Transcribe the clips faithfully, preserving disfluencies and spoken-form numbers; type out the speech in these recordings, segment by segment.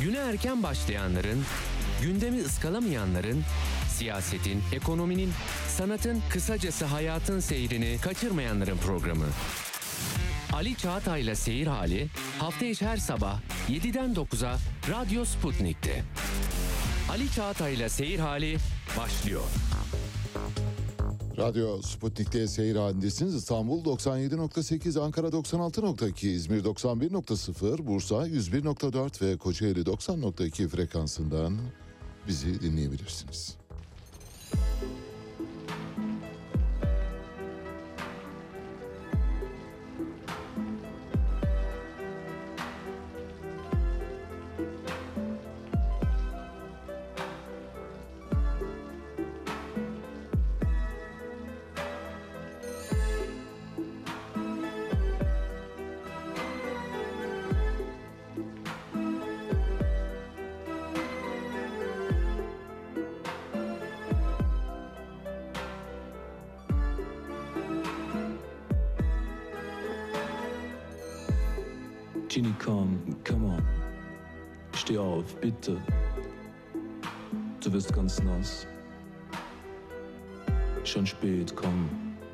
Güne erken başlayanların, gündemi ıskalamayanların, siyasetin, ekonominin, sanatın, kısacası hayatın seyrini kaçırmayanların programı. Ali Çağatay'la Seyir Hali hafta içi her sabah yediden dokuza Radyo Sputnik'te. Ali Çağatay'la Seyir Hali başlıyor. Radyo Sputnik'te seyir halindesiniz. İstanbul doksan yedi nokta sekiz, Ankara doksan altı nokta iki, İzmir doksan bir nokta sıfır, Bursa yüz bir nokta dört ve Kocaeli doksan nokta iki frekansından bizi dinleyebilirsiniz. Ginny, komm, come on. Steh auf, bitte. Du wirst ganz nass. Schon spät, komm.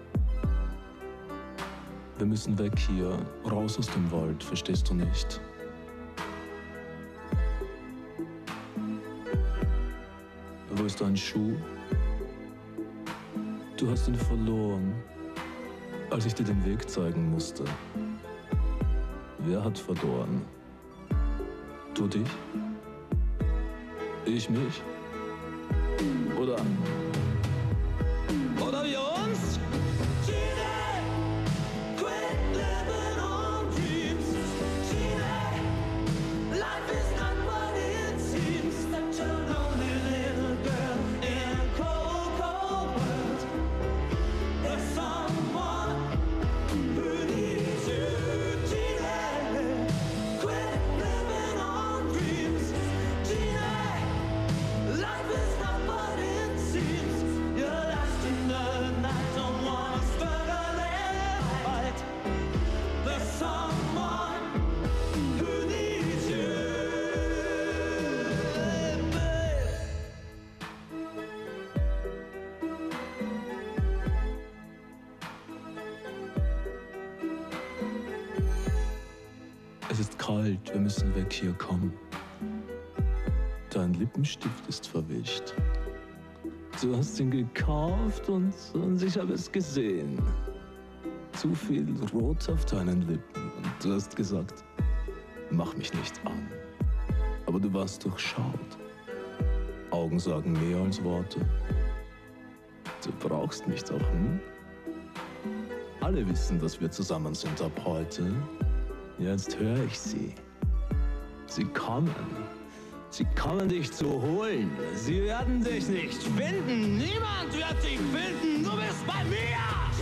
Wir müssen weg hier, raus aus dem Wald, verstehst du nicht? Wo ist dein Schuh? Du hast ihn verloren, als ich dir den Weg zeigen musste. Wer hat verloren? Du dich? Ich mich? Oder? Oder wir uns? Es ist kalt, wir müssen weg hier, komm. Dein Lippenstift ist verwischt. Du hast ihn gekauft und, und ich habe es gesehen. Zu viel Rot auf deinen Lippen und du hast gesagt, mach mich nicht an. Aber du warst durchschaut. Augen sagen mehr als Worte. Du brauchst mich doch, hm? Alle wissen, dass wir zusammen sind ab heute. Jetzt höre ich sie. Sie kommen. Sie kommen dich zu holen. Sie werden dich nicht finden. Niemand wird dich finden. Du bist bei mir.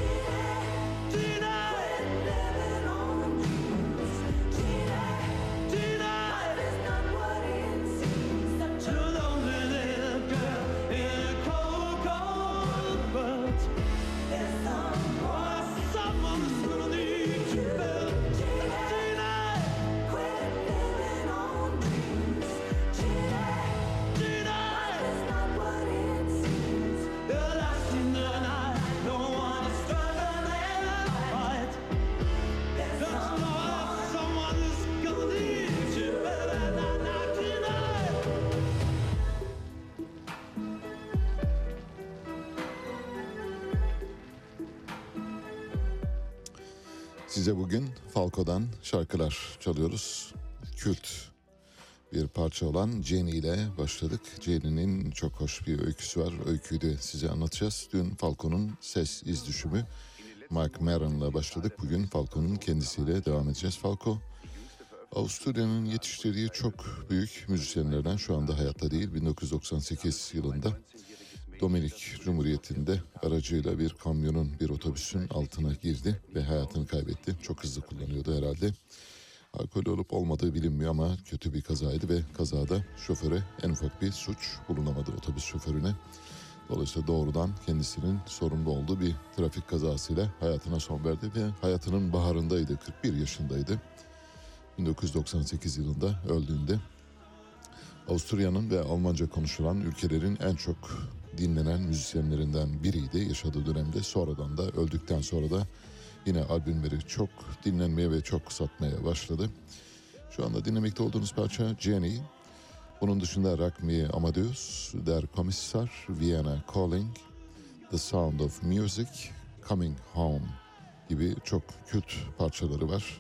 Size bugün Falco'dan şarkılar çalıyoruz. Kült bir parça olan Jenny ile başladık. Jenny'nin çok hoş bir öyküsü var. Öyküyü de size anlatacağız. Dün Falco'nun ses iz düşümü Mark Maron'la başladık. Bugün Falco'nun kendisiyle devam edeceğiz. Falco, Avusturya'nın yetiştirdiği çok büyük müzisyenlerden, şu anda hayatta değil. bin dokuz yüz doksan sekiz yılında Dominik Cumhuriyeti'nde aracıyla bir kamyonun, bir otobüsün altına girdi ve hayatını kaybetti. Çok hızlı kullanıyordu herhalde. Alkol olup olmadığı bilinmiyor ama kötü bir kazaydı ve kazada şoföre en ufak bir suç bulunamadı, otobüs şoförüne. Dolayısıyla doğrudan kendisinin sorumlu olduğu bir trafik kazasıyla hayatına son verdi ve hayatının baharındaydı, kırk bir yaşındaydı. bin dokuz yüz doksan sekiz yılında öldüğünde Avusturya'nın ve Almanca konuşulan ülkelerin en çok dinlenen müzisyenlerinden biriydi yaşadığı dönemde. Sonradan da öldükten sonra da yine albümleri çok dinlenmeye ve çok satmaya başladı. Şu anda dinlemekte olduğunuz parça Jenny. Bunun dışında Rock Me Amadeus, Der Kommissar, Vienna Calling, The Sound of Music, Coming Home gibi çok kült parçaları var.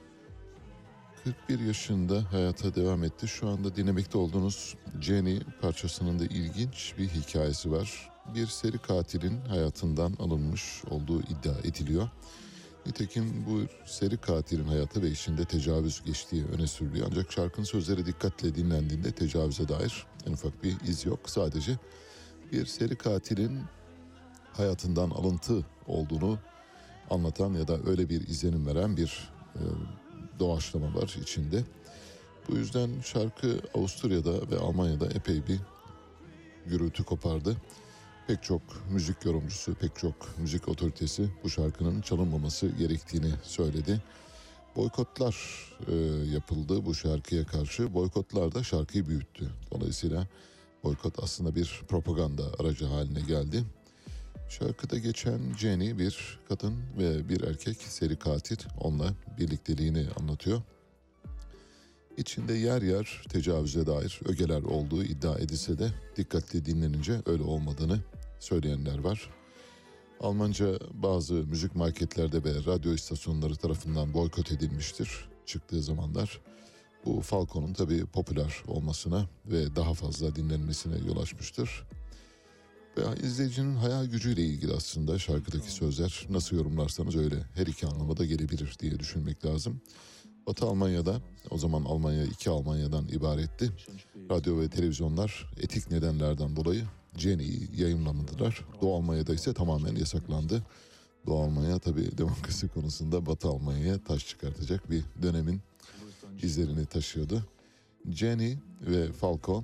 kırk bir yaşında hayata devam etti. Şu anda dinlemekte olduğunuz Jenny parçasının da ilginç bir hikayesi var. Bir seri katilin hayatından alınmış olduğu iddia ediliyor. Nitekim bu seri katilin hayatı ve işinde tecavüz geçtiği öne sürülüyor. Ancak şarkının sözleri dikkatle dinlendiğinde tecavüze dair en ufak bir iz yok. Sadece bir seri katilin hayatından alıntı olduğunu anlatan ya da öyle bir izlenim veren bir e, doğaçlama var içinde. Bu yüzden şarkı Avusturya'da ve Almanya'da epey bir gürültü kopardı. Pek çok müzik yorumcusu, pek çok müzik otoritesi bu şarkının çalınmaması gerektiğini söyledi. Boykotlar e, yapıldı bu şarkıya karşı. Boykotlar da şarkıyı büyüttü. Dolayısıyla boykot aslında bir propaganda aracı haline geldi. Şarkıda geçen Jenny bir kadın ve bir erkek seri katil, onunla birlikteliğini anlatıyor. İçinde yer yer tecavüze dair ögeler olduğu iddia edilse de dikkatli dinlenince öyle olmadığını söyleyenler var. Almanca bazı müzik marketlerde ve radyo istasyonları tarafından boykot edilmiştir çıktığı zamanlar. Bu Falco'nun tabii popüler olmasına ve daha fazla dinlenmesine yol açmıştır. Ve izleyicinin hayal gücüyle ilgili aslında şarkıdaki sözler nasıl yorumlarsanız öyle her iki anlamda gelebilir diye düşünmek lazım. Batı Almanya'da, o zaman Almanya iki Almanya'dan ibaretti. Radyo ve televizyonlar etik nedenlerden dolayı Jenny'yi yayınlamadılar. Doğu Almanya'da ise tamamen yasaklandı. Doğu Almanya tabii demokrasi konusunda Batı Almanya'ya taş çıkartacak bir dönemin izlerini taşıyordu. Jenny ve Falco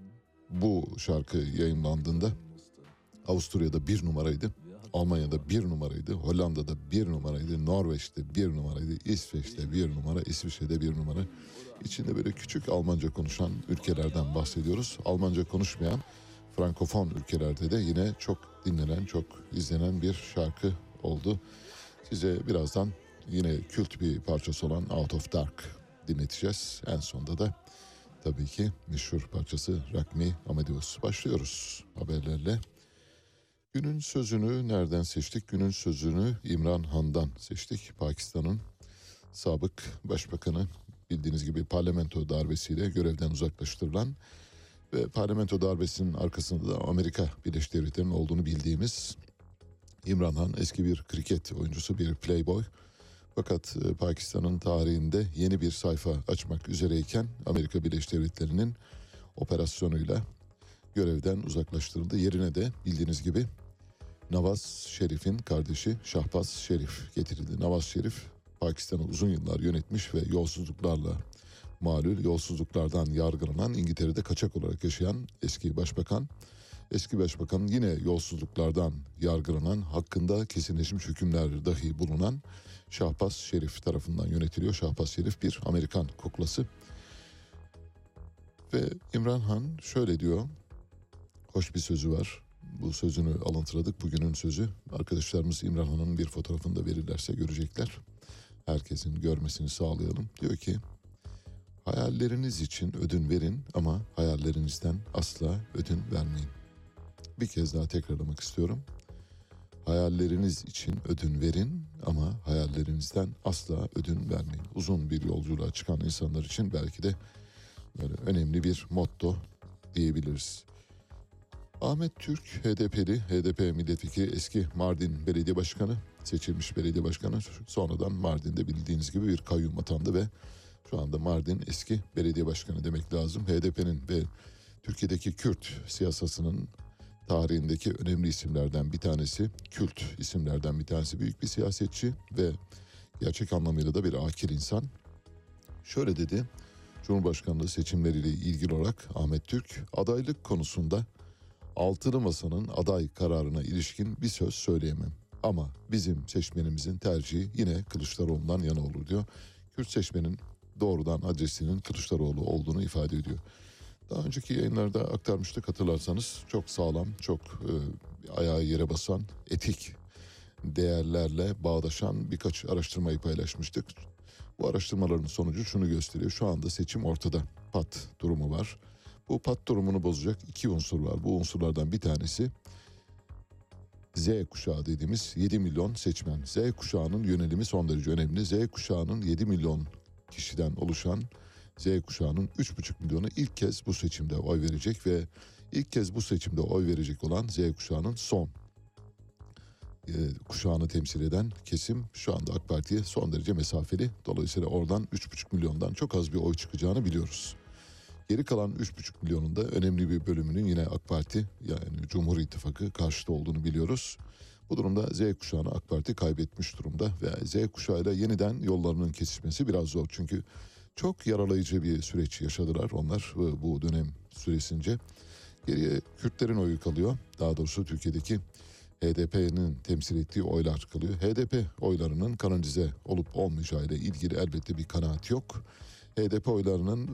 bu şarkı yayınlandığında Avusturya'da bir numaraydı, Almanya'da bir numaraydı, Hollanda'da bir numaraydı, Norveç'te bir numaraydı, İsveç'te bir numara, İsviçre'de bir numara. İçinde böyle küçük Almanca konuşan ülkelerden bahsediyoruz. Almanca konuşmayan Frankofon ülkelerde de yine çok dinlenen, çok izlenen bir şarkı oldu. Size birazdan yine kült bir parçası olan Out of Dark dinleteceğiz. En sonunda da tabii ki meşhur parçası Rock Me Amadeus. Başlıyoruz haberlerle. Günün sözünü nereden seçtik? Günün sözünü İmran Han'dan seçtik. Pakistan'ın sabık başbakanı, bildiğiniz gibi parlamento darbesiyle görevden uzaklaştırılan ve parlamento darbesinin arkasında da Amerika Birleşik Devletleri'nin olduğunu bildiğimiz İmran Han eski bir kriket oyuncusu, bir playboy. Fakat Pakistan'ın tarihinde yeni bir sayfa açmak üzereyken Amerika Birleşik Devletleri'nin operasyonuyla görevden uzaklaştırıldı. Yerine de bildiğiniz gibi Nawaz Şerif'in kardeşi Şahbaz Şerif getirildi. Nawaz Şerif Pakistan'ı uzun yıllar yönetmiş ve yolsuzluklarla malul, yolsuzluklardan yargılanan, İngiltere'de kaçak olarak yaşayan eski başbakan. Eski başbakanın yine yolsuzluklardan yargılanan, hakkında kesinleşmiş hükümler dahi bulunan Şahbaz Şerif tarafından yönetiliyor. Şahbaz Şerif bir Amerikan kuklası. Ve İmran Han şöyle diyor, hoş bir sözü var. Bu sözünü alıntıladık, bugünün sözü. Arkadaşlarımız İmran Han'ın bir fotoğrafını da verirlerse görecekler. Herkesin görmesini sağlayalım. Diyor ki, hayalleriniz için ödün verin ama hayallerinizden asla ödün vermeyin. Bir kez daha tekrarlamak istiyorum. Hayalleriniz için ödün verin ama hayallerinizden asla ödün vermeyin. Uzun bir yolculuğa çıkan insanlar için belki de böyle önemli bir motto diyebiliriz. Ahmet Türk, H D P'li, H D P milletvekili, eski Mardin Belediye Başkanı, seçilmiş belediye başkanı. Sonradan Mardin'de bildiğiniz gibi bir kayyum atandı ve şu anda Mardin eski belediye başkanı demek lazım. H D P'nin ve Türkiye'deki Kürt siyasasının tarihindeki önemli isimlerden bir tanesi, kült isimlerden bir tanesi, büyük bir siyasetçi ve gerçek anlamıyla da bir akil insan. Şöyle dedi, Cumhurbaşkanlığı seçimleriyle ilgili olarak Ahmet Türk, adaylık konusunda Altılı Masa'nın aday kararına ilişkin bir söz söyleyemem. Ama bizim seçmenimizin tercihi yine Kılıçdaroğlu'ndan yana olur diyor. Kürt seçmenin doğrudan adresinin Kılıçdaroğlu olduğunu ifade ediyor. Daha önceki yayınlarda aktarmıştık, hatırlarsanız çok sağlam, çok e, ayağı yere basan, etik değerlerle bağdaşan birkaç araştırmayı paylaşmıştık. Bu araştırmaların sonucu şunu gösteriyor: şu anda seçim ortada, pat durumu var. Bu pat durumunu bozacak iki unsur var. Bu unsurlardan bir tanesi Z kuşağı dediğimiz yedi milyon seçmen. Z kuşağının yönelimi son derece önemli. Z kuşağının yedi milyon kişiden oluşan Z kuşağının üç buçuk milyonu ilk kez bu seçimde oy verecek ve ilk kez bu seçimde oy verecek olan Z kuşağının son e, kuşağını temsil eden kesim şu anda AK Parti'ye son derece mesafeli. Dolayısıyla oradan üç buçuk milyondan çok az bir oy çıkacağını biliyoruz. Geri kalan üç buçuk milyonun da önemli bir bölümünün yine AK Parti, yani Cumhur İttifakı karşıtı olduğunu biliyoruz. Bu durumda Z kuşağını AK Parti kaybetmiş durumda ve Z kuşağıyla yeniden yollarının kesişmesi biraz zor. Çünkü çok yaralayıcı bir süreç yaşadılar onlar bu dönem süresince. Geriye Kürtlerin oyu kalıyor. Daha doğrusu Türkiye'deki H D P'nin temsil ettiği oylar kalıyor. H D P oylarının kanalize olup olmayacağı ile ilgili elbette bir kanaat yok. H D P oylarının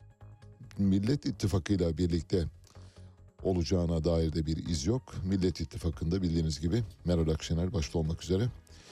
Millet İttifakı'yla birlikte olacağına dair de bir iz yok. Millet İttifakı'nda bildiğiniz gibi Meral Akşener başta olmak üzere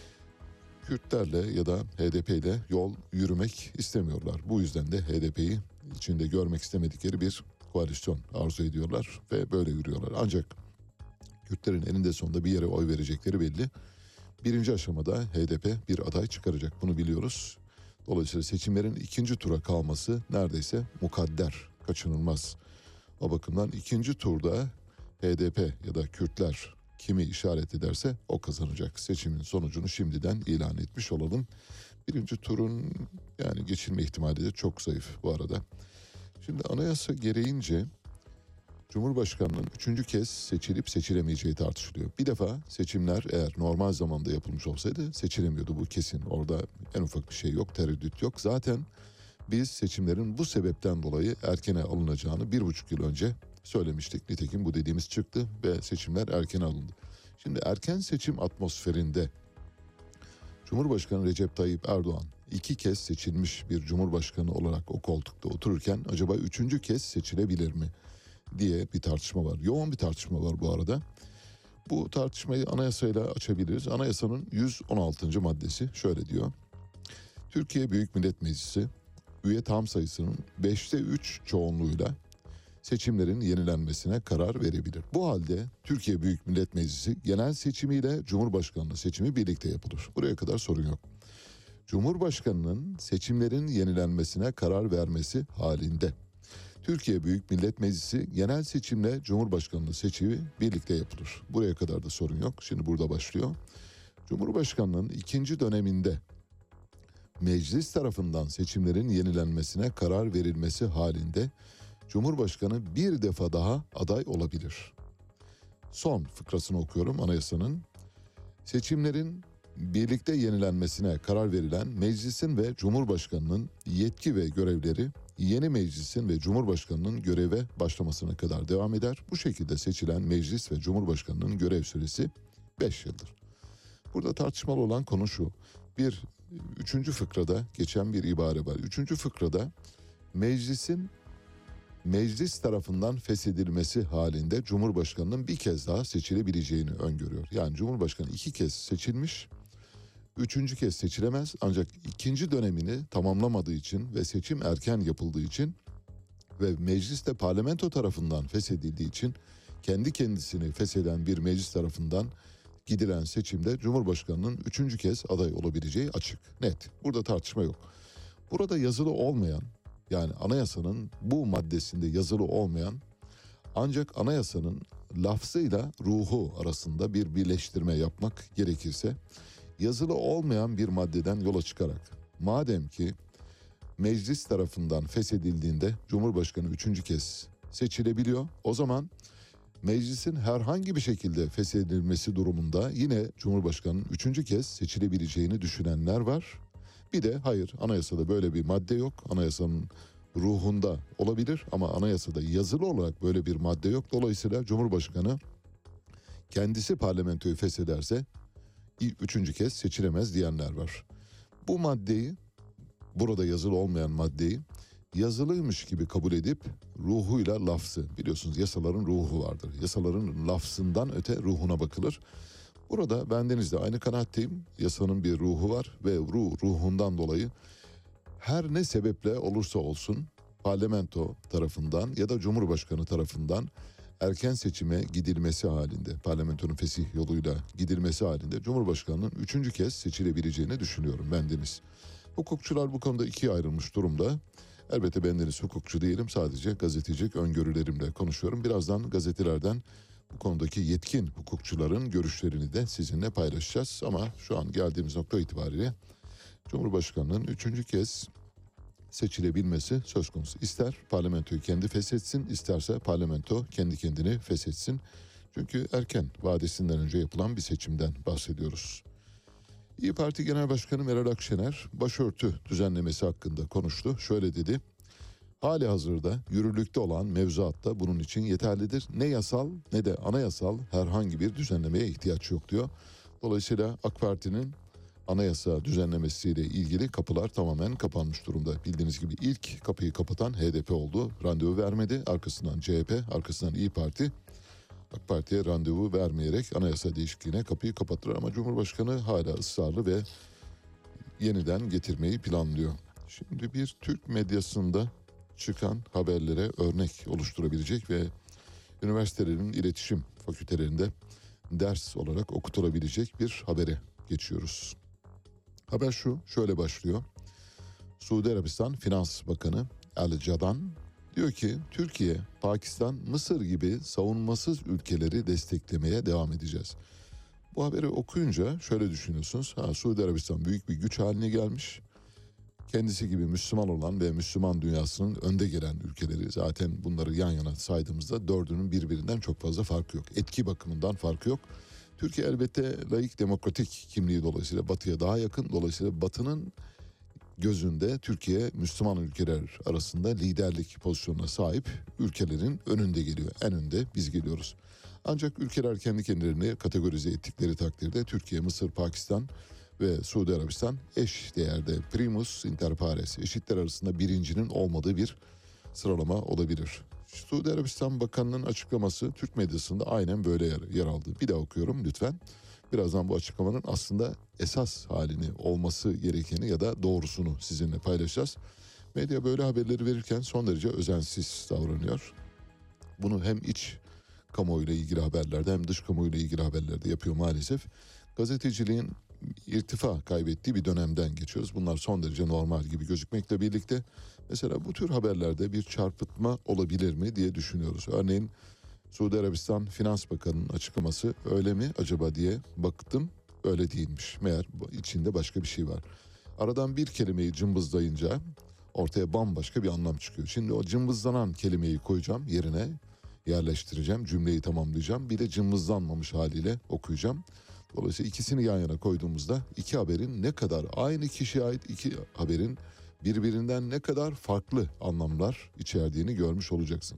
Kürtlerle ya da H D P ile yol yürümek istemiyorlar. Bu yüzden de H D P'yi içinde görmek istemedikleri bir koalisyon arzu ediyorlar ve böyle yürüyorlar. Ancak Kürtlerin eninde sonunda bir yere oy verecekleri belli. Birinci aşamada H D P bir aday çıkaracak, bunu biliyoruz. Dolayısıyla seçimlerin ikinci tura kalması neredeyse mukadder, kaçınılmaz. O bakımdan ikinci turda H D P ya da Kürtler kimi işaret ederse o kazanacak. Seçimin sonucunu şimdiden ilan etmiş olalım. Birinci turun yani geçilme ihtimali de çok zayıf bu arada. Şimdi anayasa gereğince Cumhurbaşkanı'nın üçüncü kez seçilip seçilemeyeceği tartışılıyor. Bir defa seçimler eğer normal zamanda yapılmış olsaydı seçilemiyordu, bu kesin. Orada en ufak bir şey yok, tereddüt yok. Zaten biz seçimlerin bu sebepten dolayı erkene alınacağını bir buçuk yıl önce söylemiştik. Nitekim bu dediğimiz çıktı ve seçimler erkene alındı. Şimdi erken seçim atmosferinde Cumhurbaşkanı Recep Tayyip Erdoğan iki kez seçilmiş bir cumhurbaşkanı olarak o koltukta otururken acaba üçüncü kez seçilebilir mi diye bir tartışma var. Yoğun bir tartışma var bu arada. Bu tartışmayı anayasayla açabiliriz. Anayasanın yüz on altıncı maddesi şöyle diyor: Türkiye Büyük Millet Meclisi üye tam sayısının beşte üç çoğunluğuyla seçimlerin yenilenmesine karar verebilir. Bu halde Türkiye Büyük Millet Meclisi genel seçimiyle Cumhurbaşkanlığı seçimi birlikte yapılır. Buraya kadar sorun yok. Cumhurbaşkanının seçimlerin yenilenmesine karar vermesi halinde Türkiye Büyük Millet Meclisi genel seçimle Cumhurbaşkanlığı seçimi birlikte yapılır. Buraya kadar da sorun yok. Şimdi burada başlıyor. Cumhurbaşkanının ikinci döneminde meclis tarafından seçimlerin yenilenmesine karar verilmesi halinde Cumhurbaşkanı bir defa daha aday olabilir. Son fıkrasını okuyorum anayasanın. Seçimlerin birlikte yenilenmesine karar verilen meclisin ve Cumhurbaşkanının yetki ve görevleri yeni meclisin ve Cumhurbaşkanının göreve başlamasına kadar devam eder. Bu şekilde seçilen meclis ve Cumhurbaşkanının görev süresi beş yıldır. Burada tartışmalı olan konu şu: bir, üçüncü fıkrada geçen bir ibare var. Üçüncü fıkrada meclisin meclis tarafından feshedilmesi halinde Cumhurbaşkanının bir kez daha seçilebileceğini öngörüyor. Yani Cumhurbaşkanı iki kez seçilmiş, üçüncü kez seçilemez, ancak ikinci dönemini tamamlamadığı için ve seçim erken yapıldığı için ve meclis de parlamento tarafından feshedildiği için kendi kendisini fesheden bir meclis tarafından gidilen seçimde Cumhurbaşkanının üçüncü kez aday olabileceği açık, net. Burada tartışma yok. Burada yazılı olmayan, yani anayasanın bu maddesinde yazılı olmayan, ancak anayasanın lafzıyla ruhu arasında bir birleştirme yapmak gerekirse yazılı olmayan bir maddeden yola çıkarak, madem ki meclis tarafından feshedildiğinde Cumhurbaşkanı üçüncü kez seçilebiliyor, o zaman meclisin herhangi bir şekilde feshedilmesi durumunda yine Cumhurbaşkanı'nın üçüncü kez seçilebileceğini düşünenler var. Bir de hayır, anayasada böyle bir madde yok. Anayasanın ruhunda olabilir ama anayasada yazılı olarak böyle bir madde yok. Dolayısıyla Cumhurbaşkanı kendisi parlamentoyu feshederse üçüncü kez seçilemez diyenler var. Bu maddeyi, burada yazılı olmayan maddeyi yazılıymış gibi kabul edip ruhuyla lafzı, biliyorsunuz yasaların ruhu vardır. Yasaların lafzından öte ruhuna bakılır. Burada bendeniz de aynı kanaatteyim. Yasanın bir ruhu var ve ruh, ruhundan dolayı her ne sebeple olursa olsun parlamento tarafından ya da Cumhurbaşkanı tarafından erken seçime gidilmesi halinde, parlamentonun fesih yoluyla gidilmesi halinde Cumhurbaşkanı'nın üçüncü kez seçilebileceğini düşünüyorum bendeniz. Hukukçular bu konuda ikiye ayrılmış durumda. Elbette bendeniz hukukçu değilim, sadece gazetecilik öngörülerimle konuşuyorum. Birazdan gazetelerden bu konudaki yetkin hukukçuların görüşlerini de sizinle paylaşacağız. Ama şu an geldiğimiz nokta itibariyle Cumhurbaşkanı'nın üçüncü kez seçilebilmesi söz konusu. İster parlamentoyu kendi feshetsin, isterse parlamento kendi kendini feshetsin. Çünkü erken vadesinden önce yapılan bir seçimden bahsediyoruz. İYİ Parti Genel Başkanı Meral Akşener başörtü düzenlemesi hakkında konuştu. Şöyle dedi: hali hazırda yürürlükte olan mevzuatta bunun için yeterlidir. Ne yasal ne de anayasal herhangi bir düzenlemeye ihtiyaç yok diyor. Dolayısıyla AK Parti'nin anayasa düzenlemesiyle ilgili kapılar tamamen kapanmış durumda. Bildiğiniz gibi ilk kapıyı kapatan H D P oldu. Randevu vermedi. Arkasından C H P, arkasından İYİ Parti. AK Parti'ye randevu vermeyerek anayasa değişikliğine kapıyı kapattılar. Ama Cumhurbaşkanı hala ısrarlı ve yeniden getirmeyi planlıyor. Şimdi bir Türk medyasında çıkan haberlere örnek oluşturabilecek ve üniversitelerin iletişim fakültelerinde ders olarak okutulabilecek bir habere geçiyoruz. Haber şu, şöyle başlıyor. Suudi Arabistan Finans Bakanı El Cadan diyor ki Türkiye, Pakistan, Mısır gibi savunmasız ülkeleri desteklemeye devam edeceğiz. Bu haberi okuyunca şöyle düşünüyorsunuz. Ha, Suudi Arabistan büyük bir güç haline gelmiş. Kendisi gibi Müslüman olan ve Müslüman dünyasının önde gelen ülkeleri, zaten bunları yan yana saydığımızda dördünün birbirinden çok fazla farkı yok. Etki bakımından farkı yok. Türkiye elbette laik demokratik kimliği dolayısıyla Batı'ya daha yakın. Dolayısıyla Batı'nın gözünde Türkiye Müslüman ülkeler arasında liderlik pozisyonuna sahip ülkelerin önünde geliyor. En önde biz geliyoruz. Ancak ülkeler kendi kendilerini kategorize ettikleri takdirde Türkiye, Mısır, Pakistan ve Suudi Arabistan eş değerde, primus inter pares, eşitler arasında birincinin olmadığı bir sıralama olabilir. Suudi Arabistan Bakanı'nın açıklaması Türk medyasında aynen böyle yer, yer aldı. Bir daha okuyorum lütfen. Birazdan bu açıklamanın aslında esas halini, olması gerekeni ya da doğrusunu sizinle paylaşacağız. Medya böyle haberleri verirken son derece özensiz davranıyor. Bunu hem iç kamuoyuyla ilgili haberlerde hem dış kamuoyuyla ilgili haberlerde yapıyor maalesef. Gazeteciliğin irtifa kaybettiği bir dönemden geçiyoruz. Bunlar son derece normal gibi gözükmekle birlikte mesela bu tür haberlerde bir çarpıtma olabilir mi diye düşünüyoruz. Örneğin Suudi Arabistan Finans Bakanı'nın açıklaması öyle mi acaba diye baktım, öyle değilmiş. Meğer içinde başka bir şey var. Aradan bir kelimeyi cımbızlayınca ortaya bambaşka bir anlam çıkıyor. Şimdi o cımbızlanan kelimeyi koyacağım yerine, yerleştireceğim, cümleyi tamamlayacağım. Bir de cımbızlanmamış haliyle okuyacağım. Dolayısıyla ikisini yan yana koyduğumuzda iki haberin ne kadar aynı kişiye ait iki haberin birbirinden ne kadar farklı anlamlar içerdiğini görmüş olacaksınız.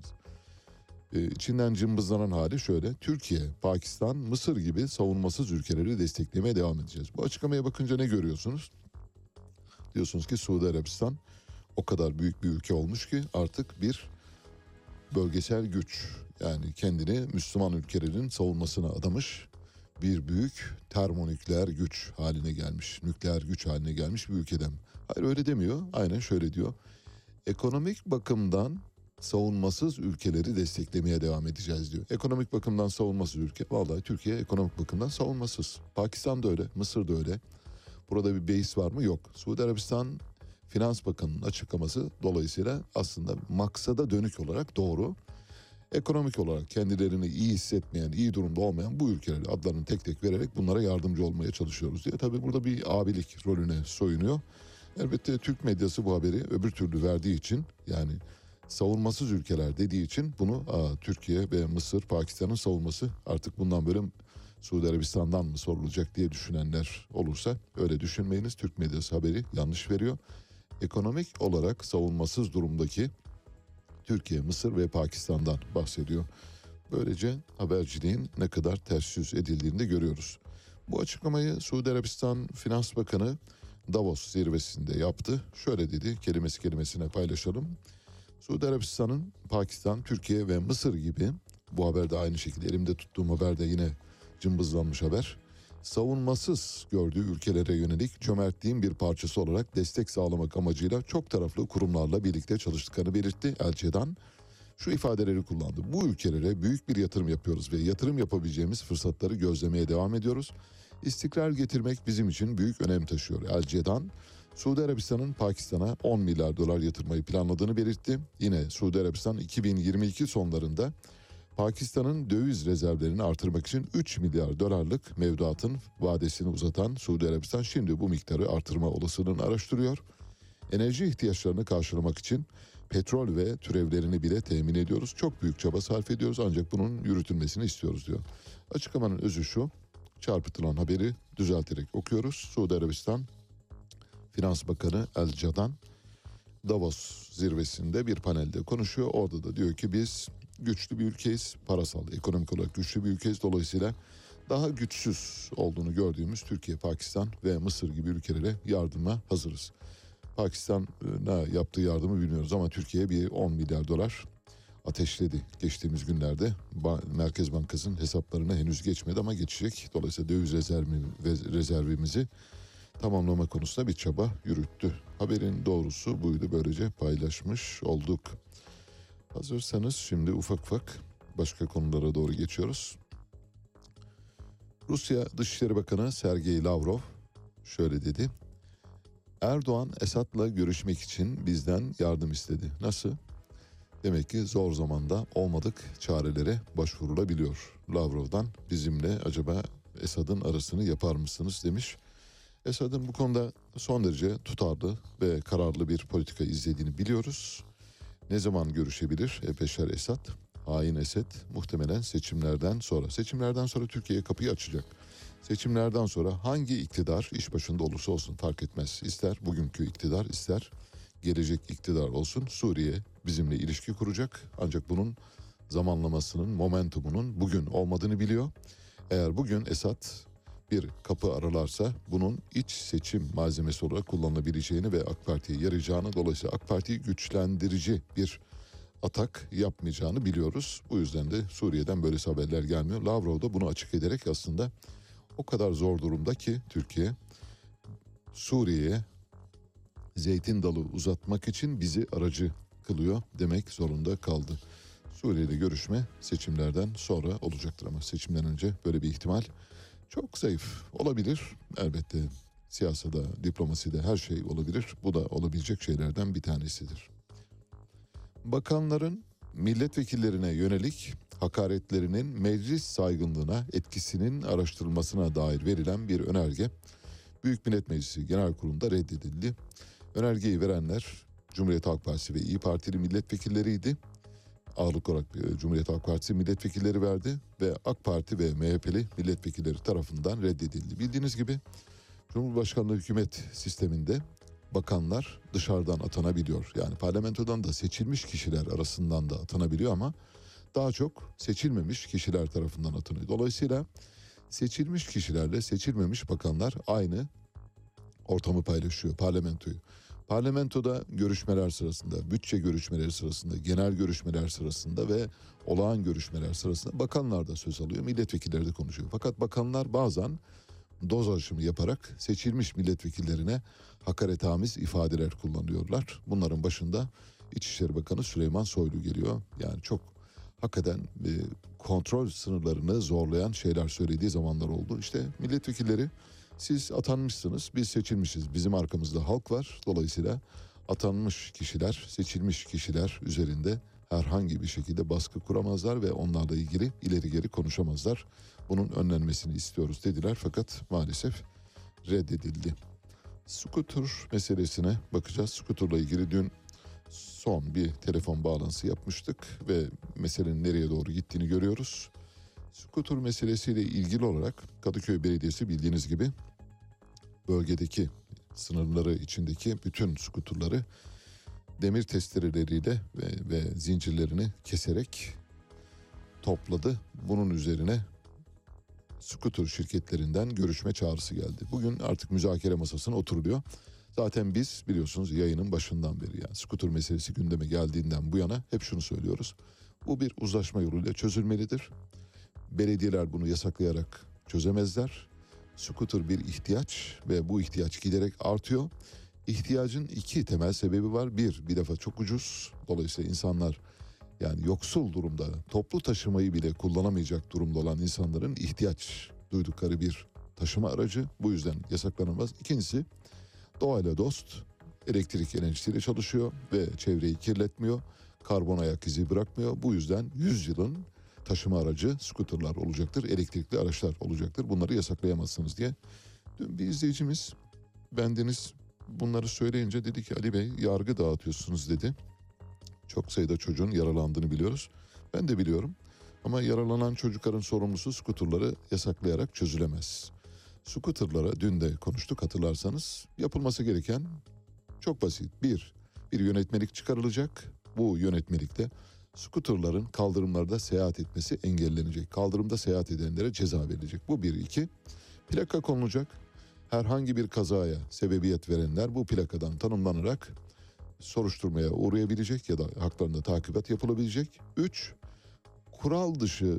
Ee, içinden cımbızlanan hali şöyle: Türkiye, Pakistan, Mısır gibi savunmasız ülkeleri desteklemeye devam edeceğiz. Bu açıklamaya bakınca ne görüyorsunuz? Diyorsunuz ki Suudi Arabistan o kadar büyük bir ülke olmuş ki artık bir bölgesel güç, yani kendini Müslüman ülkelerin savunmasına adamış bir büyük termonükleer güç haline gelmiş, nükleer güç haline gelmiş bir ülkeden. Hayır, öyle demiyor. Aynen şöyle diyor: ekonomik bakımdan savunmasız ülkeleri desteklemeye devam edeceğiz diyor. Ekonomik bakımdan savunmasız ülke. Vallahi Türkiye ekonomik bakımdan savunmasız. Pakistan da öyle, Mısır da öyle. Burada bir base var mı? Yok. Suudi Arabistan Finans Bakanı'nın açıklaması dolayısıyla aslında maksada dönük olarak doğru. Ekonomik olarak kendilerini iyi hissetmeyen, iyi durumda olmayan bu ülkeleri adlarını tek tek vererek bunlara yardımcı olmaya çalışıyoruz diye. Tabii burada bir abilik rolüne soyunuyor. Elbette Türk medyası bu haberi öbür türlü verdiği için, yani savunmasız ülkeler dediği için bunu aa, Türkiye ve Mısır, Pakistan'ın savunması artık bundan böyle Suudi Arabistan'dan mı sorulacak diye düşünenler olursa öyle düşünmeyiniz. Türk medyası haberi yanlış veriyor. Ekonomik olarak savunmasız durumdaki Türkiye, Mısır ve Pakistan'dan bahsediyor. Böylece haberciliğin ne kadar ters yüz edildiğini de görüyoruz. Bu açıklamayı Suudi Arabistan Finans Bakanı Davos zirvesinde yaptı. Şöyle dedi, kelimesi kelimesine paylaşalım. Suudi Arabistan'ın Pakistan, Türkiye ve Mısır gibi, bu haber de aynı şekilde elimde tuttuğum haber de yine cımbızlanmış haber, savunmasız gördüğü ülkelere yönelik cömertliğin bir parçası olarak destek sağlamak amacıyla çok taraflı kurumlarla birlikte çalıştıklarını belirtti. Elçeden şu ifadeleri kullandı. Bu ülkelere büyük bir yatırım yapıyoruz ve yatırım yapabileceğimiz fırsatları gözlemeye devam ediyoruz. İstikrar getirmek bizim için büyük önem taşıyor. Elçeden Suudi Arabistan'ın Pakistan'a on milyar dolar yatırmayı planladığını belirtti. Yine Suudi Arabistan iki bin yirmi iki sonlarında Pakistan'ın döviz rezervlerini artırmak için üç milyar dolarlık mevduatın vadesini uzatan Suudi Arabistan şimdi bu miktarı artırma olasılığını araştırıyor. Enerji ihtiyaçlarını karşılamak için petrol ve türevlerini bile temin ediyoruz. Çok büyük çaba sarf ediyoruz ancak bunun yürütülmesini istiyoruz diyor. Açıklamanın özü şu, çarpıtılan haberi düzelterek okuyoruz. Suudi Arabistan Finans Bakanı El Cadan Davos zirvesinde bir panelde konuşuyor. Orada da diyor ki biz güçlü bir ülkeyiz, parasal, ekonomik olarak güçlü bir ülkeyiz. Dolayısıyla daha güçsüz olduğunu gördüğümüz Türkiye, Pakistan ve Mısır gibi ülkelere yardıma hazırız. Pakistan'a yaptığı yardımı bilmiyoruz ama Türkiye'ye bir on milyar dolar ateşledi geçtiğimiz günlerde. Ba- Merkez Bankası'nın hesaplarına henüz geçmedi ama geçecek. Dolayısıyla döviz rezervi, rezervimizi tamamlama konusunda bir çaba yürüttü. Haberin doğrusu buydu, böylece paylaşmış olduk. Hazırsanız şimdi ufak ufak başka konulara doğru geçiyoruz. Rusya Dışişleri Bakanı Sergey Lavrov şöyle dedi. Erdoğan Esad'la görüşmek için bizden yardım istedi. Nasıl? Demek ki zor zamanda olmadık çarelere başvurulabiliyor. Lavrov'dan bizimle acaba Esad'ın arasını yapar mısınız demiş. Esad'ın bu konuda son derece tutarlı ve kararlı bir politika izlediğini biliyoruz. Ne zaman görüşebilir Beşar Esad? Hain Esed muhtemelen seçimlerden sonra. Seçimlerden sonra Türkiye'ye kapıyı açacak. Seçimlerden sonra hangi iktidar iş başında olursa olsun fark etmez. İster bugünkü iktidar, ister gelecek iktidar olsun Suriye bizimle ilişki kuracak. Ancak bunun zamanlamasının, momentumunun bugün olmadığını biliyor. Eğer bugün Esad bir kapı aralarsa bunun iç seçim malzemesi olarak kullanılabileceğini ve AK Parti'ye yarayacağını, dolayısıyla AK Parti'yi güçlendirici bir atak yapmayacağını biliyoruz. Bu yüzden de Suriye'den böyle haberler gelmiyor. Lavrov da bunu açık ederek aslında o kadar zor durumda ki Türkiye Suriye'ye zeytin dalı uzatmak için bizi aracı kılıyor demek zorunda kaldı. Suriye'de görüşme seçimlerden sonra olacaktır ama seçimden önce böyle bir ihtimal çok zayıf olabilir. Elbette siyasada, diplomaside her şey olabilir. Bu da olabilecek şeylerden bir tanesidir. Bakanların milletvekillerine yönelik hakaretlerinin meclis saygınlığına etkisinin araştırılmasına dair verilen bir önerge Büyük Millet Meclisi Genel Kurulu'nda reddedildi. Önergeyi verenler Cumhuriyet Halk Partisi ve İYİ Partili milletvekilleriydi. Ağırlık olarak Cumhuriyet Halk Partisi milletvekilleri verdi ve AK Parti ve M H P'li milletvekilleri tarafından reddedildi. Bildiğiniz gibi Cumhurbaşkanlığı hükümet sisteminde bakanlar dışarıdan atanabiliyor. Yani parlamentodan da seçilmiş kişiler arasından da atanabiliyor ama daha çok seçilmemiş kişiler tarafından atanıyor. Dolayısıyla seçilmiş kişilerle seçilmemiş bakanlar aynı ortamı paylaşıyor, parlamentoyu. Parlamentoda görüşmeler sırasında, bütçe görüşmeleri sırasında, genel görüşmeler sırasında ve olağan görüşmeler sırasında bakanlar da söz alıyor, milletvekilleri de konuşuyor. Fakat bakanlar bazen doz aşımı yaparak seçilmiş milletvekillerine hakaretamiz ifadeler kullanıyorlar. Bunların başında İçişleri Bakanı Süleyman Soylu geliyor. Yani çok hakikaten e, kontrol sınırlarını zorlayan şeyler söylediği zamanlar oldu. İşte milletvekilleri siz atanmışsınız, biz seçilmişiz. Bizim arkamızda halk var. Dolayısıyla atanmış kişiler, seçilmiş kişiler üzerinde herhangi bir şekilde baskı kuramazlar ve onlarla ilgili ileri geri konuşamazlar. Bunun önlenmesini istiyoruz dediler fakat maalesef reddedildi. Skuter meselesine bakacağız. Skuter'la ilgili dün son bir telefon bağlantısı yapmıştık ve meselenin nereye doğru gittiğini görüyoruz. Skuter meselesiyle ilgili olarak Kadıköy Belediyesi bildiğiniz gibi bölgedeki sınırları içindeki bütün skuterları demir testereleriyle ve, ve zincirlerini keserek topladı. Bunun üzerine skuter şirketlerinden görüşme çağrısı geldi. Bugün artık müzakere masasına oturuluyor. Zaten biz biliyorsunuz yayının başından beri, yani skuter meselesi gündeme geldiğinden bu yana hep şunu söylüyoruz. Bu bir uzlaşma yoluyla çözülmelidir. Belediyeler bunu yasaklayarak çözemezler. Skuter bir ihtiyaç ve bu ihtiyaç giderek artıyor. İhtiyacın iki temel sebebi var. Bir, bir defa çok ucuz. Dolayısıyla insanlar, yani yoksul durumda, toplu taşımayı bile kullanamayacak durumda olan insanların ihtiyaç duydukları bir taşıma aracı. Bu yüzden yasaklanamaz. İkincisi, doğayla dost, elektrik enerjisiyle çalışıyor ve çevreyi kirletmiyor. Karbon ayak izi bırakmıyor. Bu yüzden yüz yılın taşıma aracı skuterlar olacaktır. Elektrikli araçlar olacaktır. Bunları yasaklayamazsınız diye. Dün bir izleyicimiz, bendeniz bunları söyleyince dedi ki Ali Bey yargı dağıtıyorsunuz dedi. Çok sayıda çocuğun yaralandığını biliyoruz. Ben de biliyorum. Ama yaralanan çocukların sorumlusu skuterları yasaklayarak çözülemez. Skuterlara dün de konuştuk hatırlarsanız. Yapılması gereken çok basit. Bir, bir yönetmelik çıkarılacak. Bu yönetmelikte skuterların kaldırımlarda seyahat etmesi engellenecek. Kaldırımda seyahat edenlere ceza verilecek. Bu bir. İki, plaka konulacak. Herhangi bir kazaya sebebiyet verenler bu plakadan tanımlanarak soruşturmaya uğrayabilecek ya da haklarında takibat yapılabilecek. Üç, kural dışı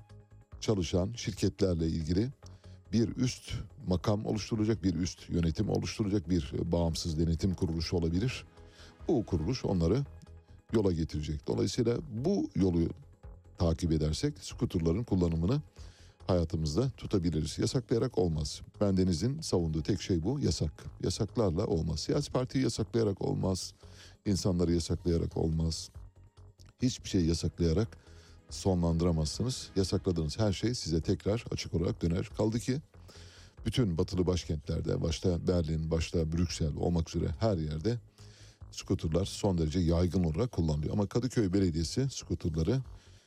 çalışan şirketlerle ilgili bir üst makam oluşturulacak, bir üst yönetim oluşturulacak, bir bağımsız denetim kuruluşu olabilir. Bu kuruluş onları yola getirecek. Dolayısıyla bu yolu takip edersek skuterların kullanımını hayatımızda tutabiliriz. Yasaklayarak olmaz. Bendenizin savunduğu tek şey bu, yasak. Yasaklarla olmaz. Siyasi partiyi yasaklayarak olmaz. İnsanları yasaklayarak olmaz. Hiçbir şey yasaklayarak sonlandıramazsınız. Yasakladığınız her şey size tekrar açık olarak döner. Kaldı ki bütün batılı başkentlerde, başta Berlin, başta Brüksel olmak üzere her yerde skuterlar son derece yaygın olarak kullanılıyor. Ama Kadıköy Belediyesi skuterları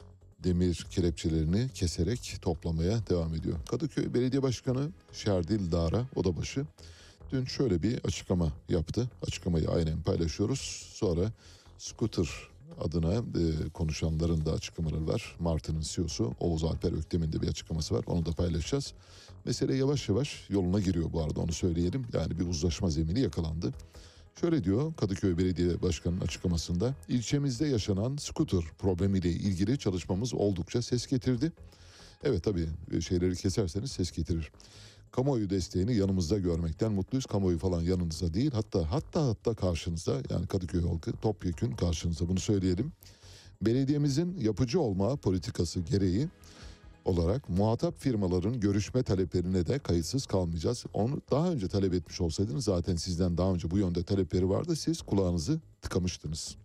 demir kelepçelerini keserek toplamaya devam ediyor. Kadıköy Belediye Başkanı Şerdil Dara Odabaşı dün şöyle bir açıklama yaptı. Açıklamayı aynen paylaşıyoruz. Sonra skuter adına e, konuşanların da açıklamaları var. Martı'nın C E O'su Oğuz Alper Öktem'in de bir açıklaması var. Onu da paylaşacağız. Mesele yavaş yavaş yoluna giriyor bu arada, onu söyleyelim. Yani bir uzlaşma zemini yakalandı. Şöyle diyor Kadıköy Belediye Başkanı'nın açıklamasında: ilçemizde yaşanan skuter problemiyle ilgili çalışmamız oldukça ses getirdi. Evet, tabii şeyleri keserseniz ses getirir. Kamuoyu desteğini yanımızda görmekten mutluyuz. Kamuoyu falan yanınızda değil, hatta hatta hatta karşınızda, yani Kadıköy halkı topyekün karşınızda, bunu söyleyelim. Belediyemizin yapıcı olma politikası gereği olarak muhatap firmaların görüşme taleplerine de kayıtsız kalmayacağız. Onu daha önce talep etmiş olsaydınız, zaten sizden daha önce bu yönde talepleri vardı, siz kulağınızı tıkamıştınız.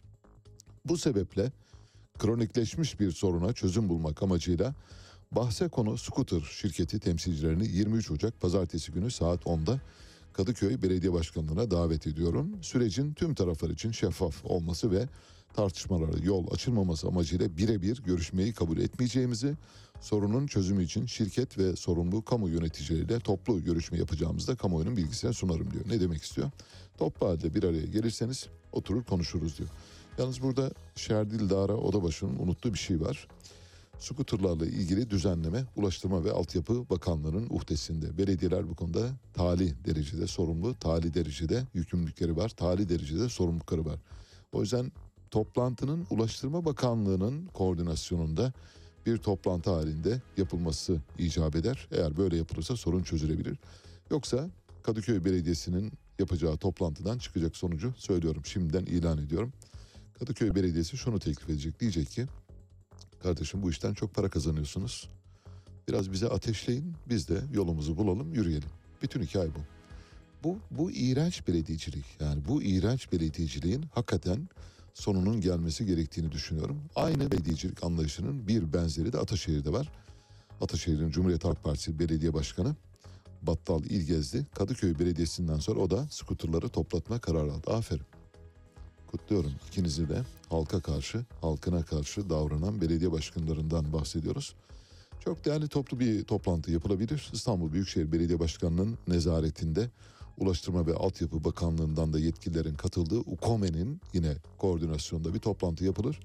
Bu sebeple kronikleşmiş bir soruna çözüm bulmak amacıyla bahse konu skuter şirketi temsilcilerini yirmi üç Ocak Pazartesi günü saat onda Kadıköy Belediye Başkanlığı'na davet ediyorum. Sürecin tüm taraflar için şeffaf olması ve tartışmalara yol açılmaması amacıyla birebir görüşmeyi kabul etmeyeceğimizi, sorunun çözümü için şirket ve sorumlu kamu yöneticileriyle toplu görüşme yapacağımızda kamuoyunun bilgisine sunarım diyor. Ne demek istiyor? Toplu halde bir araya gelirseniz oturur konuşuruz diyor. Yalnız burada Şerdil Dara Odabaşı'nın unuttuğu bir şey var. Skuterlarla ilgili düzenleme Ulaştırma ve Altyapı Bakanlığı'nın uhdesinde. Belediyeler bu konuda tali derecede sorumlu, tali derecede yükümlülükleri var, tali derecede sorumlulukları var. O yüzden toplantının Ulaştırma Bakanlığı'nın koordinasyonunda bir toplantı halinde yapılması icap eder. Eğer böyle yapılırsa sorun çözülebilir. Yoksa Kadıköy Belediyesi'nin yapacağı toplantıdan çıkacak sonucu söylüyorum, şimdiden ilan ediyorum. Kadıköy Belediyesi şunu teklif edecek, diyecek ki: kardeşim, bu işten çok para kazanıyorsunuz. Biraz bize ateşleyin, biz de yolumuzu bulalım, yürüyelim. Bütün hikaye bu. Bu, bu iğrenç belediyecilik, yani bu iğrenç belediyeciliğin hakikaten sonunun gelmesi gerektiğini düşünüyorum. Aynı belediyecilik anlayışının bir benzeri de Ataşehir'de var. Ataşehir'in Cumhuriyet Halk Partisi Belediye Başkanı Battal İlgezdi, Kadıköy Belediyesi'nden sonra o da skuterları toplatma kararı aldı. Aferin. Kutluyorum ikinizi de. Halka karşı, halkına karşı davranan belediye başkanlarından bahsediyoruz. Çok değerli toplu bir toplantı yapılabilir. İstanbul Büyükşehir Belediye Başkanı'nın nezaretinde Ulaştırma ve Altyapı Bakanlığı'ndan da yetkililerin katıldığı UKOME'nin yine koordinasyonunda bir toplantı yapılır.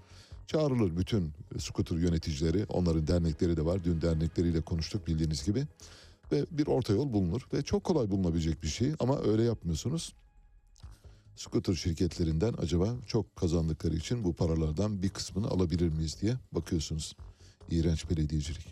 Çağrılır bütün scooter yöneticileri, onların dernekleri de var. Dün dernekleriyle konuştuk bildiğiniz gibi. Ve bir orta yol bulunur ve çok kolay bulunabilecek bir şey ama öyle yapmıyorsunuz. Scooter şirketlerinden acaba çok kazandıkları için bu paralardan bir kısmını alabilir miyiz diye bakıyorsunuz. İğrenç belediyecilik.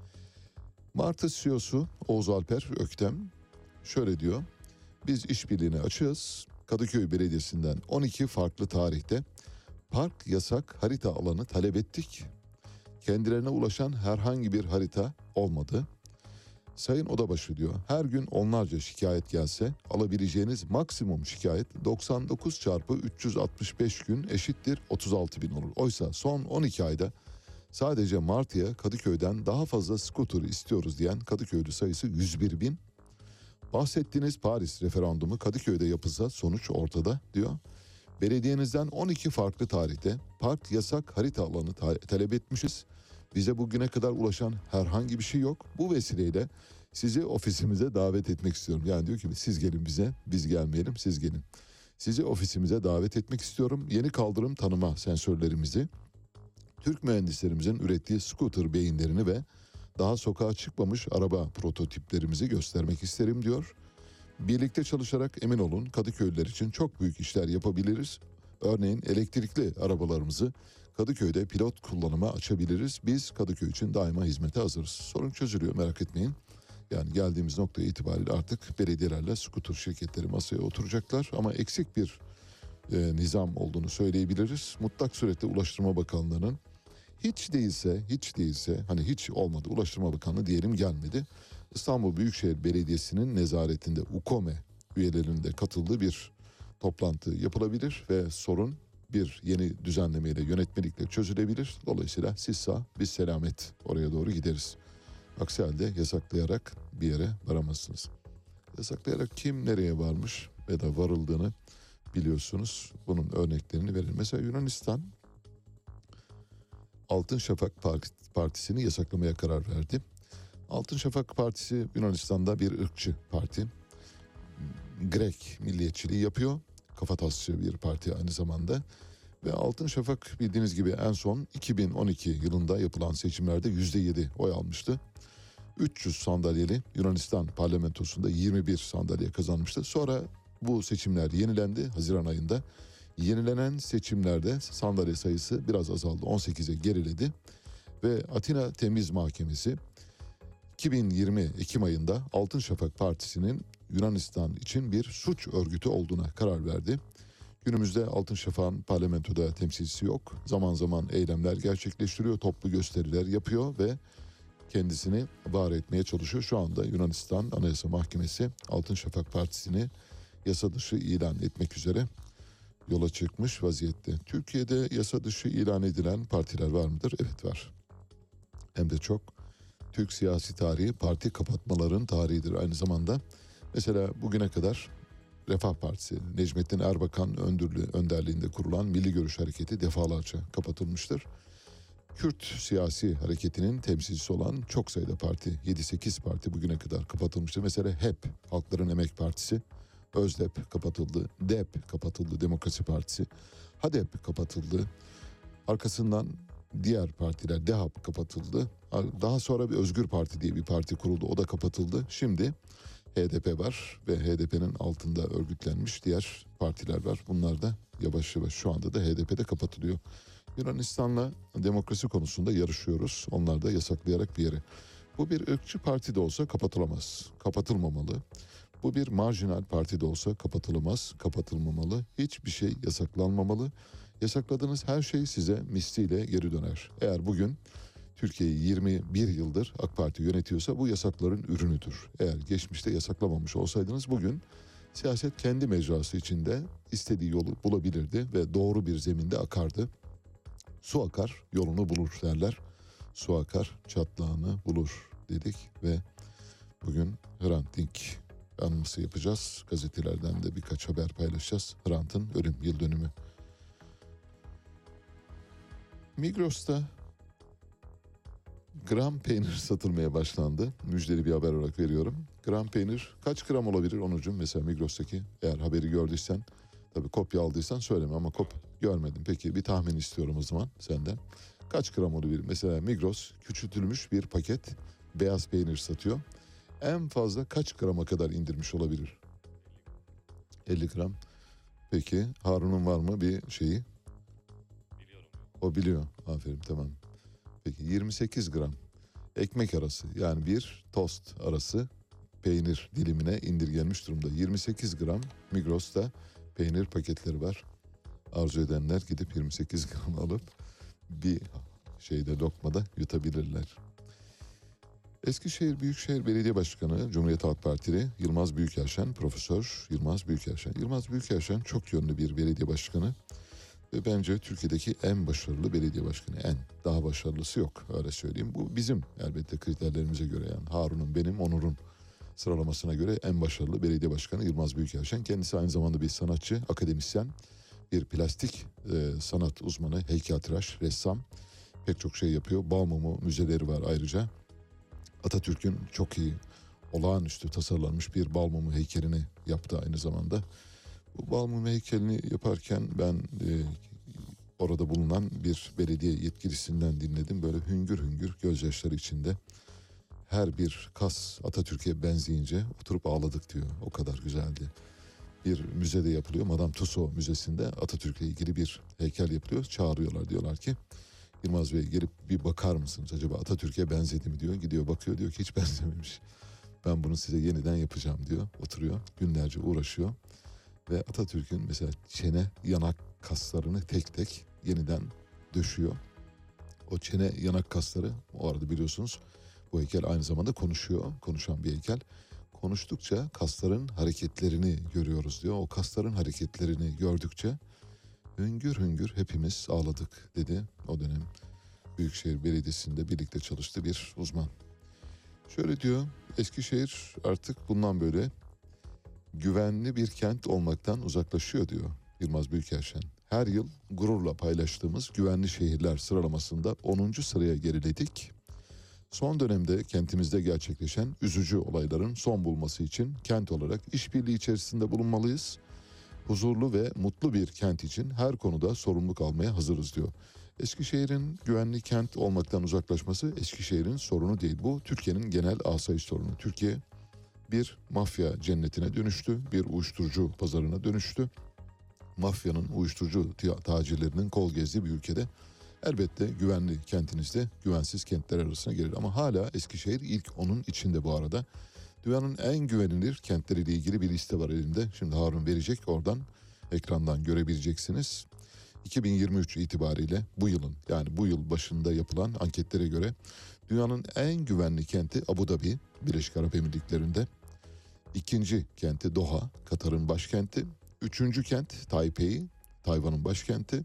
Martı C E O'su Oğuz Alper Öktem şöyle diyor. Biz işbirliğine açığız. Kadıköy Belediyesi'nden on iki farklı tarihte park yasak harita alanı talep ettik. Kendilerine ulaşan herhangi bir harita olmadı. Sayın Odabaşı diyor, her gün onlarca şikayet gelse alabileceğiniz maksimum şikayet doksan dokuz çarpı üç yüz altmış beş gün eşittir otuz altı bin olur. Oysa son on iki ayda sadece Martı'ya Kadıköy'den daha fazla scooter istiyoruz diyen Kadıköylü sayısı yüz bir bin. Bahsettiğiniz Paris referandumu Kadıköy'de yapılsa sonuç ortada diyor. Belediyenizden on iki farklı tarihte park yasak harita alanı ta- talep etmişiz. Bize bugüne kadar ulaşan herhangi bir şey yok. Bu vesileyle sizi ofisimize davet etmek istiyorum. Yani diyor ki siz gelin bize, biz gelmeyelim, siz gelin. Sizi ofisimize davet etmek istiyorum. Yeni kaldırım tanıma sensörlerimizi, Türk mühendislerimizin ürettiği scooter beyinlerini ve daha sokağa çıkmamış araba prototiplerimizi göstermek isterim diyor. Birlikte çalışarak emin olun Kadıköylüler için çok büyük işler yapabiliriz. Örneğin elektrikli arabalarımızı Kadıköy'de pilot kullanıma açabiliriz. Biz Kadıköy için daima hizmete hazırız. Sorun çözülüyor, merak etmeyin. Yani geldiğimiz nokta itibariyle artık belediyelerle scooter şirketleri masaya oturacaklar. Ama eksik bir e, nizam olduğunu söyleyebiliriz. Mutlak surette Ulaştırma Bakanlığı'nın hiç değilse, hiç değilse hani hiç olmadı Ulaştırma Bakanlığı diyelim gelmedi. İstanbul Büyükşehir Belediyesi'nin nezaretinde UKOME üyelerinin de katıldığı bir toplantı yapılabilir ve sorun bir yeni düzenlemeyle, yönetmelikle çözülebilir. Dolayısıyla siz sağ, biz selamet oraya doğru gideriz. Aksi halde yasaklayarak bir yere varamazsınız. Yasaklayarak kim nereye varmış ve da varıldığını biliyorsunuz. Bunun örneklerini verin. Mesela Yunanistan Altın Şafak Partisi'ni yasaklamaya karar verdi. Altın Şafak Partisi Yunanistan'da bir ırkçı parti. Grek milliyetçiliği yapıyor. Kafatasçı bir parti aynı zamanda. Ve Altın Şafak bildiğiniz gibi en son iki bin on iki yılında yapılan seçimlerde yüzde yedi oy almıştı. üç yüz sandalyeli Yunanistan parlamentosunda yirmi bir sandalye kazanmıştı. Sonra bu seçimler yenilendi Haziran ayında. Yenilenen seçimlerde sandalye sayısı biraz azaldı, on sekize geriledi. Ve Atina Temiz Mahkemesi iki bin yirmi Ekim ayında Altın Şafak Partisi'nin Yunanistan için bir suç örgütü olduğuna karar verdi. Günümüzde Altın Şafak'ın parlamentoda temsilcisi yok. Zaman zaman eylemler gerçekleştiriyor, toplu gösteriler yapıyor ve kendisini var etmeye çalışıyor. Şu anda Yunanistan Anayasa Mahkemesi Altın Şafak Partisi'ni yasa dışı ilan etmek üzere yola çıkmış vaziyette. Türkiye'de yasa dışı ilan edilen partiler var mıdır? Evet var. Hem de çok. Türk siyasi tarihi parti kapatmaların tarihidir aynı zamanda. Mesela bugüne kadar Refah Partisi, Necmettin Erbakan öndürlü, önderliğinde kurulan Milli Görüş Hareketi defalarca kapatılmıştır. Kürt siyasi hareketinin temsilcisi olan çok sayıda parti, yedi sekiz parti bugüne kadar kapatılmıştır. Mesela H E P, Halkların Emek Partisi, ÖZDEP kapatıldı, D E P kapatıldı, Demokrasi Partisi, H D P kapatıldı. Arkasından diğer partiler, D E H A P kapatıldı. Daha sonra bir Özgür Parti diye bir parti kuruldu, o da kapatıldı. Şimdi H D P var ve H D P'nin altında örgütlenmiş diğer partiler var. Bunlar da yavaş yavaş şu anda da H D P'de kapatılıyor. Yunanistan'la demokrasi konusunda yarışıyoruz. Onlar da yasaklayarak bir yere. Bu bir ırkçı parti de olsa kapatılamaz, kapatılmamalı. Bu bir marjinal parti de olsa kapatılamaz, kapatılmamalı. Hiçbir şey yasaklanmamalı. Yasakladığınız her şey size misliyle geri döner. Eğer bugün Türkiye'yi yirmi bir yıldır AK Parti yönetiyorsa bu yasakların ürünüdür. Eğer geçmişte yasaklamamış olsaydınız bugün siyaset kendi mecrası içinde istediği yolu bulabilirdi ve doğru bir zeminde akardı. Su akar, yolunu bulur derler. Su akar, çatlağını bulur dedik ve bugün Hrant Dink anması yapacağız. Gazetelerden de birkaç haber paylaşacağız. Hrant'ın ölüm yıl dönümü. Migros'ta gram peynir satılmaya başlandı. Müjdeli bir haber olarak veriyorum. Gram peynir kaç gram olabilir Onurcuğum? Mesela Migros'taki eğer haberi gördüysen, tabii kopya aldıysan söyleme ama kop Görmedim. Peki bir tahmin istiyorum o zaman senden. Kaç gram olabilir? Mesela Migros küçültülmüş bir paket beyaz peynir satıyor. En fazla kaç grama kadar indirmiş olabilir? elli gram. Peki Harun'un var mı bir şeyi? O biliyor. Aferin, tamam. Peki yirmi sekiz gram. Ekmek arası, yani bir tost arası peynir dilimine indirgenmiş durumda. yirmi sekiz gram Migros'ta peynir paketleri var. Arzu edenler gidip yirmi sekiz gram alıp bir şeyde lokmada yutabilirler. Eskişehir Büyükşehir Belediye Başkanı Cumhuriyet Halk Partili Yılmaz Büyükerşen, Profesör Yılmaz Büyükerşen. Yılmaz Büyükerşen çok yönlü bir belediye başkanı ve bence Türkiye'deki en başarılı belediye başkanı. En, daha başarılısı yok, öyle söyleyeyim. Bu bizim elbette kriterlerimize göre, yani Harun'un, benim, Onur'un sıralamasına göre en başarılı belediye başkanı Yılmaz Büyükerşen. Kendisi aynı zamanda bir sanatçı, akademisyen, bir plastik e, sanat uzmanı, heykeltıraş, ressam, pek çok şey yapıyor. Balmumu müzeleri var ayrıca. Atatürk'ün çok iyi, olağanüstü tasarlanmış bir Balmumu heykelini yaptı aynı zamanda. Bu Balmumu heykelini yaparken ben e, orada bulunan bir belediye yetkilisinden dinledim. Böyle hüngür hüngür gözyaşları içinde, her bir kas Atatürk'e benzeyince oturup ağladık diyor. O kadar güzeldi. Bir müzede yapılıyor. Madame Tussauds Müzesi'nde Atatürk'le ilgili bir heykel yapılıyor. Çağırıyorlar, diyorlar ki Yılmaz Bey gelip bir bakar mısınız? Acaba Atatürk'e benzedi mi diyor. Gidiyor bakıyor, diyor ki hiç benzememiş. Ben bunu size yeniden yapacağım diyor. Oturuyor, günlerce uğraşıyor. Ve Atatürk'ün mesela çene, yanak kaslarını tek tek yeniden döşüyor. O çene, yanak kasları, o arada biliyorsunuz bu heykel aynı zamanda konuşuyor. Konuşan bir heykel. Konuştukça kasların hareketlerini görüyoruz diyor. O kasların hareketlerini gördükçe hüngür hüngür hepimiz ağladık dedi. O dönem Büyükşehir Belediyesi'nde birlikte çalıştı bir uzman. Şöyle diyor, Eskişehir artık bundan böyle güvenli bir kent olmaktan uzaklaşıyor diyor Yılmaz Büyükerşen. Her yıl gururla paylaştığımız güvenli şehirler sıralamasında onuncu sıraya geriledik. Son dönemde kentimizde gerçekleşen üzücü olayların son bulması için kent olarak işbirliği içerisinde bulunmalıyız. Huzurlu ve mutlu bir kent için her konuda sorumluluk almaya hazırız diyor. Eskişehir'in güvenli kent olmaktan uzaklaşması Eskişehir'in sorunu değil. Bu Türkiye'nin genel asayiş sorunu. Türkiye bir mafya cennetine dönüştü, bir uyuşturucu pazarına dönüştü. Mafyanın, uyuşturucu tacirlerinin kol gezdiği bir ülkede elbette güvenli kentinizde güvensiz kentler arasına gelir. Ama hala Eskişehir ilk onun içinde bu arada. Dünyanın en güvenilir kentleriyle ilgili bir liste var elimde. Şimdi Harun verecek, oradan ekrandan görebileceksiniz. iki bin yirmi üç itibariyle bu yılın, yani bu yıl başında yapılan anketlere göre dünyanın en güvenli kenti Abu Dhabi, Birleşik Arap Emirlikleri'nde. İkinci kenti Doha, Katar'ın başkenti. Üçüncü kent Taipei, Tayvan'ın başkenti.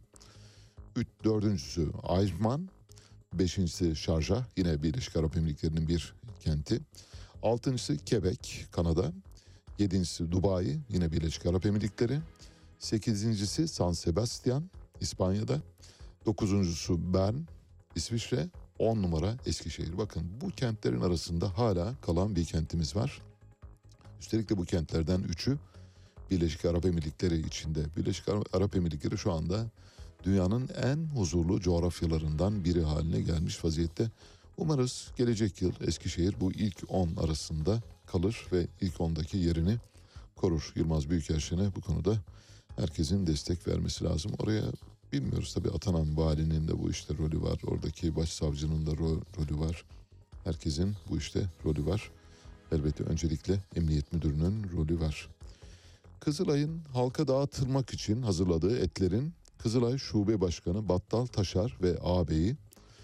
Üç, dördüncüsü Ajman, beşincisi Şarjah, yine Birleşik Arap Emirlikleri'nin bir kenti. Altıncısı Quebec, Kanada. Yedincisi Dubai, yine Birleşik Arap Emirlikleri. Sekizincisi San Sebastian, İspanya'da. Dokuzuncusu Bern, İsviçre. On numara Eskişehir. Bakın, bu kentlerin arasında hala kalan bir kentimiz var. Üstelik de bu kentlerden üçü Birleşik Arap Emirlikleri içinde. Birleşik Arap Emirlikleri şu anda dünyanın en huzurlu coğrafyalarından biri haline gelmiş vaziyette. Umarız gelecek yıl Eskişehir bu ilk on arasında kalır ve ilk ondaki yerini korur. Yılmaz Büyükerşen'e bu konuda herkesin destek vermesi lazım. Oraya bilmiyoruz tabii, atanan valinin de bu işte rolü var. Oradaki başsavcının da ro- rolü var. Herkesin bu işte rolü var. Elbette öncelikle Emniyet Müdürü'nün rolü var. Kızılay'ın halka dağıtılmak için hazırladığı etlerin Kızılay Şube Başkanı Battal Taşar ve ağabeyi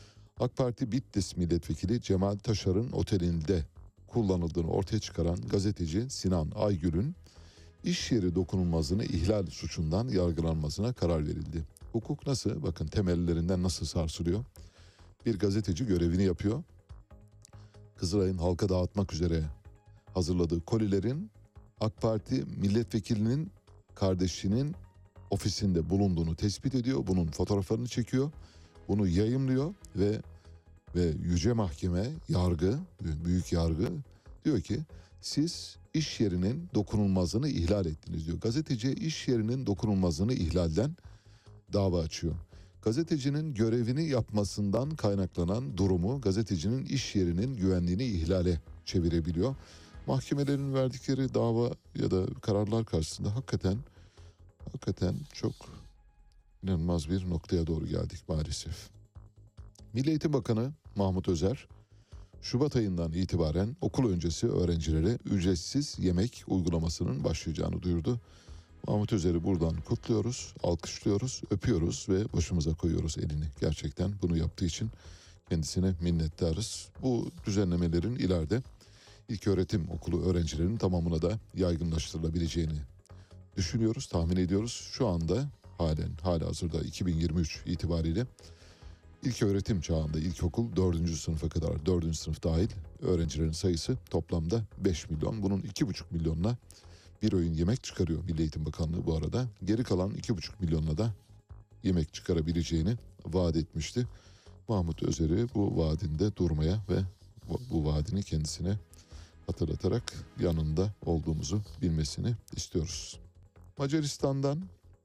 AK Parti Bitlis Milletvekili Cemal Taşar'ın otelinde kullanıldığını ortaya çıkaran gazeteci Sinan Aygül'ün iş yeri dokunulmazlığını ihlal suçundan yargılanmasına karar verildi. Hukuk nasıl? Bakın, temellerinden nasıl sarsılıyor. Bir gazeteci görevini yapıyor. Kızılay'ın halka dağıtmak üzere hazırladığı kolilerin AK Parti milletvekilinin kardeşinin ofisinde bulunduğunu tespit ediyor. Bunun fotoğraflarını çekiyor. Bunu yayımlıyor ve ve Yüce Mahkeme, yargı, büyük yargı diyor ki siz iş yerinin dokunulmazlığını ihlal ettiniz diyor. Gazeteci iş yerinin dokunulmazlığını ihlalden dava açıyor. Gazetecinin görevini yapmasından kaynaklanan durumu gazetecinin iş yerinin güvenliğini ihlale çevirebiliyor. Mahkemelerin verdikleri dava ya da kararlar karşısında hakikaten hakikaten çok inanılmaz bir noktaya doğru geldik maalesef. Milli Eğitim Bakanı Mahmut Özer, Şubat ayından itibaren okul öncesi öğrencilere ücretsiz yemek uygulamasının başlayacağını duyurdu. Mahmut Özer'i buradan kutluyoruz, alkışlıyoruz, öpüyoruz ve başımıza koyuyoruz elini. Gerçekten bunu yaptığı için kendisine minnettarız. Bu düzenlemelerin ileride ilköğretim okulu öğrencilerinin tamamına da yaygınlaştırılabileceğini düşünüyoruz, tahmin ediyoruz. Şu anda halen halihazırda iki bin yirmi üç itibariyle İlköğretim çağında ilkokul dördüncü sınıfa kadar dördüncü sınıf dahil öğrencilerin sayısı toplamda beş milyon. Bunun iki buçuk milyonuna bir öğün yemek çıkarıyor Milli Eğitim Bakanlığı bu arada. Geri kalan iki buçuk milyonuna da yemek çıkarabileceğini vaat etmişti. Mahmut Özer'i bu vaadinde durmaya ve bu, bu vaadini kendisine hatırlatarak yanında olduğumuzu bilmesini istiyoruz. Macaristan'dan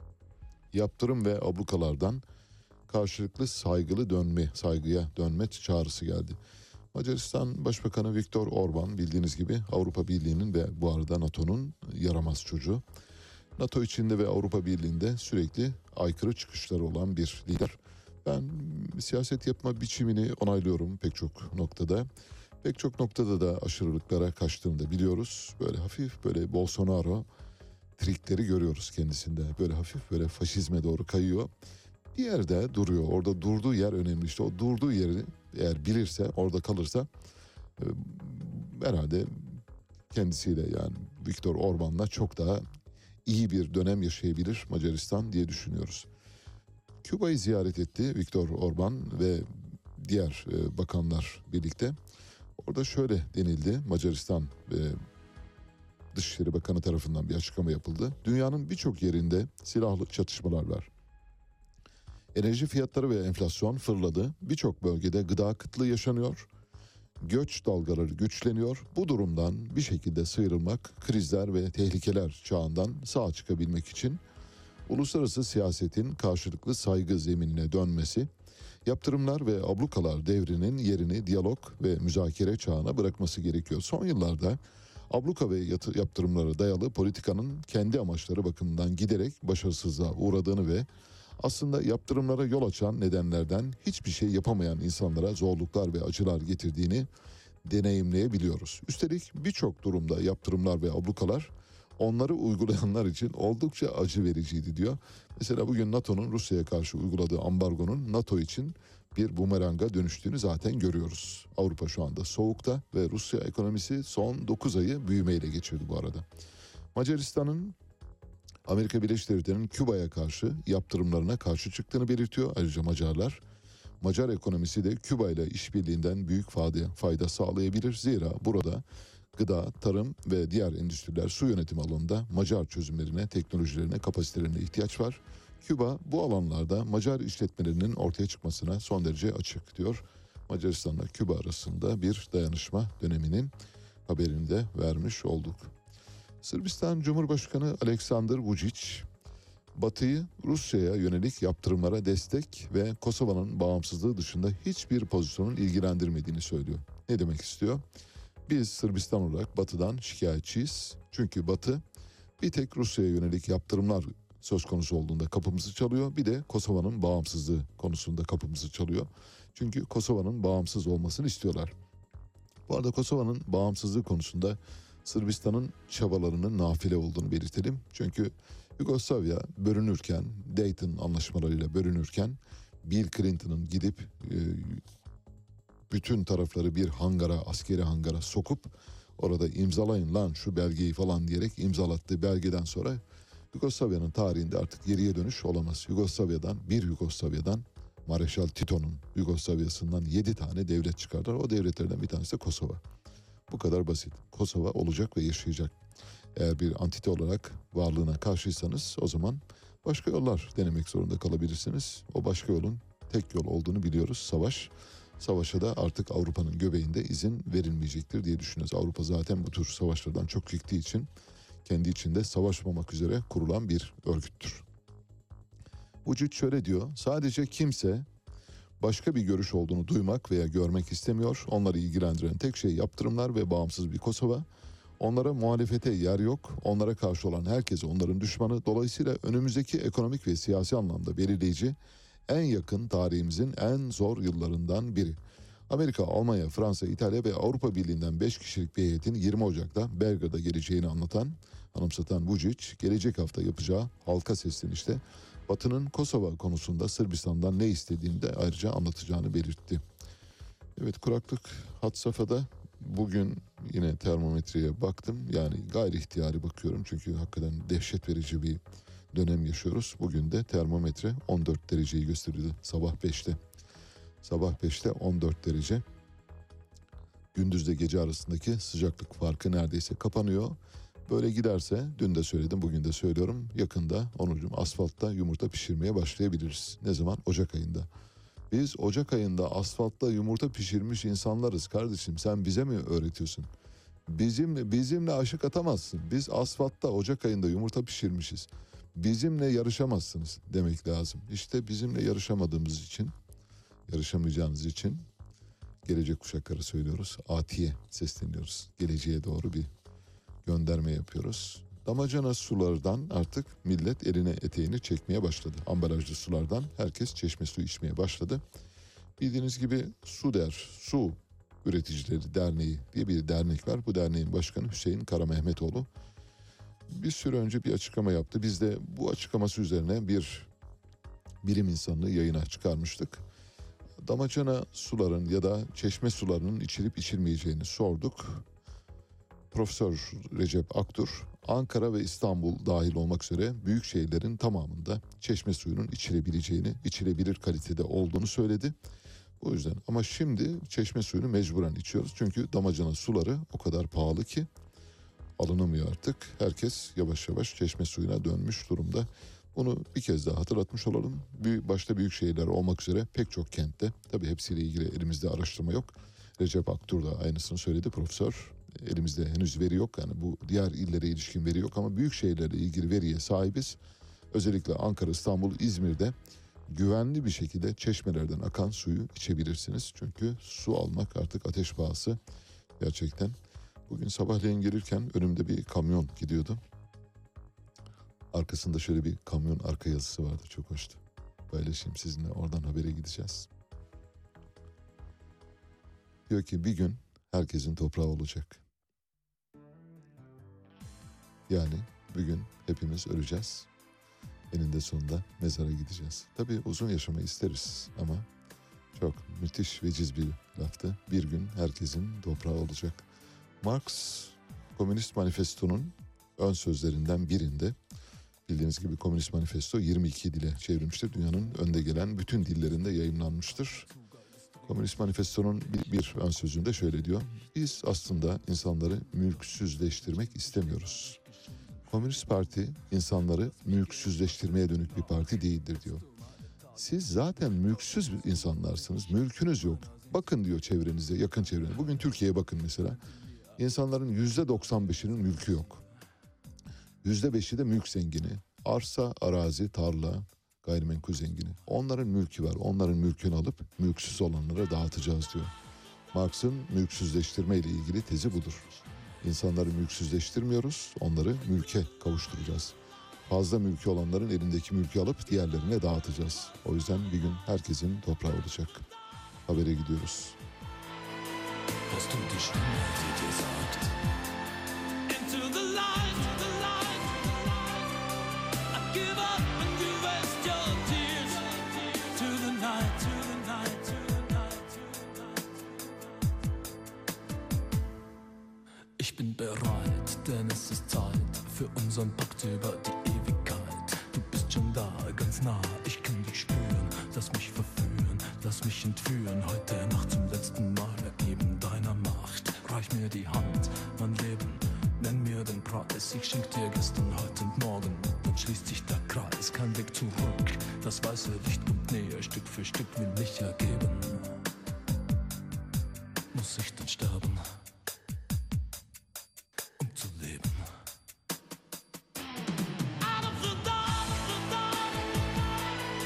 yaptırım ve ablukalardan karşılıklı saygılı dönme, saygıya dönme çağrısı geldi. Macaristan Başbakanı Viktor Orban bildiğiniz gibi Avrupa Birliği'nin ve bu arada NATO'nun yaramaz çocuğu. NATO içinde ve Avrupa Birliği'nde sürekli aykırı çıkışları olan bir lider. Ben siyaset yapma biçimini onaylıyorum pek çok noktada. Pek çok noktada da aşırılıklara kaçtığını da biliyoruz. Böyle hafif böyle Bolsonaro trikleri görüyoruz kendisinde. Böyle hafif böyle faşizme doğru kayıyor. Bir yerde duruyor. Orada durduğu yer önemli. İşte o durduğu yeri eğer bilirse, orada kalırsa e, herhalde kendisiyle yani Viktor Orban'la çok daha iyi bir dönem yaşayabilir Macaristan diye düşünüyoruz. Küba'yı ziyaret etti Viktor Orban ve diğer e, bakanlar birlikte. Orada şöyle denildi. Macaristan e, Dışişleri Bakanı tarafından bir açıklama yapıldı. Dünyanın birçok yerinde silahlı çatışmalar var. Enerji fiyatları ve enflasyon fırladı. Birçok bölgede gıda kıtlığı yaşanıyor. Göç dalgaları güçleniyor. Bu durumdan bir şekilde sıyrılmak, krizler ve tehlikeler çağından sağ çıkabilmek için uluslararası siyasetin karşılıklı saygı zeminine dönmesi, yaptırımlar ve ablukalar devrinin yerini diyalog ve müzakere çağına bırakması gerekiyor. Son yıllarda abluka ve yaptırımlara dayalı politikanın kendi amaçları bakımından giderek başarısızlığa uğradığını ve aslında yaptırımlara yol açan nedenlerden hiçbir şey yapamayan insanlara zorluklar ve acılar getirdiğini deneyimleyebiliyoruz. Üstelik birçok durumda yaptırımlar ve ablukalar onları uygulayanlar için oldukça acı vericiydi diyor. Mesela bugün NATO'nun Rusya'ya karşı uyguladığı ambargonun NATO için bir bumeranga dönüştüğünü zaten görüyoruz. Avrupa şu anda soğukta ve Rusya ekonomisi son dokuz ayı büyümeyle geçirdi bu arada. Macaristan'ın Amerika Birleşik Devletleri'nin Küba'ya karşı yaptırımlarına karşı çıktığını belirtiyor. Ayrıca Macarlar, Macar ekonomisi de Küba ile işbirliğinden büyük fayda, fayda sağlayabilir. Zira burada gıda, tarım ve diğer endüstriler su yönetimi alanında Macar çözümlerine, teknolojilerine, kapasitelerine ihtiyaç var. Küba bu alanlarda Macar işletmelerinin ortaya çıkmasına son derece açık diyor. Macaristan'la Küba arasında bir dayanışma döneminin haberini de vermiş olduk. Sırbistan Cumhurbaşkanı Aleksandar Vučić, Batı'yı Rusya'ya yönelik yaptırımlara destek ve Kosova'nın bağımsızlığı dışında hiçbir pozisyonun ilgilendirmediğini söylüyor. Ne demek istiyor? Biz Sırbistan olarak Batı'dan şikayetçiyiz. Çünkü Batı bir tek Rusya'ya yönelik yaptırımlar söz konusu olduğunda kapımızı çalıyor. Bir de Kosova'nın bağımsızlığı konusunda kapımızı çalıyor. Çünkü Kosova'nın bağımsız olmasını istiyorlar. Bu arada Kosova'nın bağımsızlığı konusunda Sırbistan'ın çabalarının nafile olduğunu belirtelim. Çünkü Yugoslavya bölünürken, Dayton anlaşmalarıyla bölünürken Bill Clinton'ın gidip e, bütün tarafları bir hangara, askeri hangara sokup orada imzalayın lan şu belgeyi falan diyerek imzalattığı belgeden sonra Yugoslavya'nın tarihinde artık geriye dönüş olamaz. Yugoslavya'dan, bir Yugoslavya'dan Mareşal Tito'nun Yugoslavya'sından yedi tane devlet çıkardılar. O devletlerden bir tanesi de Kosova. Bu kadar basit. Kosova olacak ve yaşayacak. Eğer bir antite olarak varlığına karşıysanız o zaman başka yollar denemek zorunda kalabilirsiniz. O başka yolun tek yol olduğunu biliyoruz. Savaş. Savaşa da artık Avrupa'nın göbeğinde izin verilmeyecektir diye düşünüyoruz. Avrupa zaten bu tür savaşlardan çok çektiği için kendi içinde savaşmamak üzere kurulan bir örgüttür. Vučić şöyle diyor: sadece kimse başka bir görüş olduğunu duymak veya görmek istemiyor. Onları ilgilendiren tek şey yaptırımlar ve bağımsız bir Kosova. Onlara muhalefete yer yok. Onlara karşı olan herkes onların düşmanı. Dolayısıyla önümüzdeki ekonomik ve siyasi anlamda belirleyici, en yakın tarihimizin en zor yıllarından biri. Amerika, Almanya, Fransa, İtalya ve Avrupa Birliği'nden beş kişilik bir heyetin yirmi Ocak'ta Belgrad'a geleceğini anlatan, anımsatan Vučić, gelecek hafta yapacağı halka seslenişte Batı'nın Kosova konusunda Sırbistan'dan ne istediğini de ayrıca anlatacağını belirtti. Evet, kuraklık had safhada. Bugün yine termometreye baktım. Yani gayri ihtiyari bakıyorum çünkü hakikaten dehşet verici bir dönem yaşıyoruz. Bugün de termometre on dört dereceyi gösteriyordu sabah beşte. Sabah beşte on dört derece. Gündüzle gece arasındaki sıcaklık farkı neredeyse kapanıyor. Böyle giderse, dün de söyledim, bugün de söylüyorum, yakında Onurcuğum asfaltta yumurta pişirmeye başlayabiliriz. Ne zaman? Ocak ayında. Biz Ocak ayında asfaltta yumurta pişirmiş insanlarız kardeşim. Sen bize mi öğretiyorsun? Bizimle, bizimle aşık atamazsın. Biz asfaltta Ocak ayında yumurta pişirmişiz. Bizimle yarışamazsınız demek lazım. İşte bizimle yarışamadığımız için, yarışamayacağınız için gelecek kuşaklara söylüyoruz. Atiye sesleniyoruz. Geleceğe doğru bir gönderme yapıyoruz. Damacana sulardan artık millet eline eteğini çekmeye başladı. Ambalajlı sulardan herkes çeşme suyu içmeye başladı. Bildiğiniz gibi SUDER, Su Üreticileri Derneği diye bir dernek var. Bu derneğin başkanı Hüseyin Karamehmetoğlu bir süre önce bir açıklama yaptı. Biz de bu açıklaması üzerine bir bilim insanını yayına çıkarmıştık. Damacana suların ya da çeşme sularının içilip içilmeyeceğini sorduk. Profesör Recep Aktur, Ankara ve İstanbul dahil olmak üzere büyük şehirlerin tamamında çeşme suyunun içilebileceğini, içilebilir kalitede olduğunu söyledi. O yüzden ama şimdi çeşme suyunu mecburen içiyoruz. Çünkü damacana suları o kadar pahalı ki alınamıyor artık. Herkes yavaş yavaş çeşme suyuna dönmüş durumda. Bunu bir kez daha hatırlatmış olalım. Başta büyük şehirler olmak üzere pek çok kentte, tabii hepsiyle ilgili elimizde araştırma yok. Recep Aktur da aynısını söyledi, profesör. Elimizde henüz veri yok, yani bu diğer illere ilişkin veri yok ama büyük şehirlerle ilgili veriye sahibiz. Özellikle Ankara, İstanbul, İzmir'de güvenli bir şekilde çeşmelerden akan suyu içebilirsiniz. Çünkü su almak artık ateş pahası gerçekten. Bugün sabahleyin gelirken önümde bir kamyon gidiyordu. Arkasında şöyle bir kamyon arka yazısı vardı, çok hoştu. Paylaşayım sizinle, oradan habere gideceğiz. Diyor ki bir gün herkesin toprağı olacak. Yani bir gün hepimiz öleceğiz. Eninde sonunda mezara gideceğiz. Tabii uzun yaşamayı isteriz ama çok müthiş, veciz bir laftı. Bir gün herkesin toprağı olacak. Marx, Komünist Manifesto'nun ön sözlerinden birinde, bildiğiniz gibi Komünist Manifesto yirmi iki dile çevrilmiştir. Dünyanın önde gelen bütün dillerinde yayımlanmıştır. Komünist Manifesto'nun bir, bir ön sözünde şöyle diyor: biz aslında insanları mülksüzleştirmek istemiyoruz. Komünist Parti insanları mülksüzleştirmeye dönük bir parti değildir diyor. Siz zaten mülksüz insanlarsınız, mülkünüz yok. Bakın diyor çevrenize, yakın çevrenize. Bugün Türkiye'ye bakın mesela. İnsanların yüzde doksan beşinin mülkü yok. Yüzde beşi de mülk zengini. Arsa, arazi, tarla, gayrimenkul zengini. Onların mülkü var. Onların mülkünü alıp mülksüz olanlara dağıtacağız diyor. Marx'ın mülksüzleştirme ile ilgili tezi budur. İnsanları mülksüzleştirmiyoruz, onları mülke kavuşturacağız. Fazla mülkü olanların elindeki mülkü alıp diğerlerine dağıtacağız. O yüzden bir gün herkesin toprağı olacak. Habere gidiyoruz. Hast du die Stimme, die dir sagt? Into the light, the light, I give up and you waste your tears. To the night, to the night, to the night, to the night. Ich bin bereit, denn es ist Zeit für unseren Pakt über die Ewigkeit. Du bist schon da, ganz nah, ich kann dich spüren. Lass mich verführen, lass mich entführen. Heute Nacht zum letzten Mal ergeben deiner Macht. Reich mir die Hand, mein Leben, nenn mir den Preis. Ich schenk dir gestern, heute und morgen. Dann schließt sich der Kreis, kein Weg zurück. Das weiße Licht kommt näher, Stück für Stück will mich ergeben. Muss ich denn sterben, um zu leben? Out of the dark, the dark,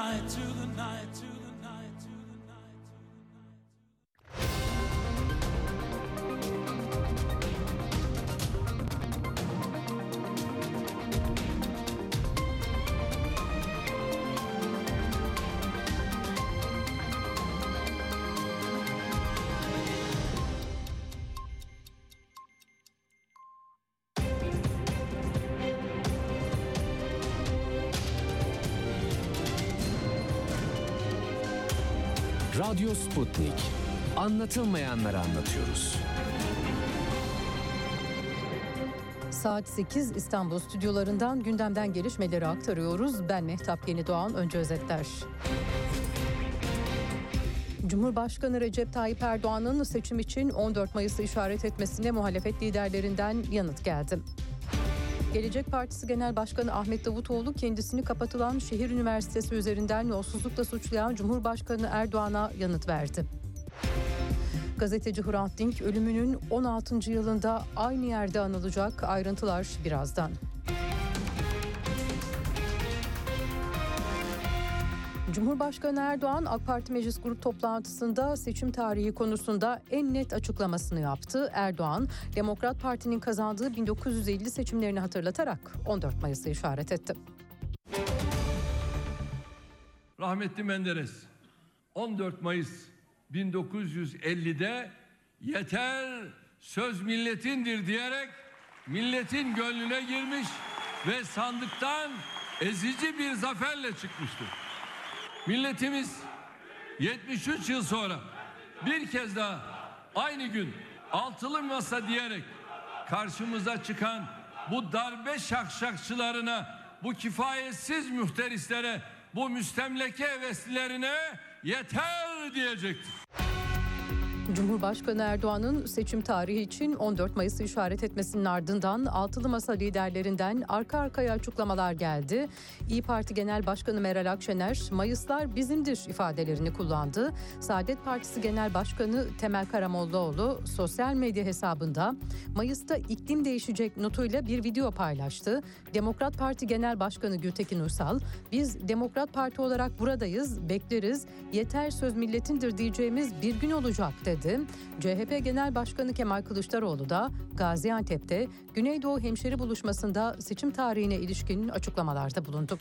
night, to the night, to the night, to the night, to the night. Radyo Sputnik. Anlatılmayanları anlatıyoruz. Saat sekiz İstanbul stüdyolarından gündemden gelişmeleri aktarıyoruz. Ben Mehtap Yenidoğan, önce özetler. Cumhurbaşkanı Recep Tayyip Erdoğan'ın seçim için on dört Mayıs'ı işaret etmesine muhalefet liderlerinden yanıt geldi. Gelecek Partisi Genel Başkanı Ahmet Davutoğlu kendisini kapatılan şehir üniversitesi üzerinden yolsuzlukla suçlayan Cumhurbaşkanı Erdoğan'a yanıt verdi. Gazeteci Hrant Dink ölümünün on altıncı yılında aynı yerde anılacak. Ayrıntılar birazdan. Cumhurbaşkanı Erdoğan AK Parti Meclis Grup toplantısında seçim tarihi konusunda en net açıklamasını yaptı. Erdoğan, Demokrat Parti'nin kazandığı bin dokuz yüz elli seçimlerini hatırlatarak on dört Mayıs'ı işaret etti. Rahmetli Menderes on dört Mayıs bin dokuz yüz ellide yeter söz milletindir diyerek milletin gönlüne girmiş ve sandıktan ezici bir zaferle çıkmıştır. Milletimiz yetmiş üç yıl sonra bir kez daha aynı gün altılı masa diyerek karşımıza çıkan bu darbe şakşakçılarına, bu kifayetsiz muhterislere, bu müstemleke heveslilerine yeter diyecektir. Cumhurbaşkanı Erdoğan'ın seçim tarihi için on dört Mayıs'ı işaret etmesinin ardından altılı masa liderlerinden arka arkaya açıklamalar geldi. İYİ Parti Genel Başkanı Meral Akşener, Mayıslar bizimdir ifadelerini kullandı. Saadet Partisi Genel Başkanı Temel Karamollaoğlu sosyal medya hesabında Mayıs'ta iklim değişecek notuyla bir video paylaştı. Demokrat Parti Genel Başkanı Gültekin Uysal, biz Demokrat Parti olarak buradayız, bekleriz, yeter söz milletindir diyeceğimiz bir gün olacak dedi. C H P Genel Başkanı Kemal Kılıçdaroğlu da Gaziantep'te Güneydoğu Hemşeri Buluşması'nda seçim tarihine ilişkin açıklamalarda bulundu.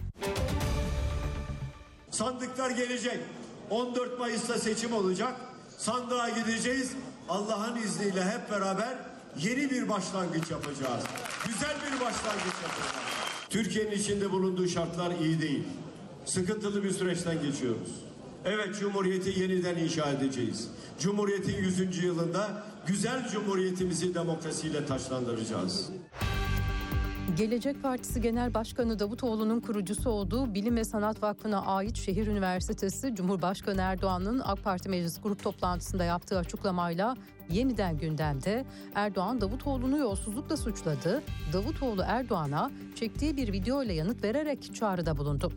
Sandıklar gelecek. on dört Mayıs'ta seçim olacak. Sandığa gideceğiz. Allah'ın izniyle hep beraber yeni bir başlangıç yapacağız. Güzel bir başlangıç yapacağız. Türkiye'nin içinde bulunduğu şartlar iyi değil. Sıkıntılı bir süreçten geçiyoruz. Evet, Cumhuriyeti yeniden inşa edeceğiz. Cumhuriyetin yüzüncü yılında güzel Cumhuriyetimizi demokrasiyle taçlandıracağız. Gelecek Partisi Genel Başkanı Davutoğlu'nun kurucusu olduğu Bilim ve Sanat Vakfı'na ait Şehir Üniversitesi, Cumhurbaşkanı Erdoğan'ın AK Parti Meclis Grup toplantısında yaptığı açıklamayla yeniden gündemde. Erdoğan Davutoğlu'nu yolsuzlukla suçladı. Davutoğlu Erdoğan'a çektiği bir video ile yanıt vererek çağrıda bulundu.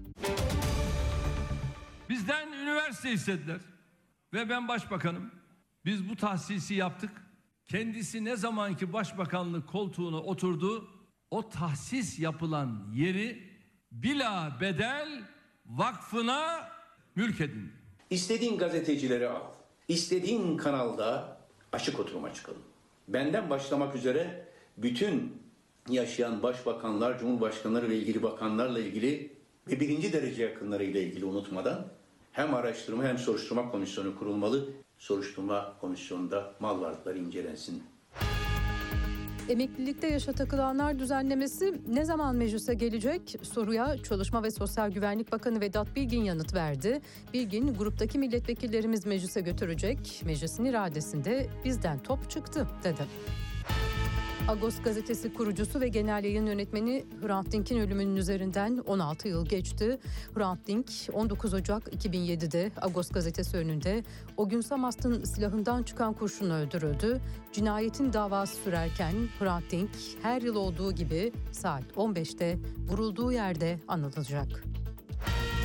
Bizden üniversite istediler ve ben başbakanım. Biz bu tahsisi yaptık. Kendisi ne zamanki başbakanlık koltuğuna oturdu, o tahsis yapılan yeri bila bedel vakfına mülk edin. İstediğin gazetecileri al, istediğin kanalda açık oturuma çıkalım. Benden başlamak üzere bütün yaşayan başbakanlar, cumhurbaşkanları ve ilgili bakanlarla ilgili ve birinci derece yakınlarıyla ilgili unutmadan hem araştırma hem soruşturma komisyonu kurulmalı. Soruşturma komisyonunda mal varlıkları incelensin. Emeklilikte yaşa takılanlar düzenlemesi ne zaman meclise gelecek soruya Çalışma ve Sosyal Güvenlik Bakanı Vedat Bilgin yanıt verdi. Bilgin, gruptaki milletvekillerimiz meclise götürecek, meclisin iradesinde bizden top çıktı dedi. Agos gazetesi kurucusu ve genel yayın yönetmeni Hrant Dink'in ölümünün üzerinden on altı yıl geçti. Hrant Dink on dokuz Ocak iki bin yedide Agos gazetesi önünde o gün Samast'ın silahından çıkan kurşunla öldürüldü. Cinayetin davası sürerken Hrant Dink her yıl olduğu gibi saat on beşte vurulduğu yerde anılacak.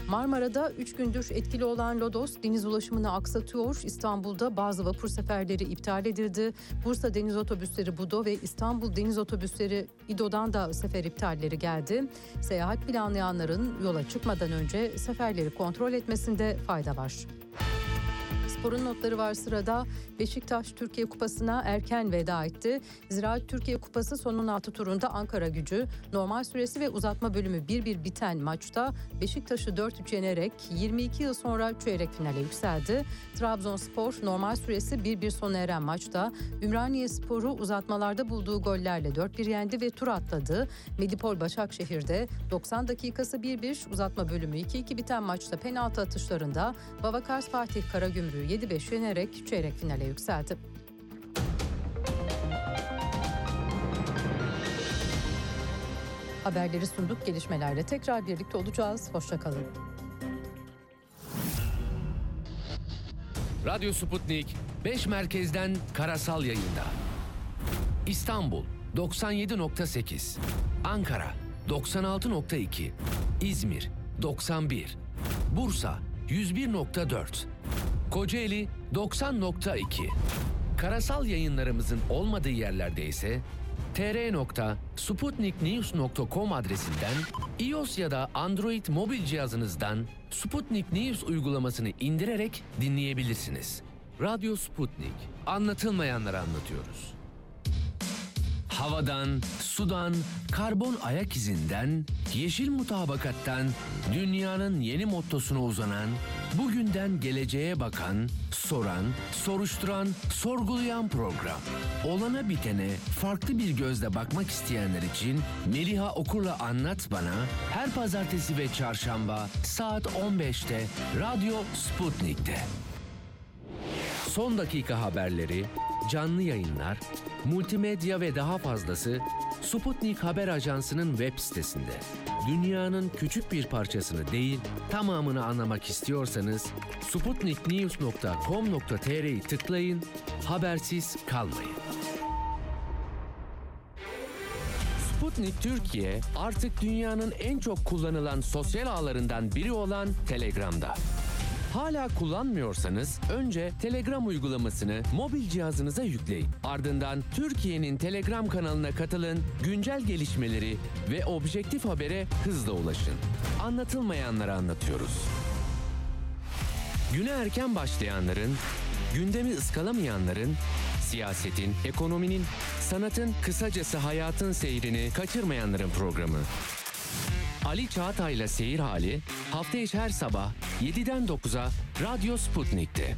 Marmara'da üç gündür etkili olan lodos deniz ulaşımını aksatıyor. İstanbul'da bazı vapur seferleri iptal edildi. Bursa Deniz Otobüsleri Budo ve İstanbul Deniz Otobüsleri İdo'dan da sefer iptalleri geldi. Seyahat planlayanların yola çıkmadan önce seferleri kontrol etmesinde fayda var. Sporun notları var sırada. Beşiktaş Türkiye Kupası'na erken veda etti. Ziraat Türkiye Kupası son on altı turunda Ankara Gücü normal süresi ve uzatma bölümü bir bir biten maçta Beşiktaş'ı dört üç yenerek yirmi iki yıl sonra çeyrek finale yükseldi. Trabzonspor normal süresi bir bir sona eren maçta Ümraniyespor'u uzatmalarda bulduğu gollerle dört bir yendi ve tur atladı. Medipol Başakşehir'de doksan dakikası bir bir, uzatma bölümü iki iki biten maçta penaltı atışlarında Babakars Fatih Karagümrük'ü yedi beş yenerek çeyrek finale yükseldi. Haberleri sunduk. Gelişmelerle tekrar birlikte olacağız. Hoşça kalın. Radyo Sputnik beş merkezden karasal yayında. İstanbul doksan yedi nokta sekiz, Ankara doksan altı nokta iki, İzmir doksan bir, Bursa yüz bir nokta dört, Kocaeli doksan nokta iki. Karasal yayınlarımızın olmadığı yerlerde ise tr nokta sputniknews nokta com adresinden iOS ya da Android mobil cihazınızdan Sputnik News uygulamasını indirerek dinleyebilirsiniz. Radyo Sputnik. Anlatılmayanları anlatıyoruz. Havadan, sudan, karbon ayak izinden, yeşil mutabakattan, dünyanın yeni mottosuna uzanan, bugünden geleceğe bakan, soran, soruşturan, sorgulayan program. Olana bitene farklı bir gözle bakmak isteyenler için Meliha Okur'la Anlat Bana her pazartesi ve çarşamba saat on beşte Radyo Sputnik'te. Son dakika haberleri, canlı yayınlar, multimedya ve daha fazlası Sputnik Haber Ajansı'nın web sitesinde. Dünyanın küçük bir parçasını değil, tamamını anlamak istiyorsanız sputniknews nokta com nokta tr'yi tıklayın, habersiz kalmayın. Sputnik Türkiye artık dünyanın en çok kullanılan sosyal ağlarından biri olan Telegram'da. Hala kullanmıyorsanız önce Telegram uygulamasını mobil cihazınıza yükleyin. Ardından Türkiye'nin Telegram kanalına katılın, güncel gelişmeleri ve objektif habere hızla ulaşın. Anlatılmayanları anlatıyoruz. Güne erken başlayanların, gündemi ıskalamayanların, siyasetin, ekonominin, sanatın, kısacası hayatın seyrini kaçırmayanların programı. Ali Çağatay'la Seyir Hali hafta içi her sabah yediden dokuza Radyo Sputnik'te.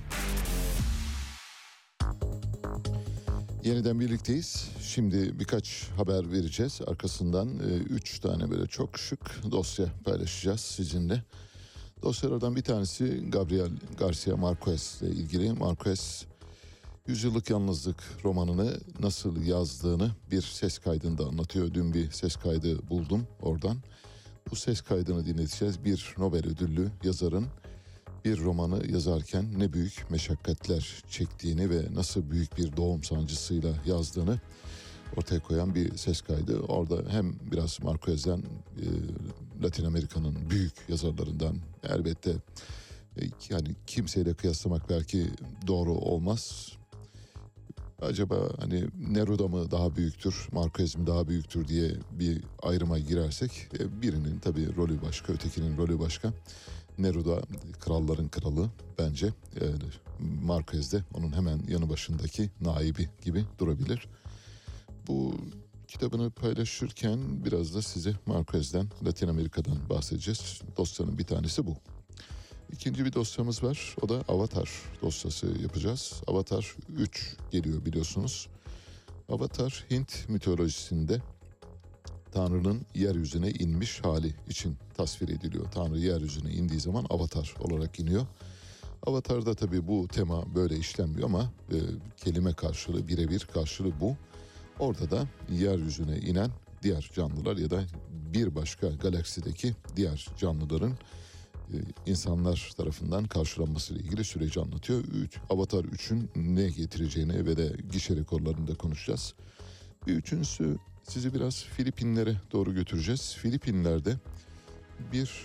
Yeniden birlikteyiz. Şimdi birkaç haber vereceğiz. Arkasından e, üç tane böyle çok şık dosya paylaşacağız sizinle. Dosyalardan bir tanesi Gabriel Garcia Marquez ile ilgili. Marquez Yüzyıllık Yalnızlık romanını nasıl yazdığını bir ses kaydında anlatıyor. Dün bir ses kaydı buldum oradan. Bu ses kaydını dinleteceğiz. Bir Nobel ödüllü yazarın bir romanı yazarken ne büyük meşakkatler çektiğini ve nasıl büyük bir doğum sancısıyla yazdığını ortaya koyan bir ses kaydı. Orada hem biraz Marquez'den, e, Latin Amerika'nın büyük yazarlarından, elbette e, yani kimseyle kıyaslamak belki doğru olmaz. Acaba hani Neruda mı daha büyüktür, Marquez mi daha büyüktür diye bir ayrıma girersek e, birinin tabii rolü başka, ötekinin rolü başka. Neruda kralların kralı bence. Yani Marquez de onun hemen yanı başındaki naibi gibi durabilir. Bu kitabını paylaşırken biraz da size Marquez'den, Latin Amerika'dan bahsedeceğiz. Dosyanın bir tanesi bu. İkinci bir dosyamız var. O da Avatar dosyası yapacağız. Avatar üç geliyor biliyorsunuz. Avatar Hint mitolojisinde Tanrı'nın yeryüzüne inmiş hali için tasvir ediliyor. Tanrı yeryüzüne indiği zaman avatar olarak iniyor. Avatar'da tabii bu tema böyle işlenmiyor ama e, kelime karşılığı, birebir karşılığı bu. Orada da yeryüzüne inen diğer canlılar ya da bir başka galaksideki diğer canlıların e, insanlar tarafından karşılanmasıyla ilgili süreci anlatıyor. Üç, Avatar üçün ne getireceğini ve de gişe rekorlarını da konuşacağız. Bir üçüncüsü, sizi biraz Filipinlere doğru götüreceğiz. Filipinler'de bir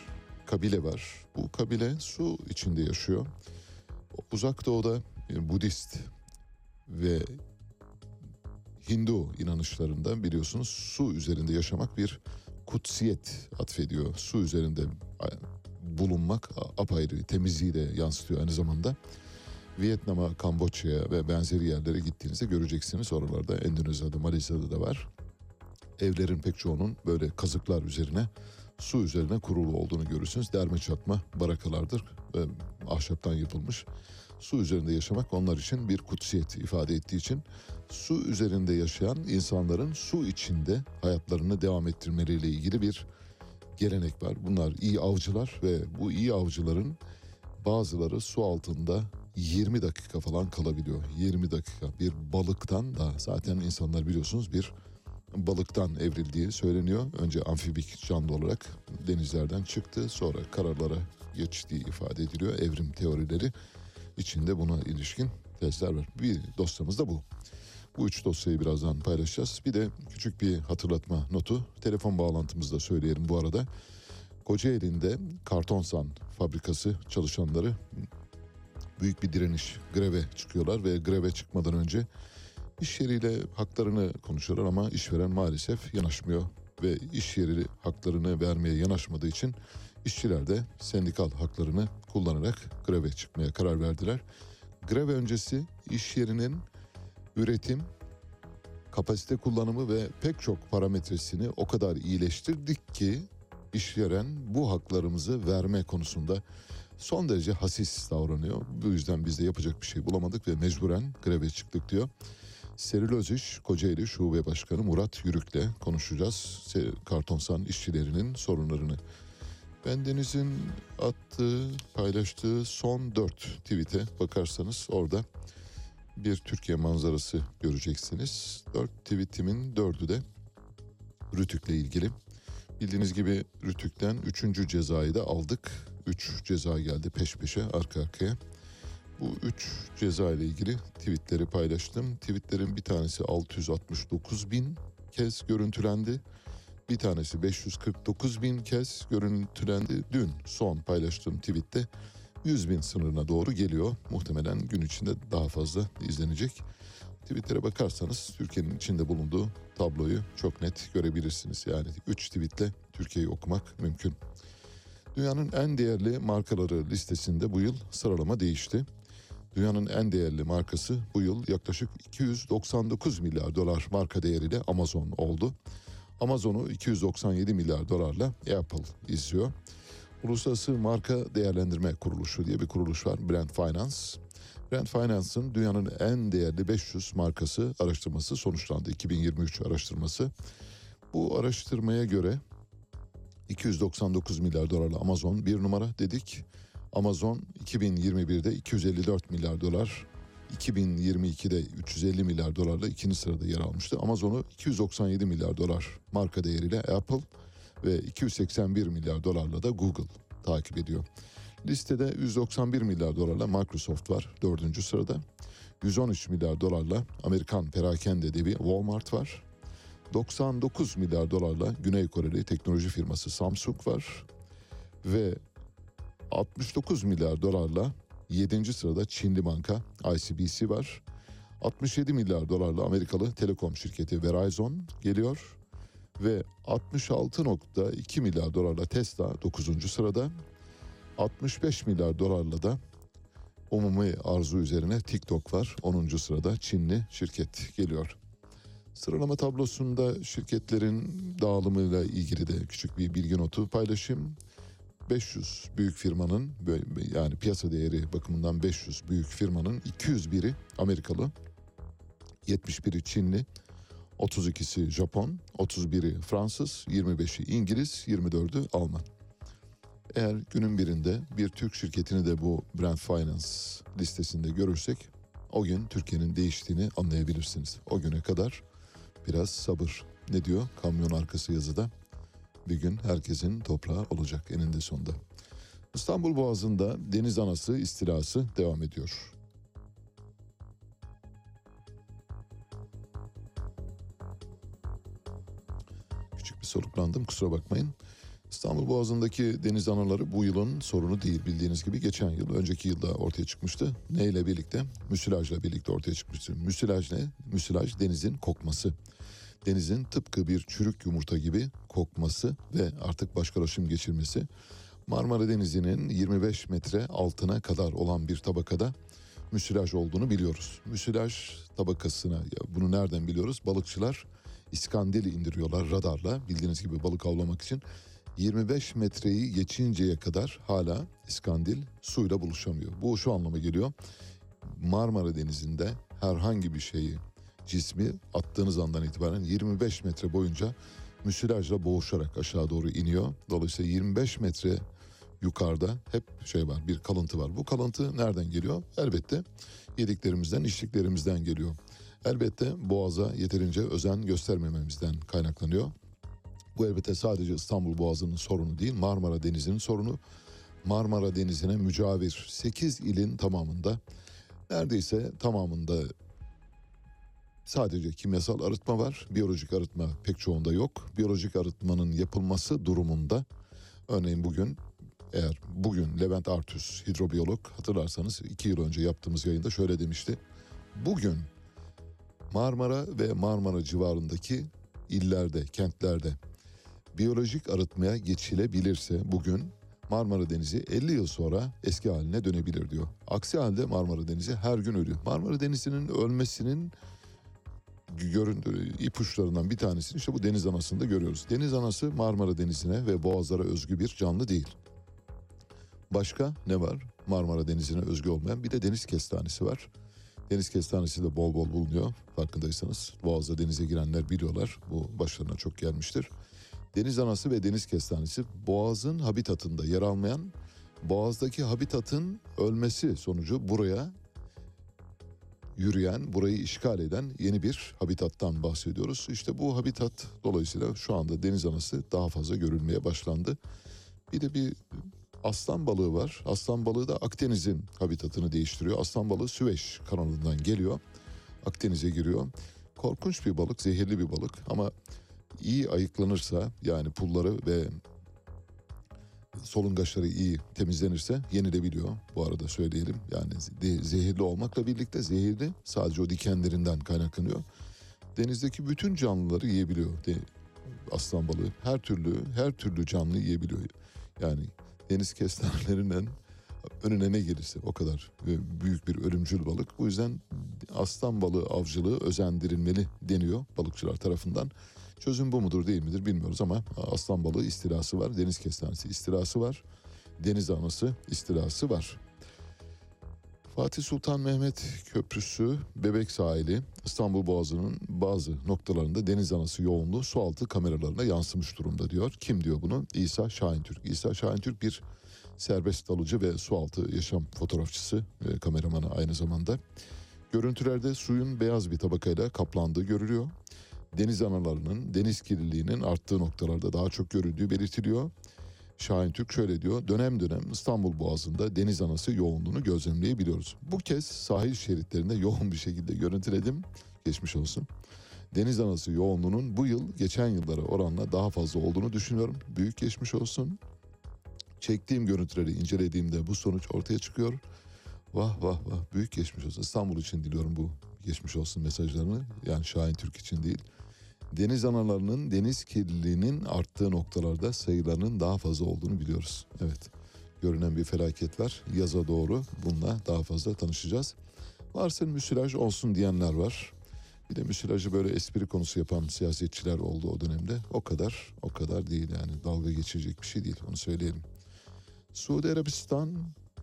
kabile var. Bu kabile su içinde yaşıyor. Uzak Doğu'da e, Budist ve Hindu inanışlarında biliyorsunuz su üzerinde yaşamak bir kutsiyet atfediyor. Su üzerinde bulunmak apayrı, temizliği de yansıtıyor aynı zamanda. Vietnam'a, Kamboçya'ya ve benzeri yerlere gittiğinizde göreceksiniz. Oralarda Endonezya'da, Malezya'da da var. Evlerin pek çoğunun böyle kazıklar üzerine, su üzerine kurulu olduğunu görürsünüz. Derme çatma barakalardır ve ahşaptan yapılmış. Su üzerinde yaşamak onlar için bir kutsiyet ifade ettiği için su üzerinde yaşayan insanların su içinde hayatlarını devam ettirmeleriyle ilgili bir gelenek var. Bunlar iyi avcılar ve bu iyi avcıların bazıları su altında yirmi dakika falan kalabiliyor. yirmi dakika bir balıktan da zaten insanlar biliyorsunuz bir balıktan evrildiği söyleniyor. Önce amfibik canlı olarak denizlerden çıktı, sonra karalara geçtiği ifade ediliyor. Evrim teorileri içinde buna ilişkin tezler var. Bir dosyamız da bu. Bu üç dosyayı birazdan paylaşacağız. Bir de küçük bir hatırlatma notu. Telefon bağlantımızda söyleyelim bu arada. Kocaeli'nde Kartonsan fabrikası çalışanları büyük bir direniş, greve çıkıyorlar ve greve çıkmadan önce iş yeriyle haklarını konuşuyorlar ama işveren maalesef yanaşmıyor ve iş yeri haklarını vermeye yanaşmadığı için işçiler de sendikal haklarını kullanarak greve çıkmaya karar verdiler. Grev öncesi iş yerinin üretim, kapasite kullanımı ve pek çok parametresini o kadar iyileştirdik ki işveren bu haklarımızı verme konusunda son derece hassiz davranıyor. Bu yüzden biz de yapacak bir şey bulamadık ve mecburen greve çıktık diyor. Selüloz İş Kocaeli Şube Başkanı Murat Yürük'le konuşacağız. Kartonsan işçilerinin sorunlarını. Bendeniz'in attığı, paylaştığı son dört tweet'e bakarsanız orada bir Türkiye manzarası göreceksiniz. Dört tweetimin dördü de Rütük'le ilgili. Bildiğiniz gibi Rütük'ten üçüncü cezayı da aldık. Üç ceza geldi peş peşe arka arkaya. Bu üç ceza ile ilgili tweetleri paylaştım. Tweetlerin bir tanesi altı yüz altmış dokuz bin kez görüntülendi. Bir tanesi beş yüz kırk dokuz bin kez görüntülendi. Dün son paylaştığım tweette yüz bin sınırına doğru geliyor. Muhtemelen gün içinde daha fazla izlenecek. Tweetlere bakarsanız Türkiye'nin içinde bulunduğu tabloyu çok net görebilirsiniz. Yani üç tweetle Türkiye'yi okumak mümkün. Dünyanın en değerli markaları listesinde bu yıl sıralama değişti. Dünyanın en değerli markası bu yıl yaklaşık iki yüz doksan dokuz milyar dolar marka değeriyle Amazon oldu. Amazon'u iki yüz doksan yedi milyar dolarla Apple izliyor. Uluslararası Marka Değerlendirme Kuruluşu diye bir kuruluş var, Brand Finance. Brand Finance'ın dünyanın en değerli beş yüz markası araştırması sonuçlandı. iki bin yirmi üç araştırması. Bu araştırmaya göre iki yüz doksan dokuz milyar dolarla Amazon bir numara dedik. Amazon iki bin yirmi birde iki yüz elli dört milyar dolar, iki bin yirmi ikide üç yüz elli milyar dolarla ikinci sırada yer almıştı. Amazon'u iki yüz doksan yedi milyar dolar marka değeriyle Apple ve iki yüz seksen bir milyar dolarla da Google takip ediyor. Listede yüz doksan bir milyar dolarla Microsoft var dördüncü sırada. yüz on üç milyar dolarla Amerikan perakende devi Walmart var. doksan dokuz milyar dolarla Güney Koreli teknoloji firması Samsung var. Ve altmış dokuz milyar dolarla yedinci sırada Çinli banka I C B C var. altmış yedi milyar dolarla Amerikalı telekom şirketi Verizon geliyor. Ve altmış altı nokta iki milyar dolarla Tesla dokuzuncu sırada. altmış beş milyar dolarla da umumi arzu üzerine TikTok var. onuncu sırada Çinli şirket geliyor. Sıralama tablosunda şirketlerin dağılımıyla ilgili de küçük bir bilgi notu paylaşayım. beş yüz büyük firmanın, yani piyasa değeri bakımından beş yüz büyük firmanın iki yüz biri Amerikalı, yetmiş biri Çinli, otuz ikisi Japon, otuz biri Fransız, yirmi beşi İngiliz, yirmi dördü Alman. Eğer günün birinde bir Türk şirketini de bu Brand Finance listesinde görürsek o gün Türkiye'nin değiştiğini anlayabilirsiniz. O güne kadar biraz sabır. Ne diyor kamyon arkası yazıda? Bir gün herkesin toprağı olacak eninde sonunda. İstanbul Boğazı'nda deniz anası istilası devam ediyor. Küçük bir soluklandım, kusura bakmayın. İstanbul Boğazı'ndaki deniz anaları bu yılın sorunu değil, bildiğiniz gibi geçen yıl, önceki yılda ortaya çıkmıştı. Neyle birlikte? Müsilajla birlikte ortaya çıkmıştı. Müsilaj ne? Müsilaj denizin kokması. Denizin tıpkı bir çürük yumurta gibi kokması ve artık başkalaşım geçirmesi. Marmara Denizi'nin yirmi beş metre altına kadar olan bir tabakada müsilaj olduğunu biliyoruz. Müsilaj tabakasına, ya bunu nereden biliyoruz? Balıkçılar iskandil indiriyorlar radarla, bildiğiniz gibi balık avlamak için. yirmi beş metreyi geçinceye kadar hala iskandil suyla buluşamıyor. Bu şu anlama geliyor: Marmara Denizi'nde herhangi bir şeyi, cismi attığınız andan itibaren yirmi beş metre boyunca müsilajla boğuşarak aşağı doğru iniyor. Dolayısıyla yirmi beş metre yukarıda hep şey var, bir kalıntı var. Bu kalıntı nereden geliyor? Elbette yediklerimizden, içtiklerimizden geliyor. Elbette boğaza yeterince özen göstermememizden kaynaklanıyor. Bu elbette sadece İstanbul Boğazı'nın sorunu değil, Marmara Denizi'nin sorunu. Marmara Denizi'ne mücavir sekiz ilin tamamında, neredeyse tamamında sadece kimyasal arıtma var. Biyolojik arıtma pek çoğunda yok. Biyolojik arıtmanın yapılması durumunda, örneğin bugün, eğer bugün Levent Artüs, hidrobiyolog, hatırlarsanız iki yıl önce yaptığımız yayında şöyle demişti: bugün Marmara ve Marmara civarındaki illerde, kentlerde biyolojik arıtmaya geçilebilirse bugün Marmara Denizi elli yıl sonra eski haline dönebilir diyor. Aksi halde Marmara Denizi her gün ölüyor. Marmara Denizi'nin ölmesinin görüntü ipuçlarından bir tanesini işte bu deniz anasında görüyoruz. Deniz anası Marmara Denizi'ne ve boğazlara özgü bir canlı değil. Başka ne var Marmara Denizi'ne özgü olmayan? Bir de deniz kestanesi var. Deniz kestanesi de bol bol bulunuyor, farkındaysanız. Boğaz'a denize girenler biliyorlar. Bu başlarına çok gelmiştir. Deniz anası ve deniz kestanesi boğazın habitatında yer almayan, boğazdaki habitatın ölmesi sonucu buraya yürüyen, burayı işgal eden yeni bir habitattan bahsediyoruz. İşte bu habitat dolayısıyla şu anda deniz anası daha fazla görülmeye başlandı. Bir de bir aslan balığı var. Aslan balığı da Akdeniz'in habitatını değiştiriyor. Aslan balığı Süveyş kanalından geliyor, Akdeniz'e giriyor. Korkunç bir balık, zehirli bir balık ama iyi ayıklanırsa, yani pulları ve solungaçları iyi temizlenirse yenilebiliyor. Bu arada söyleyelim, yani zehirli olmakla birlikte zehirli sadece o dikenlerinden kaynaklanıyor. Denizdeki bütün canlıları yiyebiliyor aslan balığı. Her türlü her türlü canlı yiyebiliyor. Yani deniz kestanelerinden önüne ne gelirse o kadar büyük bir ölümcül balık. Bu yüzden aslan balığı avcılığı özendirilmeli deniyor balıkçılar tarafından. Çözüm bu mudur değil midir bilmiyoruz ama aslan balığı istilası var, deniz kestanesi istilası var, deniz anası istilası var. Fatih Sultan Mehmet Köprüsü, Bebek sahili, İstanbul Boğazı'nın bazı noktalarında deniz anası yoğunluğu sualtı kameralarına yansımış durumda diyor. Kim diyor bunu? İsa Şahintürk. İsa Şahintürk bir serbest dalıcı ve sualtı yaşam fotoğrafçısı ve kameramanı aynı zamanda. Görüntülerde suyun beyaz bir tabakayla kaplandığı görülüyor. Deniz analarının, deniz kirliliğinin arttığı noktalarda daha çok görüldüğü belirtiliyor. Şahintürk şöyle diyor: dönem dönem İstanbul Boğazı'nda deniz anası yoğunluğunu gözlemleyebiliyoruz. Bu kez sahil şeritlerinde yoğun bir şekilde görüntüledim. Geçmiş olsun. Deniz anası yoğunluğunun bu yıl geçen yıllara oranla daha fazla olduğunu düşünüyorum. Büyük geçmiş olsun. Çektiğim görüntüleri incelediğimde bu sonuç ortaya çıkıyor. Vah vah vah, büyük geçmiş olsun. İstanbul için diliyorum bu geçmiş olsun mesajlarını. Yani Şahintürk için değil. Deniz analarının deniz kirliliğinin arttığı noktalarda sayılarının daha fazla olduğunu biliyoruz. Evet, görünen bir felaket var. Yaza doğru bununla daha fazla tanışacağız. Varsa müsilaj olsun diyenler var. Bir de müsilajı böyle espri konusu yapan siyasetçiler oldu o dönemde. O kadar, o kadar değil yani. Dalga geçirecek bir şey değil, onu söyleyelim. Suudi Arabistan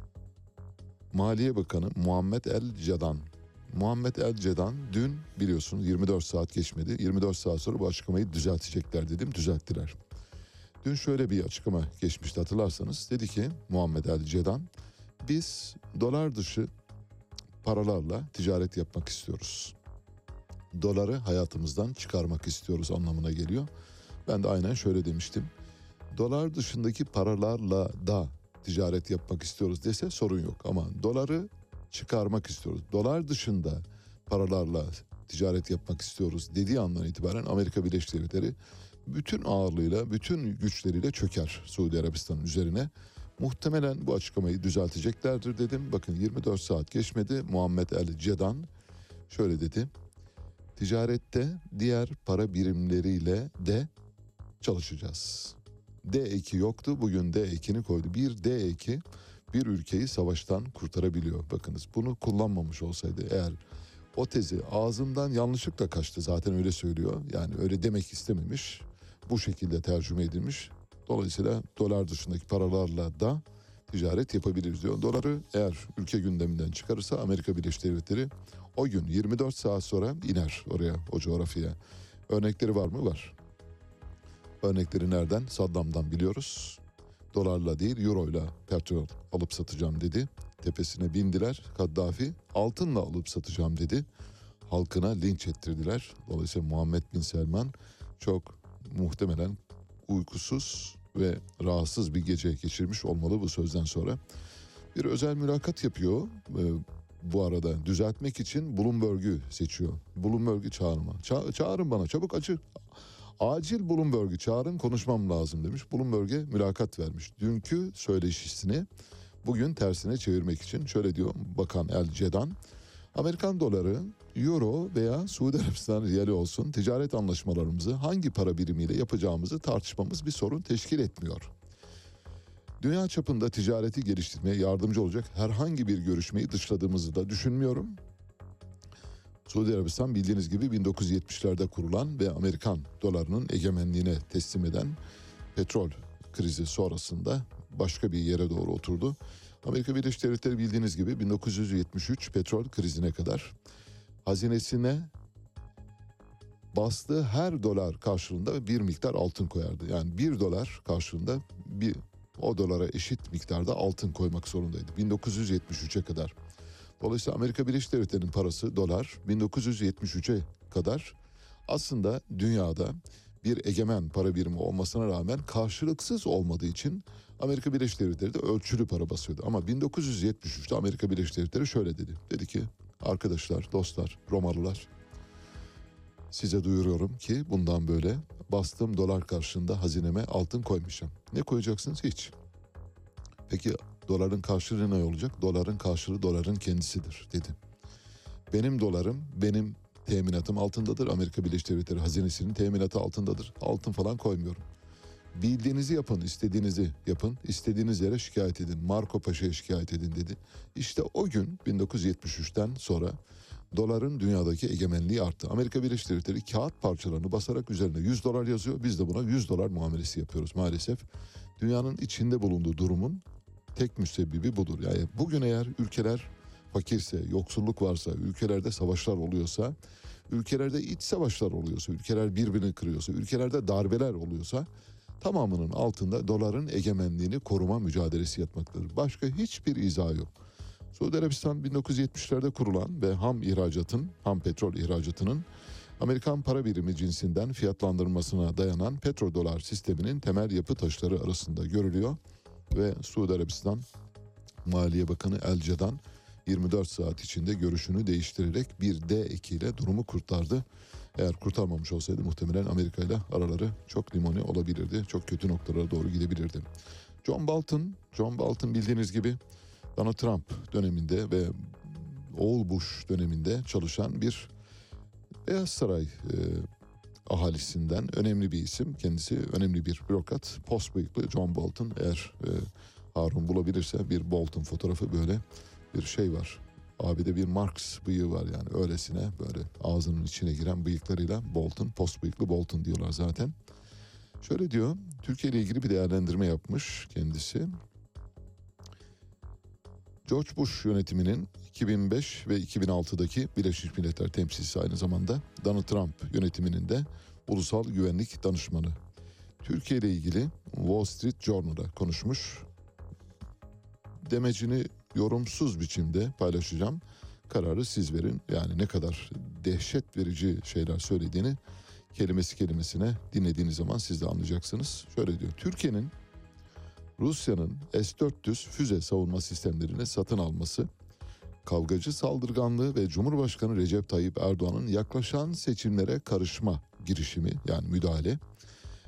Maliye Bakanı Muhammed El Cedan. Muhammed El Cedan dün, biliyorsunuz, yirmi dört saat geçmedi. yirmi dört saat sonra bu açıklamayı düzeltecekler dedim. Düzelttiler. Dün şöyle bir açıklama geçmişti, hatırlarsanız. Dedi ki Muhammed El Cedan, biz dolar dışı paralarla ticaret yapmak istiyoruz. Doları hayatımızdan çıkarmak istiyoruz anlamına geliyor. Ben de aynen şöyle demiştim. Dolar dışındaki paralarla da ticaret yapmak istiyoruz dese sorun yok. Ama doları çıkarmak istiyoruz, dolar dışında paralarla ticaret yapmak istiyoruz dediği andan itibaren Amerika Birleşik Devletleri bütün ağırlığıyla, bütün güçleriyle çöker Suudi Arabistan'ın üzerine. Muhtemelen bu açıklamayı düzelteceklerdir dedim. Bakın yirmi dört saat geçmedi. Muhammed El Cedan şöyle dedi. Ticarette diğer para birimleriyle de çalışacağız. D eki yoktu, bugün D ekini koydu. Bir D eki bir ülkeyi savaştan kurtarabiliyor. Bakınız bunu kullanmamış olsaydı eğer, o tezi ağzımdan yanlışlıkla kaçtı, zaten öyle söylüyor. Yani öyle demek istememiş, bu şekilde tercüme edilmiş. Dolayısıyla dolar dışındaki paralarla da ticaret yapabiliriz diyor. Doları eğer ülke gündeminden çıkarırsa Amerika Birleşik Devletleri o gün yirmi dört saat sonra iner oraya, o coğrafyaya. Örnekleri var mı? Var. Örnekleri nereden? Saddam'dan biliyoruz. Dolarla değil, euroyla petrol alıp satacağım dedi. Tepesine bindiler. Kaddafi altınla alıp satacağım dedi. Halkına linç ettirdiler. Dolayısıyla Muhammed Bin Selman çok muhtemelen uykusuz ve rahatsız bir gece geçirmiş olmalı bu sözden sonra. Bir özel mülakat yapıyor. Ee, bu arada düzeltmek için Bloomberg'ü seçiyor. Bloomberg'ü çağırma. Ça- çağırın bana çabuk, açı. Acil Bloomberg'ü çağırın, konuşmam lazım demiş. Bloomberg'e mülakat vermiş. Dünkü söyleşisini bugün tersine çevirmek için şöyle diyor Bakan El Cedan. Amerikan doları, euro veya Suudi Arabistan riyali olsun, ticaret anlaşmalarımızı hangi para birimiyle yapacağımızı tartışmamız bir sorun teşkil etmiyor. Dünya çapında ticareti geliştirmeye yardımcı olacak herhangi bir görüşmeyi dışladığımızı da düşünmüyorum. Suudi Arabistan bildiğiniz gibi bin dokuz yüz yetmişlerde kurulan ve Amerikan dolarının egemenliğine teslim eden petrol krizi sonrasında başka bir yere doğru oturdu. Amerika Birleşik Devletleri bildiğiniz gibi bin dokuz yüz yetmiş üç petrol krizine kadar hazinesine bastığı her dolar karşılığında bir miktar altın koyardı. Yani bir dolar karşılığında bir o dolara eşit miktarda altın koymak zorundaydı bin dokuz yüz yetmiş üçe kadar. Dolayısıyla Amerika Birleşik Devletleri'nin parası dolar bin dokuz yüz yetmiş üçe kadar aslında dünyada bir egemen para birimi olmasına rağmen karşılıksız olmadığı için Amerika Birleşik Devletleri de ölçülü para basıyordu. Ama bin dokuz yüz yetmiş üçte Amerika Birleşik Devletleri şöyle dedi. Dedi ki arkadaşlar, dostlar, Romalılar, size duyuruyorum ki bundan böyle bastığım dolar karşılığında hazineme altın koymayacağım. Ne koyacaksınız? Hiç. Peki doların karşılığı ne olacak? Doların karşılığı doların kendisidir dedi. Benim dolarım, benim teminatım altındadır. Amerika Birleşik Devletleri hazinesinin teminatı altındadır. Altın falan koymuyorum. Bildiğinizi yapın, istediğinizi yapın. İstediğiniz yere şikayet edin. Marco Paşa'ya şikayet edin dedi. İşte o gün bin dokuz yüz yetmiş üçten sonra doların dünyadaki egemenliği arttı. Amerika Birleşik Devletleri kağıt parçalarını basarak üzerine yüz dolar yazıyor. Biz de buna yüz dolar muamelesi yapıyoruz maalesef. Dünyanın içinde bulunduğu durumun tek müsebbibi budur. Yani bugün eğer ülkeler fakirse, yoksulluk varsa, ülkelerde savaşlar oluyorsa, ülkelerde iç savaşlar oluyorsa, ülkeler birbirini kırıyorsa, ülkelerde darbeler oluyorsa tamamının altında doların egemenliğini koruma mücadelesi yatmaktadır. Başka hiçbir izahı yok. Suudi Arabistan bin dokuz yüz yetmişlerde kurulan ve ham ihracatın, ham petrol ihracatının Amerikan para birimi cinsinden fiyatlandırılmasına dayanan petrodolar sisteminin temel yapı taşları arasında görülüyor. Ve Suudi Arabistan Maliye Bakanı El Cedan yirmi dört saat içinde görüşünü değiştirerek bir D ekiyle durumu kurtardı. Eğer kurtarmamış olsaydı muhtemelen Amerika ile araları çok limoni olabilirdi. Çok kötü noktalara doğru gidebilirdi. John Bolton, John Bolton bildiğiniz gibi Donald Trump döneminde ve oğul Bush döneminde çalışan bir Beyaz Saray e, ahalisinden önemli bir isim. Kendisi önemli bir bürokrat. Post bıyıklı John Bolton. Eğer e, Harun bulabilirse bir Bolton fotoğrafı, böyle bir şey var. Abide bir Marx bıyığı var yani, öylesine böyle ağzının içine giren bıyıklarıyla Bolton, post bıyıklı Bolton diyorlar zaten. Şöyle diyor, Türkiye ile ilgili bir değerlendirme yapmış kendisi. George Bush yönetiminin iki bin beş ve iki bin altıdaki Birleşmiş Milletler temsilcisi, aynı zamanda Donald Trump yönetiminin de ulusal güvenlik danışmanı. Türkiye ile ilgili Wall Street Journal'da konuşmuş. Demecini yorumsuz biçimde paylaşacağım. Kararı siz verin. Yani ne kadar dehşet verici şeyler söylediğini kelimesi kelimesine dinlediğiniz zaman siz de anlayacaksınız. Şöyle diyor. Türkiye'nin Rusya'nın S dört yüz füze savunma sistemlerini satın alması, kavgacı saldırganlığı ve Cumhurbaşkanı Recep Tayyip Erdoğan'ın yaklaşan seçimlere karışma girişimi, yani müdahale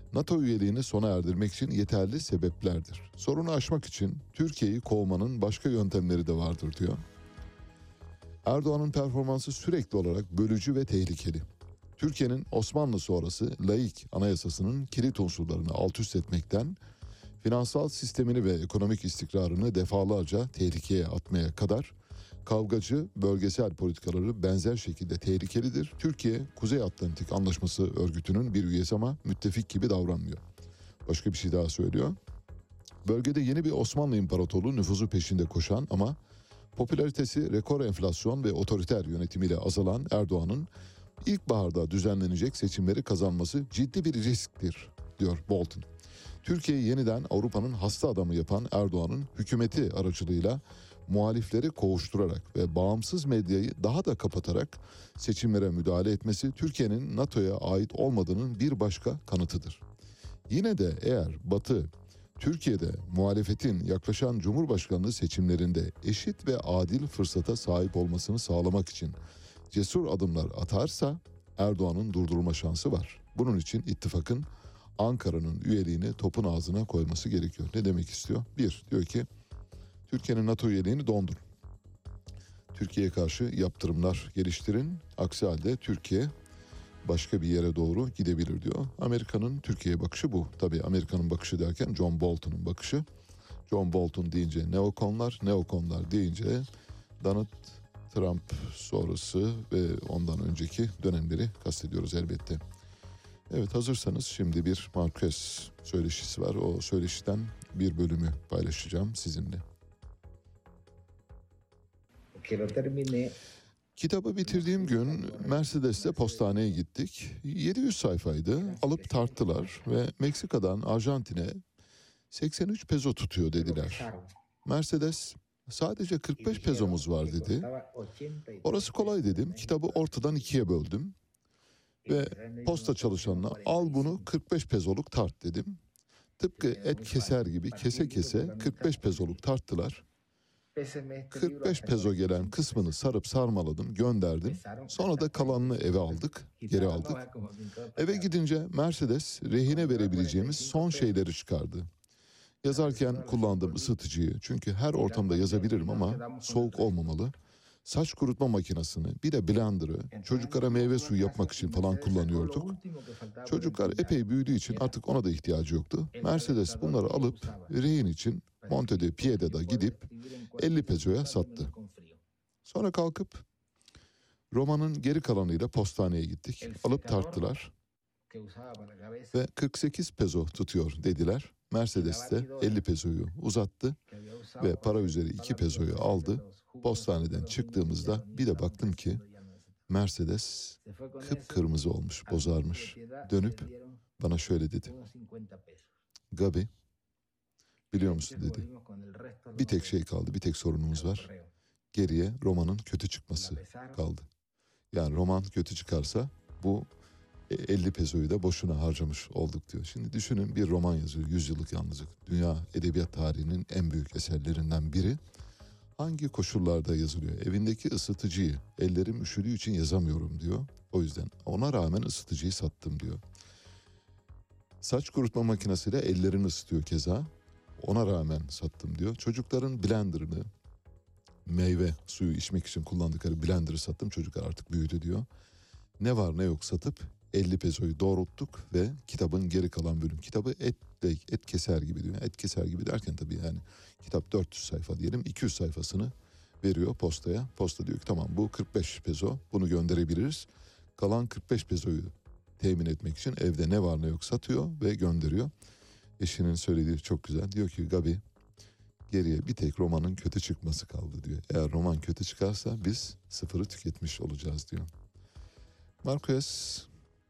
NATO üyeliğini sona erdirmek için yeterli sebeplerdir. Sorunu aşmak için Türkiye'yi kovmanın başka yöntemleri de vardır diyor. Erdoğan'ın performansı sürekli olarak bölücü ve tehlikeli. Türkiye'nin Osmanlı sonrası laik anayasasının kilit unsurlarını alt üst etmekten, finansal sistemini ve ekonomik istikrarını defalarca tehlikeye atmaya kadar kavgacı bölgesel politikaları benzer şekilde tehlikelidir. Türkiye, Kuzey Atlantik Anlaşması örgütünün bir üyesi ama müttefik gibi davranmıyor. Başka bir şey daha söylüyor. Bölgede yeni bir Osmanlı İmparatorluğu nüfuzu peşinde koşan ama popülaritesi rekor enflasyon ve otoriter yönetimiyle azalan Erdoğan'ın ilkbaharda düzenlenecek seçimleri kazanması ciddi bir risktir, diyor Bolton. Türkiye'yi yeniden Avrupa'nın hasta adamı yapan Erdoğan'ın hükümeti aracılığıyla muhalifleri kovuşturarak ve bağımsız medyayı daha da kapatarak seçimlere müdahale etmesi Türkiye'nin NATO'ya ait olmadığının bir başka kanıtıdır. Yine de eğer Batı, Türkiye'de muhalefetin yaklaşan Cumhurbaşkanlığı seçimlerinde eşit ve adil fırsata sahip olmasını sağlamak için cesur adımlar atarsa Erdoğan'ın durdurma şansı var. Bunun için ittifakın Ankara'nın üyeliğini topun ağzına koyması gerekiyor. Ne demek istiyor? Bir, diyor ki Türkiye'nin NATO üyeliğini dondurun. Türkiye'ye karşı yaptırımlar geliştirin. Aksi halde Türkiye başka bir yere doğru gidebilir diyor. Amerika'nın Türkiye'ye bakışı bu. Tabii Amerika'nın bakışı derken John Bolton'un bakışı. John Bolton deyince neokonlar, neokonlar deyince Donald Trump sonrası ve ondan önceki dönemleri kastediyoruz elbette. Evet, hazırsanız şimdi bir Marquez söyleşisi var. O söyleşiden bir bölümü paylaşacağım sizinle. Kitabı bitirdiğim gün Mercedes'te postaneye gittik. yedi yüz sayfaydı. Alıp tarttılar ve Meksika'dan Arjantin'e seksen üç peso tutuyor dediler. Mercedes sadece kırk beş pezomuz var dedi. Orası kolay dedim. Kitabı ortadan ikiye böldüm. Ve posta çalışanına al bunu kırk beş pezoluk tart dedim. Tıpkı et keser gibi kese kese kırk beş pezoluk tarttılar. kırk beş pezo gelen kısmını sarıp sarmaladım, gönderdim. Sonra da kalanını eve aldık, geri aldık. Eve gidince Mercedes rehine verebileceğimiz son şeyleri çıkardı. Yazarken kullandığım ısıtıcıyı, çünkü her ortamda yazabilirim ama soğuk olmamalı. Saç kurutma makinesini, bir de blender'ı çocuklara meyve suyu yapmak için falan kullanıyorduk. Çocuklar epey büyüdüğü için artık ona da ihtiyacı yoktu. Mercedes bunları alıp rehin için Monte de Pieda'da gidip elli pezoya sattı. Sonra kalkıp romanın geri kalanıyla postaneye gittik. Alıp tarttılar ve kırk sekiz pezo tutuyor dediler. Mercedes de elli pezoyu uzattı ve para üzeri iki pezoyu aldı. Postaneden çıktığımızda bir de baktım ki Mercedes kıpkırmızı olmuş, bozarmış. Dönüp bana şöyle dedi. Gabi, biliyor musun dedi. Bir tek şey kaldı, bir tek sorunumuz var. Geriye romanın kötü çıkması kaldı. Yani roman kötü çıkarsa bu elli pezoyu da boşuna harcamış olduk diyor. Şimdi düşünün, bir roman yazıyor, yüz yıllık yalnızlık. Dünya edebiyat tarihinin en büyük eserlerinden biri. Hangi koşullarda yazılıyor? Evindeki ısıtıcıyı, ellerim üşüdüğü için yazamıyorum diyor. O yüzden ona rağmen ısıtıcıyı sattım diyor. Saç kurutma makinesiyle ellerini ısıtıyor keza. Ona rağmen sattım diyor. Çocukların blenderını, meyve suyu içmek için kullandıkları blenderı sattım. Çocuklar artık büyüdü diyor. Ne var ne yok satıp elli pezoyu doğrulttuk ve kitabın geri kalan bölüm. Kitabı et, et keser gibi diyor. Et keser gibi derken tabii yani kitap dört yüz sayfa diyelim. iki yüz sayfasını veriyor postaya. Posta diyor ki tamam, bu kırk beş pezo, bunu gönderebiliriz. Kalan kırk beş pezoyu temin etmek için evde ne var ne yok satıyor ve gönderiyor. Eşinin söylediği çok güzel. Diyor ki Gabi, geriye bir tek romanın kötü çıkması kaldı diyor. Eğer roman kötü çıkarsa biz sıfırı tüketmiş olacağız diyor. Marquez,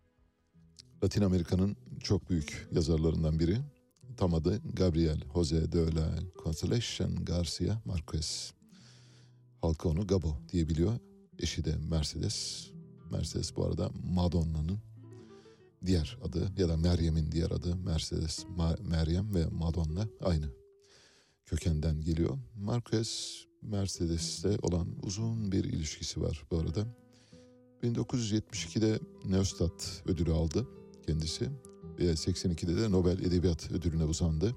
Latin Amerika'nın çok büyük yazarlarından biri. Tam adı Gabriel José de la Consolación García Márquez. Halk onu Gabo diye biliyor. Eşi de Mercedes. Mercedes bu arada Madonna'nın diğer adı ya da Meryem'in diğer adı. Mercedes, Ma- Meryem ve Madonna aynı kökenden geliyor. Marquez, Mercedes'te olan uzun bir ilişkisi var bu arada. bin dokuz yüz yetmiş ikide Neustadt ödülü aldı kendisi ve seksen ikide de Nobel Edebiyat Ödülü'ne uzandı.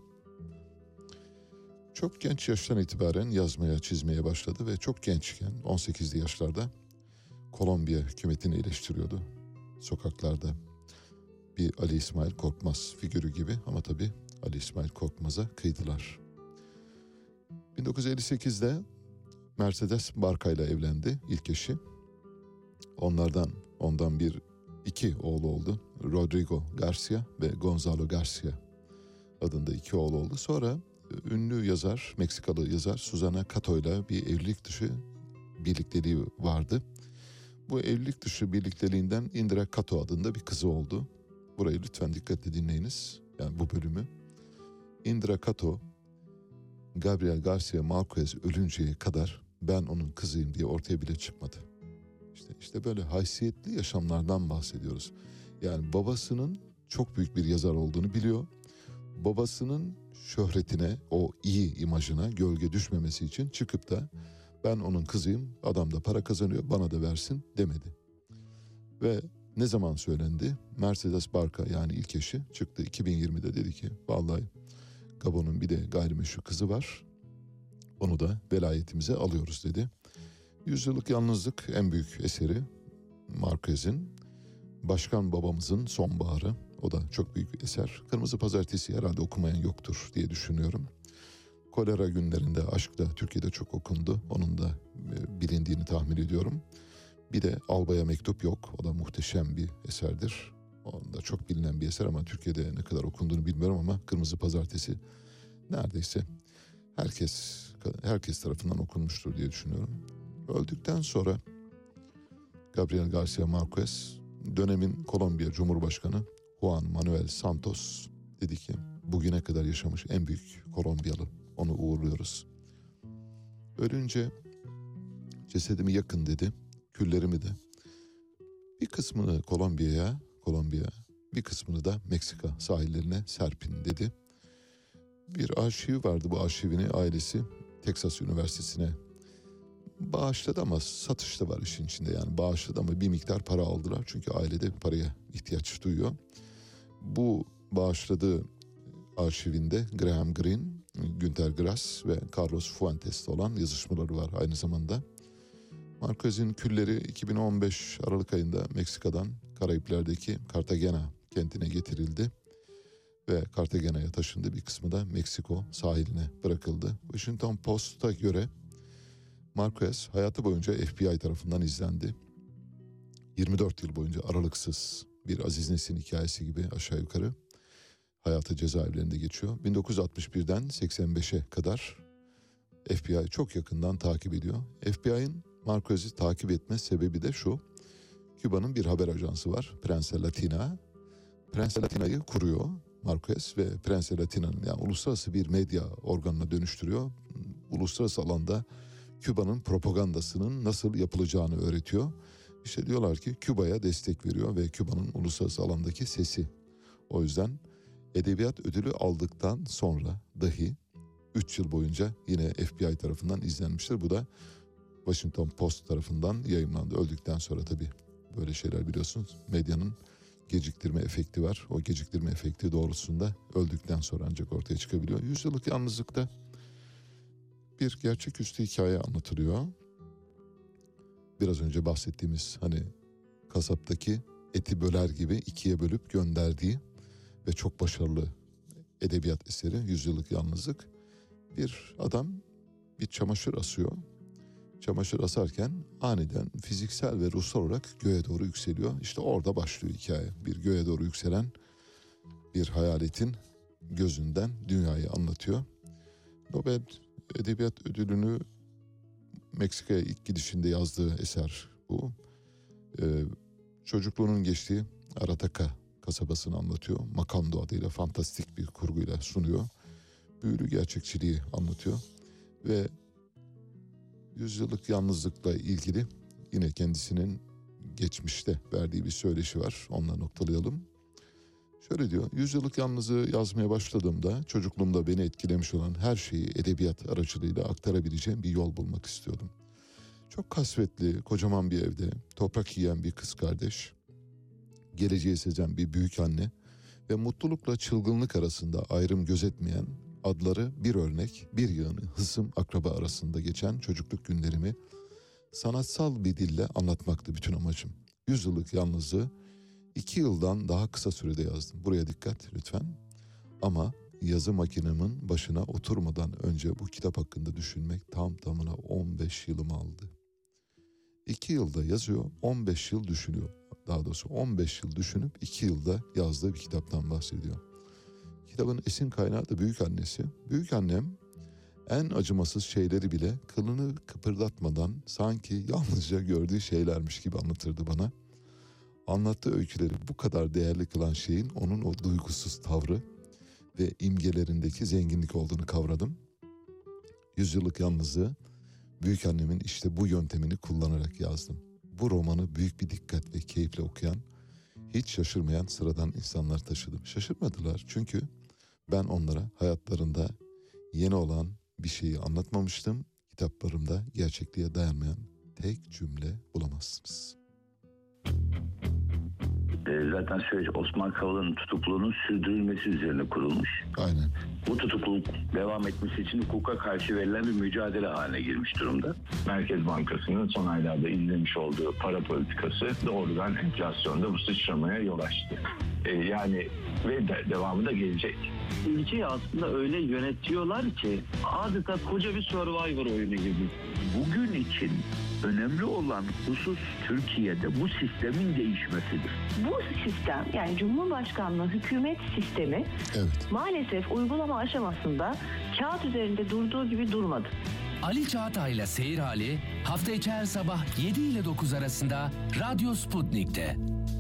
Çok genç yaştan itibaren yazmaya, çizmeye başladı ve çok gençken on sekizli yaşlarda Kolombiya hükümetini eleştiriyordu. Sokaklarda bir Ali İsmail Korkmaz figürü gibi, ama tabii Ali İsmail Korkmaz'a kıydılar. bin dokuz yüz elli sekizde Mercedes Barca ile evlendi, ilk eşi. Onlardan ondan bir iki oğlu oldu. Rodrigo Garcia ve Gonzalo Garcia adında iki oğlu oldu. Sonra ünlü yazar, Meksikalı yazar Susana Cato ile bir evlilik dışı birlikteliği vardı. Bu evlilik dışı birlikteliğinden Indira Cato adında bir kızı oldu. Burayı lütfen dikkatle dinleyiniz, yani bu bölümü. Indira Cato, Gabriel Garcia Marquez ölünceye kadar ben onun kızıyım diye ortaya bile çıkmadı. İşte, işte böyle haysiyetli yaşamlardan bahsediyoruz. Yani babasının çok büyük bir yazar olduğunu biliyor. Babasının şöhretine, o iyi imajına gölge düşmemesi için çıkıp da ben onun kızıyım, adam da para kazanıyor, bana da versin demedi. Ve ne zaman söylendi? Mercedes Barca, yani ilk eşi, çıktı iki bin yirmide, dedi ki vallahi Gabon'un bir de gayrimeşru kızı var, onu da velayetimize alıyoruz dedi. Yüzyıllık Yalnızlık en büyük eseri Marquez'in. Başkan Babamızın Sonbaharı, o da çok büyük bir eser. Kırmızı Pazartesi herhalde okumayan yoktur diye düşünüyorum. Kolera günlerinde Aşk da Türkiye'de çok okundu. Onun da bilindiğini tahmin ediyorum. Bir de Albaya Mektup Yok. O da muhteşem bir eserdir. O da çok bilinen bir eser ama Türkiye'de ne kadar okunduğunu bilmiyorum, ama Kırmızı Pazartesi neredeyse herkes herkes tarafından okunmuştur diye düşünüyorum. Öldükten sonra Gabriel Garcia Marquez, dönemin Kolombiya Cumhurbaşkanı Juan Manuel Santos dedi ki bugüne kadar yaşamış en büyük Kolombiyalı, onu uğurluyoruz. Ölünce cesedimi yakın dedi, küllerimi de. Bir kısmını Kolombiya'ya, Kolombiya, bir kısmını da Meksika sahillerine serpin dedi. Bir arşiv vardı, bu arşivini ailesi Texas Üniversitesi'ne bağışladı, ama satış da var işin içinde, yani bağışladı ama bir miktar para aldılar çünkü ailede paraya ihtiyaç duyuyor. Bu bağışladığı arşivinde Graham Greene, Günter Grass ve Carlos Fuentes'le olan yazışmaları var aynı zamanda. Marquez'in külleri iki bin on beş Aralık ayında Meksika'dan Karayipler'deki Cartagena kentine getirildi ve Cartagena'ya taşındı. Bir kısmı da Meksiko sahiline bırakıldı. Washington Post'a göre Marquez hayatı boyunca F B I tarafından izlendi. yirmi dört yıl boyunca aralıksız, bir Aziz Nesin hikayesi gibi aşağı yukarı hayatı cezaevlerinde geçiyor. bin dokuz yüz altmış birden seksen beşe kadar F B I çok yakından takip ediyor. F B I'nin Marquez'i takip etme sebebi de şu: Küba'nın bir haber ajansı var, Prensa Latina. Prensa Latina'yı kuruyor Marquez ve Prensa Latina'nın, yani uluslararası bir medya organına dönüştürüyor. Uluslararası alanda Küba'nın propagandasının nasıl yapılacağını öğretiyor. İşte diyorlar ki Küba'ya destek veriyor ve Küba'nın uluslararası alandaki sesi. O yüzden edebiyat ödülü aldıktan sonra dahi üç yıl boyunca yine F B I tarafından izlenmiştir. Bu da Washington Post tarafından yayınlandı. Öldükten sonra tabii böyle şeyler biliyorsunuz, medyanın geciktirme efekti var. O geciktirme efekti doğrultusunda öldükten sonra ancak ortaya çıkabiliyor. Yüzyıllık Yalnızlık'ta bir gerçeküstü hikaye anlatılıyor. Biraz önce bahsettiğimiz, hani kasaptaki eti böler gibi ikiye bölüp gönderdiği ve çok başarılı edebiyat eseri Yüzyıllık Yalnızlık. Bir adam bir çamaşır asıyor. Çamaşır asarken aniden fiziksel ve ruhsal olarak göğe doğru yükseliyor. İşte orada başlıyor hikaye. Bir göğe doğru yükselen bir hayaletin gözünden dünyayı anlatıyor. Nobel Edebiyat Ödülünü Meksika'ya ilk gidişinde yazdığı eser bu. Ee, çocukluğunun geçtiği Arataka kasabasını anlatıyor. Macondo adıyla fantastik bir kurguyla sunuyor. Büyülü gerçekçiliği anlatıyor. Ve yüzyıllık yalnızlıkla ilgili yine kendisinin geçmişte verdiği bir söyleşi var. Onunla noktalayalım. Şöyle diyor: yüzyıllık yalnızlığı yazmaya başladığımda çocukluğumda beni etkilemiş olan her şeyi edebiyat aracılığıyla aktarabileceğim bir yol bulmak istiyordum. Çok kasvetli, kocaman bir evde toprak yiyen bir kız kardeş, geleceği sezen bir büyük anne ve mutlulukla çılgınlık arasında ayrım gözetmeyen, adları bir örnek, bir yığını hısım akraba arasında geçen çocukluk günlerimi sanatsal bir dille anlatmaktı bütün amacım. Yüzyıllık yalnızlığı iki yıldan daha kısa sürede yazdım. Buraya dikkat lütfen. Ama yazı makinemin başına oturmadan önce bu kitap hakkında düşünmek tam tamına on beş yılımı aldı. iki yılda yazıyor, on beş yıl düşünüyor. Daha doğrusu on beş yıl düşünüp iki yılda yazdığı bir kitaptan bahsediyor. Kitabın esin kaynağı da büyükannesi. Büyükannem en acımasız şeyleri bile kılını kıpırdatmadan sanki yalnızca gördüğü şeylermiş gibi anlatırdı bana. Anlattığı öyküleri bu kadar değerli kılan şeyin onun o duygusuz tavrı ve imgelerindeki zenginlik olduğunu kavradım. Yüzyıllık yalnızlığı büyükannemin işte bu yöntemini kullanarak yazdım. Bu romanı büyük bir dikkat ve keyifle okuyan, hiç şaşırmayan sıradan insanlar taşıdım. Şaşırmadılar çünkü ben onlara hayatlarında yeni olan bir şeyi anlatmamıştım. Kitaplarımda gerçekliğe dayanmayan tek cümle bulamazsınız. Zaten süreç Osman Kavala'nın tutukluluğunun sürdürülmesi üzerine kurulmuş. Aynen. Bu tutukluluk devam etmesi için hukuka karşı verilen bir mücadele haline girmiş durumda. Merkez Bankası'nın son aylarda izlemiş olduğu para politikası doğrudan enflasyonda bu sıçramaya yol açtı. Ee, yani ve de, devamı da gelecek. Ülkeyi aslında öyle yönetiyorlar ki adeta koca bir Survivor oyunu gibi. Bugün için önemli olan husus Türkiye'de bu sistemin değişmesidir. Bu sistem, yani Cumhurbaşkanlığı hükümet sistemi Evet. maalesef uygulama aşamasında kağıt üzerinde durduğu gibi durmadı. Ali Çağatay'la Seyir Hali hafta içi her sabah yedi ile dokuz arasında Radyo Sputnik'te.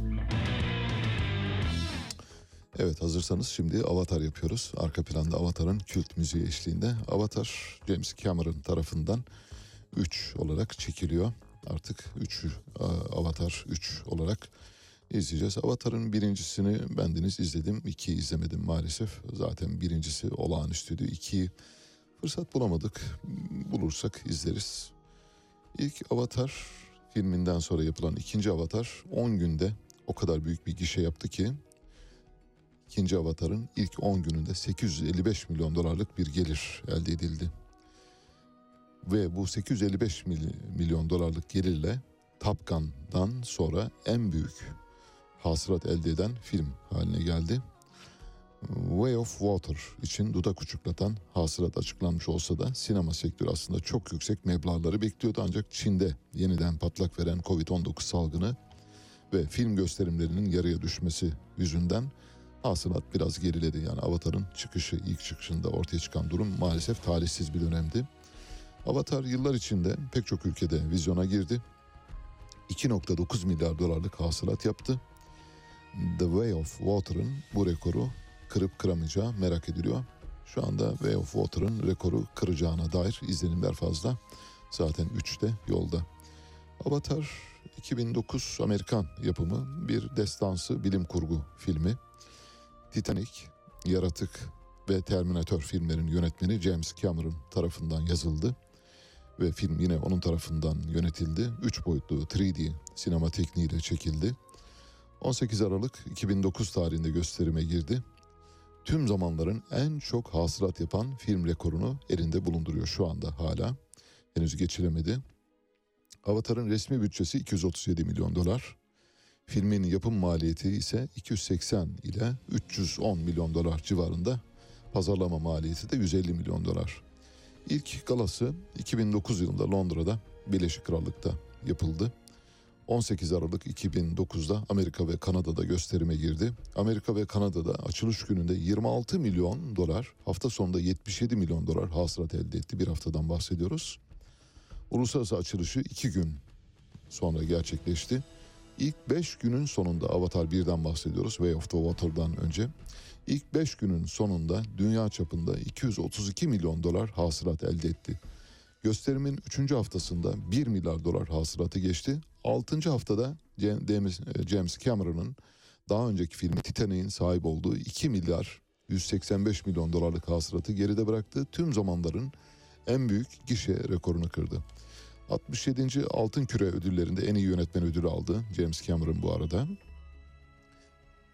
Evet, hazırsanız şimdi Avatar yapıyoruz. Arka planda Avatar'ın kült müziği eşliğinde. Avatar James Cameron tarafından üç olarak çekiliyor. Artık üç Avatar üç olarak izleyeceğiz. Avatar'ın birincisini bendeniz izledim. ikiyi izlemedim maalesef. Zaten birincisi olağanüstüydü. ikiyi fırsat bulamadık. Bulursak izleriz. İlk Avatar filminden sonra yapılan ikinci Avatar on günde o kadar büyük bir gişe yaptı ki İkinci Avatar'ın ilk on gününde sekiz yüz elli beş milyon dolarlık bir gelir elde edildi. Ve bu sekiz yüz elli beş milyon dolarlık gelirle Top Gun'dan sonra en büyük hasılat elde eden film haline geldi. Way of Water için dudak uçuklatan hasılat açıklanmış olsa da sinema sektörü aslında çok yüksek meblağları bekliyordu. Ancak Çin'de yeniden patlak veren kovid on dokuz salgını ve film gösterimlerinin yarıya düşmesi yüzünden hasılat biraz geriledi. Yani Avatar'ın çıkışı, ilk çıkışında ortaya çıkan durum maalesef talihsiz bir dönemdi. Avatar yıllar içinde pek çok ülkede vizyona girdi. iki virgül dokuz milyar dolarlık hasılat yaptı. The Way of Water'ın bu rekoru kırıp kıramayacağı merak ediliyor. Şu anda Way of Water'ın rekoru kıracağına dair izlenimler fazla. Zaten üçte yolda. Avatar iki bin dokuz Amerikan yapımı bir destansı bilim kurgu filmi. Titanic, Yaratık ve Terminator filmlerinin yönetmeni James Cameron tarafından yazıldı. Ve film yine onun tarafından yönetildi. Üç boyutlu üç D sinema tekniğiyle çekildi. on sekiz Aralık iki bin dokuz tarihinde gösterime girdi. Tüm zamanların en çok hasılat yapan film rekorunu elinde bulunduruyor şu anda hala. Henüz geçilemedi. Avatar'ın resmi bütçesi iki yüz otuz yedi milyon dolar. Filmin yapım maliyeti ise iki yüz seksen ile üç yüz on milyon dolar civarında. Pazarlama maliyeti de yüz elli milyon dolar. İlk galası iki bin dokuz yılında Londra'da, Birleşik Krallık'ta yapıldı. on sekiz Aralık iki bin dokuzda Amerika ve Kanada'da gösterime girdi. Amerika ve Kanada'da açılış gününde yirmi altı milyon dolar, hafta sonunda yetmiş yedi milyon dolar hasılat elde etti. Bir haftadan bahsediyoruz. Uluslararası açılışı iki gün sonra gerçekleşti. İlk beş günün sonunda, Avatar birden bahsediyoruz, Way of the Water'dan önce. İlk beş günün sonunda dünya çapında iki yüz otuz iki milyon dolar hasılat elde etti. Gösterimin üçüncü haftasında bir milyar dolar hasılatı geçti. altıncı haftada James Cameron'ın daha önceki filmi Titanic'in sahip olduğu iki milyar yüz seksen beş milyon dolarlık hasılatı geride bıraktı. Tüm zamanların en büyük gişe rekorunu kırdı. altmış yedinci Altın Küre ödüllerinde en iyi yönetmen ödülü aldı James Cameron bu arada.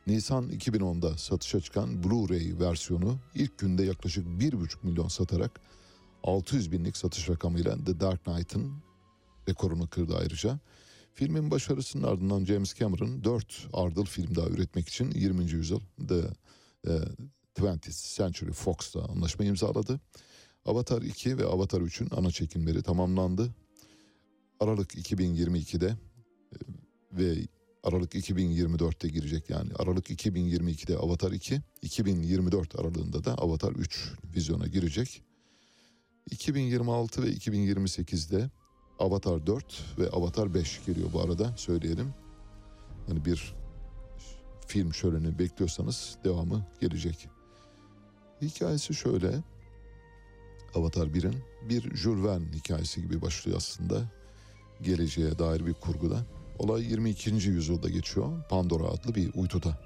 Nisan iki bin onda satışa çıkan Blu-ray versiyonu ilk günde yaklaşık bir buçuk milyon satarak altı yüz binlik satış rakamıyla The Dark Knight'ın rekorunu kırdı ayrıca. Filmin başarısının ardından James Cameron dört ardıl film daha üretmek için yirminci yüzyıl The e, twentieth Century Fox'ta anlaşma imzaladı. Avatar iki ve Avatar üçün ana çekimleri tamamlandı. Aralık iki bin yirmi ikide e, ve Aralık iki bin yirmi dörtte girecek, yani Aralık iki bin yirmi ikide Avatar iki, iki bin yirmi dört aralığında da Avatar üç vizyona girecek. iki bin yirmi altı ve iki bin yirmi sekizde Avatar dört ve Avatar beş geliyor bu arada, söyleyelim. Hani bir film şöleni bekliyorsanız devamı gelecek. Hikayesi şöyle. Avatar birin bir Jules Verne hikayesi gibi başlıyor aslında. Geleceğe dair bir kurguda. Olay yirmi ikinci yüzyılda geçiyor. Pandora adlı bir uyduda.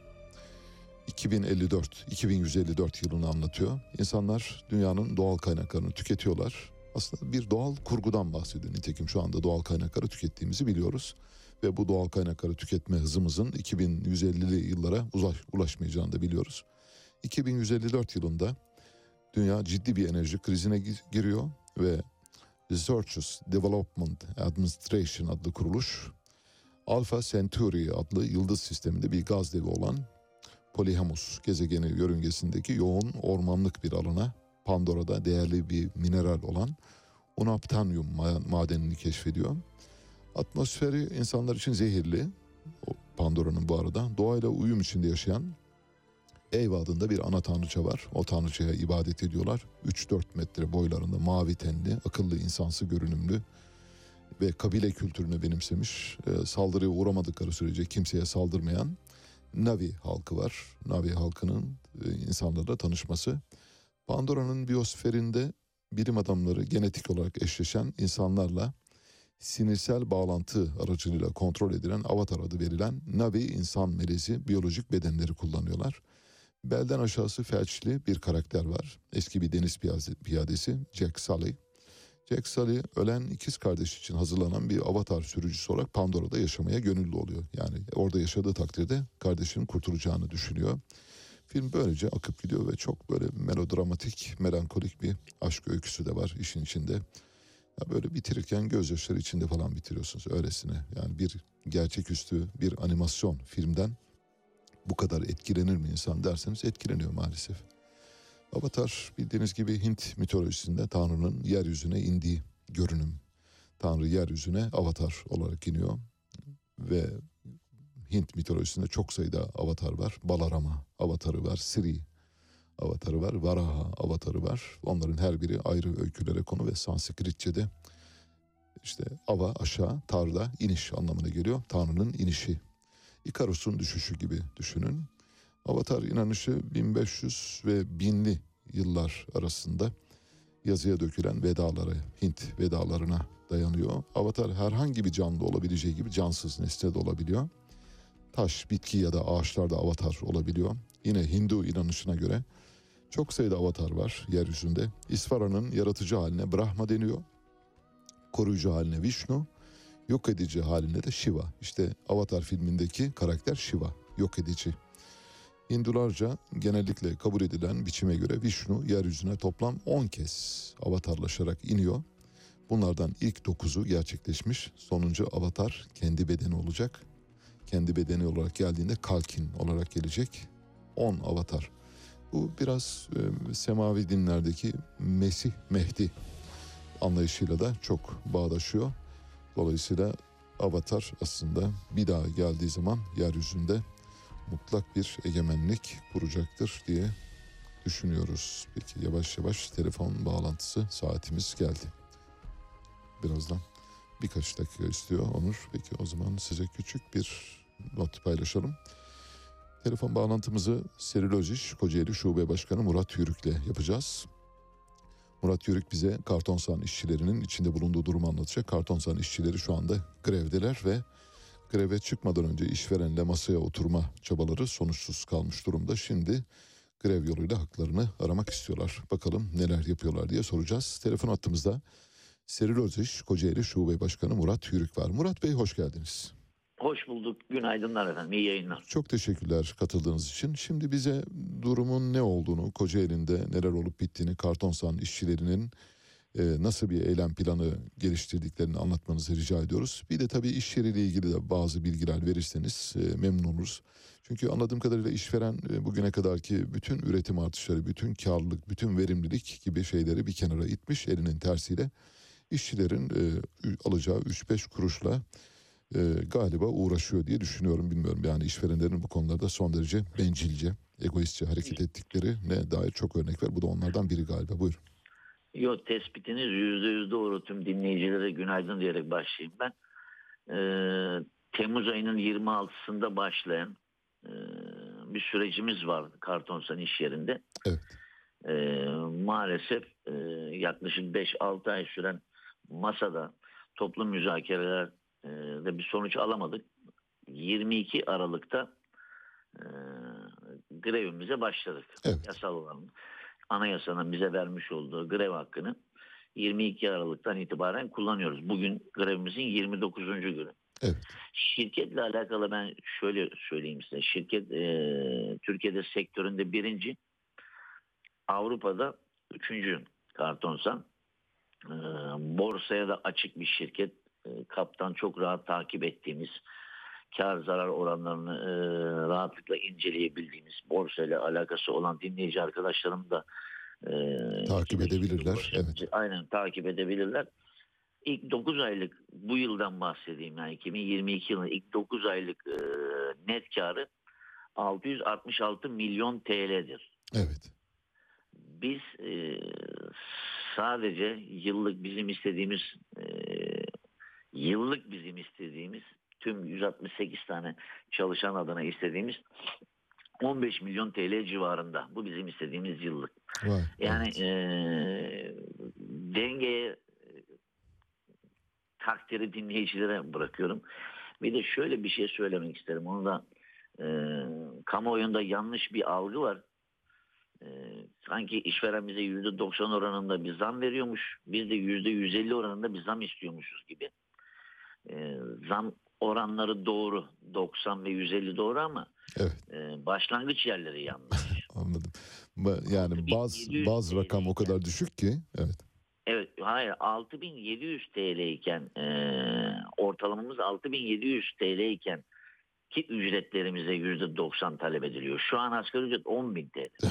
iki bin elli dört, iki bin yüz elli dört yılını anlatıyor. İnsanlar dünyanın doğal kaynaklarını tüketiyorlar. Aslında bir doğal kurgudan bahsediyor. Nitekim şu anda doğal kaynakları tükettiğimizi biliyoruz. Ve bu doğal kaynakları tüketme hızımızın iki bin yüz ellili yıllara ulaş, ulaşmayacağını da biliyoruz. iki bin yüz elli dört yılında dünya ciddi bir enerji krizine giriyor ve Research Development Administration adlı kuruluş, Alpha Centauri adlı yıldız sisteminde bir gaz devi olan Polyhemus gezegeni yörüngesindeki yoğun ormanlık bir alana, Pandora'da değerli bir mineral olan unobtainium madenini keşfediyor. Atmosferi insanlar için zehirli. Pandora'nın bu arada doğayla uyum içinde yaşayan Eva adında bir ana tanrıça var. O tanrıçaya ibadet ediyorlar. üç dört metre boylarında mavi tenli, akıllı, insansı görünümlü ve kabile kültürünü benimsemiş, e, saldırıya uğramadıkları sürece kimseye saldırmayan Navi halkı var. Navi halkının e, insanlarla tanışması. Pandora'nın biyosferinde bilim adamları genetik olarak eşleşen insanlarla sinirsel bağlantı aracılığıyla kontrol edilen Avatar adı verilen Navi insan melezi biyolojik bedenleri kullanıyorlar. Belden aşağısı felçli bir karakter var. Eski bir deniz piyadesi Jack Sully. Jack Sully ölen ikiz kardeş için hazırlanan bir avatar sürücüsü olarak Pandora'da yaşamaya gönüllü oluyor. Yani orada yaşadığı takdirde kardeşinin kurtulacağını düşünüyor. Film böylece akıp gidiyor ve çok böyle melodramatik, melankolik bir aşk öyküsü de var işin içinde. Ya böyle bitirirken gözyaşları içinde falan bitiriyorsunuz öylesine. Yani bir gerçeküstü bir animasyon filmden bu kadar etkilenir mi insan derseniz etkileniyor maalesef. Avatar bildiğiniz gibi Hint mitolojisinde Tanrı'nın yeryüzüne indiği görünüm. Tanrı yeryüzüne avatar olarak iniyor ve Hint mitolojisinde çok sayıda avatar var. Balarama avatarı var, Sri avatarı var, Varaha avatarı var. Onların her biri ayrı öykülere konu ve Sanskritçe'de işte ava aşağı, tar da iniş anlamına geliyor. Tanrı'nın inişi. İkarus'un düşüşü gibi düşünün. Avatar inanışı bin beş yüz ve binli yıllar arasında yazıya dökülen vedaları, Hint vedalarına dayanıyor. Avatar herhangi bir canlı olabileceği gibi cansız nesne de olabiliyor. Taş, bitki ya da ağaçlarda avatar olabiliyor. Yine Hindu inanışına göre çok sayıda avatar var yeryüzünde. İsvara'nın yaratıcı haline Brahma deniyor. Koruyucu haline Vishnu, yok edici haline de Shiva. İşte Avatar filmindeki karakter Shiva, yok edici. Hindularca genellikle kabul edilen biçime göre Vishnu yeryüzüne toplam on kez avatarlaşarak iniyor. Bunlardan ilk dokuzu gerçekleşmiş. Sonuncu avatar kendi bedeni olacak. Kendi bedeni olarak geldiğinde Kalkin olarak gelecek. on avatar. Bu biraz e, semavi dinlerdeki Mesih, Mehdi anlayışıyla da çok bağdaşıyor. Dolayısıyla avatar aslında bir daha geldiği zaman yeryüzünde mutlak bir egemenlik kuracaktır diye düşünüyoruz. Peki yavaş yavaş telefon bağlantısı saatimiz geldi. Birazdan birkaç dakika istiyor Onur. Peki o zaman size küçük bir not paylaşalım. Telefon bağlantımızı Serilojiş Kocaeli Şube Başkanı Murat Yörük'le yapacağız. Murat Yörük bize kartonsan işçilerinin içinde bulunduğu durumu anlatacak. Kartonsan işçileri şu anda grevdeler ve greve çıkmadan önce işverenle masaya oturma çabaları sonuçsuz kalmış durumda. Şimdi grev yoluyla haklarını aramak istiyorlar. Bakalım neler yapıyorlar diye soracağız. Telefon hattımızda Serilojiş Kocaeli Şube Başkanı Murat Yörük var. Murat Bey hoş geldiniz. Hoş bulduk. Günaydınlar efendim. İyi yayınlar. Çok teşekkürler katıldığınız için. Şimdi bize durumun ne olduğunu, Kocaeli'nde neler olup bittiğini, Kartonsan işçilerinin e, nasıl bir eylem planı geliştirdiklerini anlatmanızı rica ediyoruz. Bir de tabii iş yeriyle ilgili de bazı bilgiler verirseniz e, memnun oluruz. Çünkü anladığım kadarıyla işveren e, bugüne kadarki bütün üretim artışları, bütün karlılık, bütün verimlilik gibi şeyleri bir kenara itmiş elinin tersiyle. İşçilerin e, alacağı üç beş kuruşla e, galiba uğraşıyor diye düşünüyorum, bilmiyorum. Yani işverenlerin bu konularda son derece bencilce, egoistçe hareket ettiklerine dair çok örnek var. Bu da onlardan biri galiba. Buyurun. Yok, tespitiniz yüzde yüz doğru. Tüm dinleyicilere günaydın diyerek başlayayım ben. Ee, Temmuz ayının yirmi altısında başlayan e, bir sürecimiz vardı Kartonsan iş yerinde. Evet. Ee, maalesef e, yaklaşık beş altı ay süren masada toplu müzakereler e, de bir sonuç alamadık. yirmi iki Aralık'ta e, grevimize başladık. Evet. Yasal olan anayasanın bize vermiş olduğu grev hakkını yirmi iki Aralık'tan itibaren kullanıyoruz. Bugün grevimizin yirmi dokuzuncu günü. Evet. Şirketle alakalı ben şöyle söyleyeyim size. Şirket e, Türkiye'de sektöründe birinci, Avrupa'da üçüncü Kartonsan. E, borsaya da açık bir şirket. E, kaptan çok rahat takip ettiğimiz, kar zarar oranlarını e, rahatlıkla inceleyebildiğimiz, borsayla alakası olan dinleyici arkadaşlarım da e, takip edebilirler. Evet. Aynen takip edebilirler. İlk dokuz aylık, bu yıldan bahsedeyim, yani iki bin yirmi iki yılının ilk dokuz aylık e, net karı altı yüz altmış altı milyon T L'dir. Evet. Biz e, sadece yıllık bizim istediğimiz e, yıllık bizim istediğimiz tüm yüz altmış sekiz tane çalışan adına istediğimiz on beş milyon T L civarında. Bu bizim istediğimiz yıllık. Vay, yani evet. e, dengeye takdiri dinleyicilere bırakıyorum. Bir de şöyle bir şey söylemek isterim. Onu da e, kamuoyunda yanlış bir algı var. E, sanki işveren bize yüzde doksan oranında bir zam veriyormuş. Biz de yüzde yüz elli oranında bir zam istiyormuşuz gibi. E, zam oranları doğru. doksan ve yüz elli doğru ama evet. e, başlangıç yerleri yanlış. Anladım. Yani bazı bazı rakam o kadar düşük ki. Evet. Evet, hayır, altı bin yedi yüz T L iken e, ortalamamız altı bin yedi yüz T L iken ki ücretlerimize yüzde doksan talep ediliyor. Şu an asgari ücret on bin T L.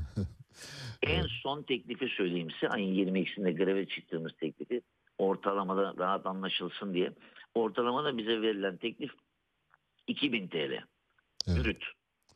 En evet. son teklifi söyleyeyim size. Ayın yirmi ikisinde greve çıktığımız teklifi, ortalamada rahat anlaşılsın diye. Ortalamada bize verilen teklif iki bin T L. Evet. Brüt.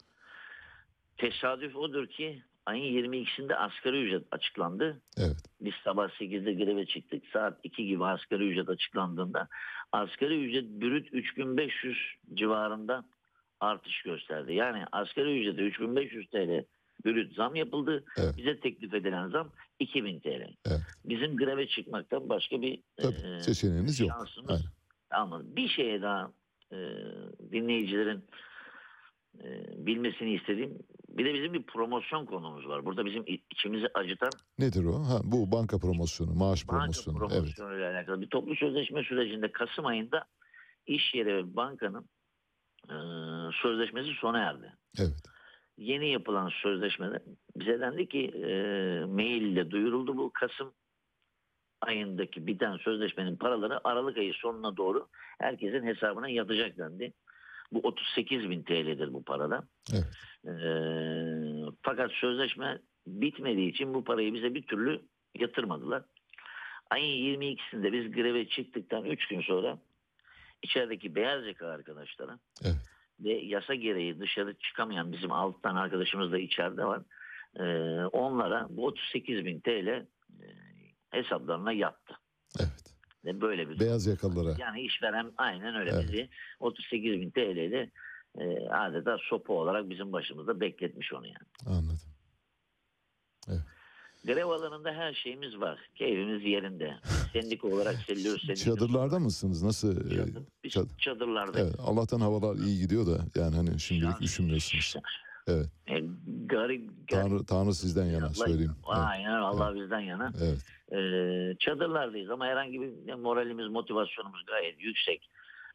Tesadüf odur ki ayın yirmi ikisinde asgari ücret açıklandı. Evet. Biz sabah sekizde greve çıktık. Saat iki gibi asgari ücret açıklandığında asgari ücret brüt üç bin beş yüz civarında artış gösterdi. Yani asgari ücrete üç bin beş yüz T L brüt zam yapıldı. Evet. Bize teklif edilen zam iki bin T L. Evet. Bizim greve çıkmaktan başka bir Tabii, e, seçeneğiniz yok. şansımız kalmadı. Bir şeye daha e, dinleyicilerin e, bilmesini istediğim, bir de bizim bir promosyon konumuz var. Burada bizim içimizi acıtan. Nedir o? Ha, bu banka promosyonu, maaş banka promosyonu. promosyonu ile evet. alakalı bir toplu sözleşme sürecinde Kasım ayında iş yeri ve bankanın e, sözleşmesi sona erdi. Evet. Yeni yapılan sözleşmede bize dendi ki e, mail ile duyuruldu, bu Kasım ayındaki biten sözleşmenin paraları Aralık ayı sonuna doğru herkesin hesabına yatacak dendi. Bu otuz sekiz bin T L'dir bu parada. Evet. E, fakat sözleşme bitmediği için bu parayı bize bir türlü yatırmadılar. Ayın yirmi ikisinde biz greve çıktıktan üç gün sonra içerideki beyaz yaka arkadaşlara, evet, ve yasa gereği dışarı çıkamayan bizim altı tane arkadaşımız da içeride var. Ee, onlara bu otuz sekiz bin T L e, hesaplarına yattı. Evet. Ve böyle bir beyaz yakalılara. Yani işveren aynen öyle, evet, bizi otuz sekiz bin T L ile e, adeta sopa olarak bizim başımızda bekletmiş onu yani. Anladım. Evet. Grev alanında her şeyimiz var. Keyfimiz yerinde. Sendika olarak selliyoruz. Sendika Çadırlarda olarak. mısınız? Nasıl? Çadır, biz Çad- çadırlarda. Evet, Allah'tan havalar iyi gidiyor da yani hani şimdilik Şans, üşümüyorsunuz. Evet. E, garip, garip. Tanrı, Tanrı sizden yana Allah, söyleyeyim. Aynen evet. Allah evet. bizden yana. Evet. Ee, çadırlardayız ama herhangi bir moralimiz, motivasyonumuz gayet yüksek.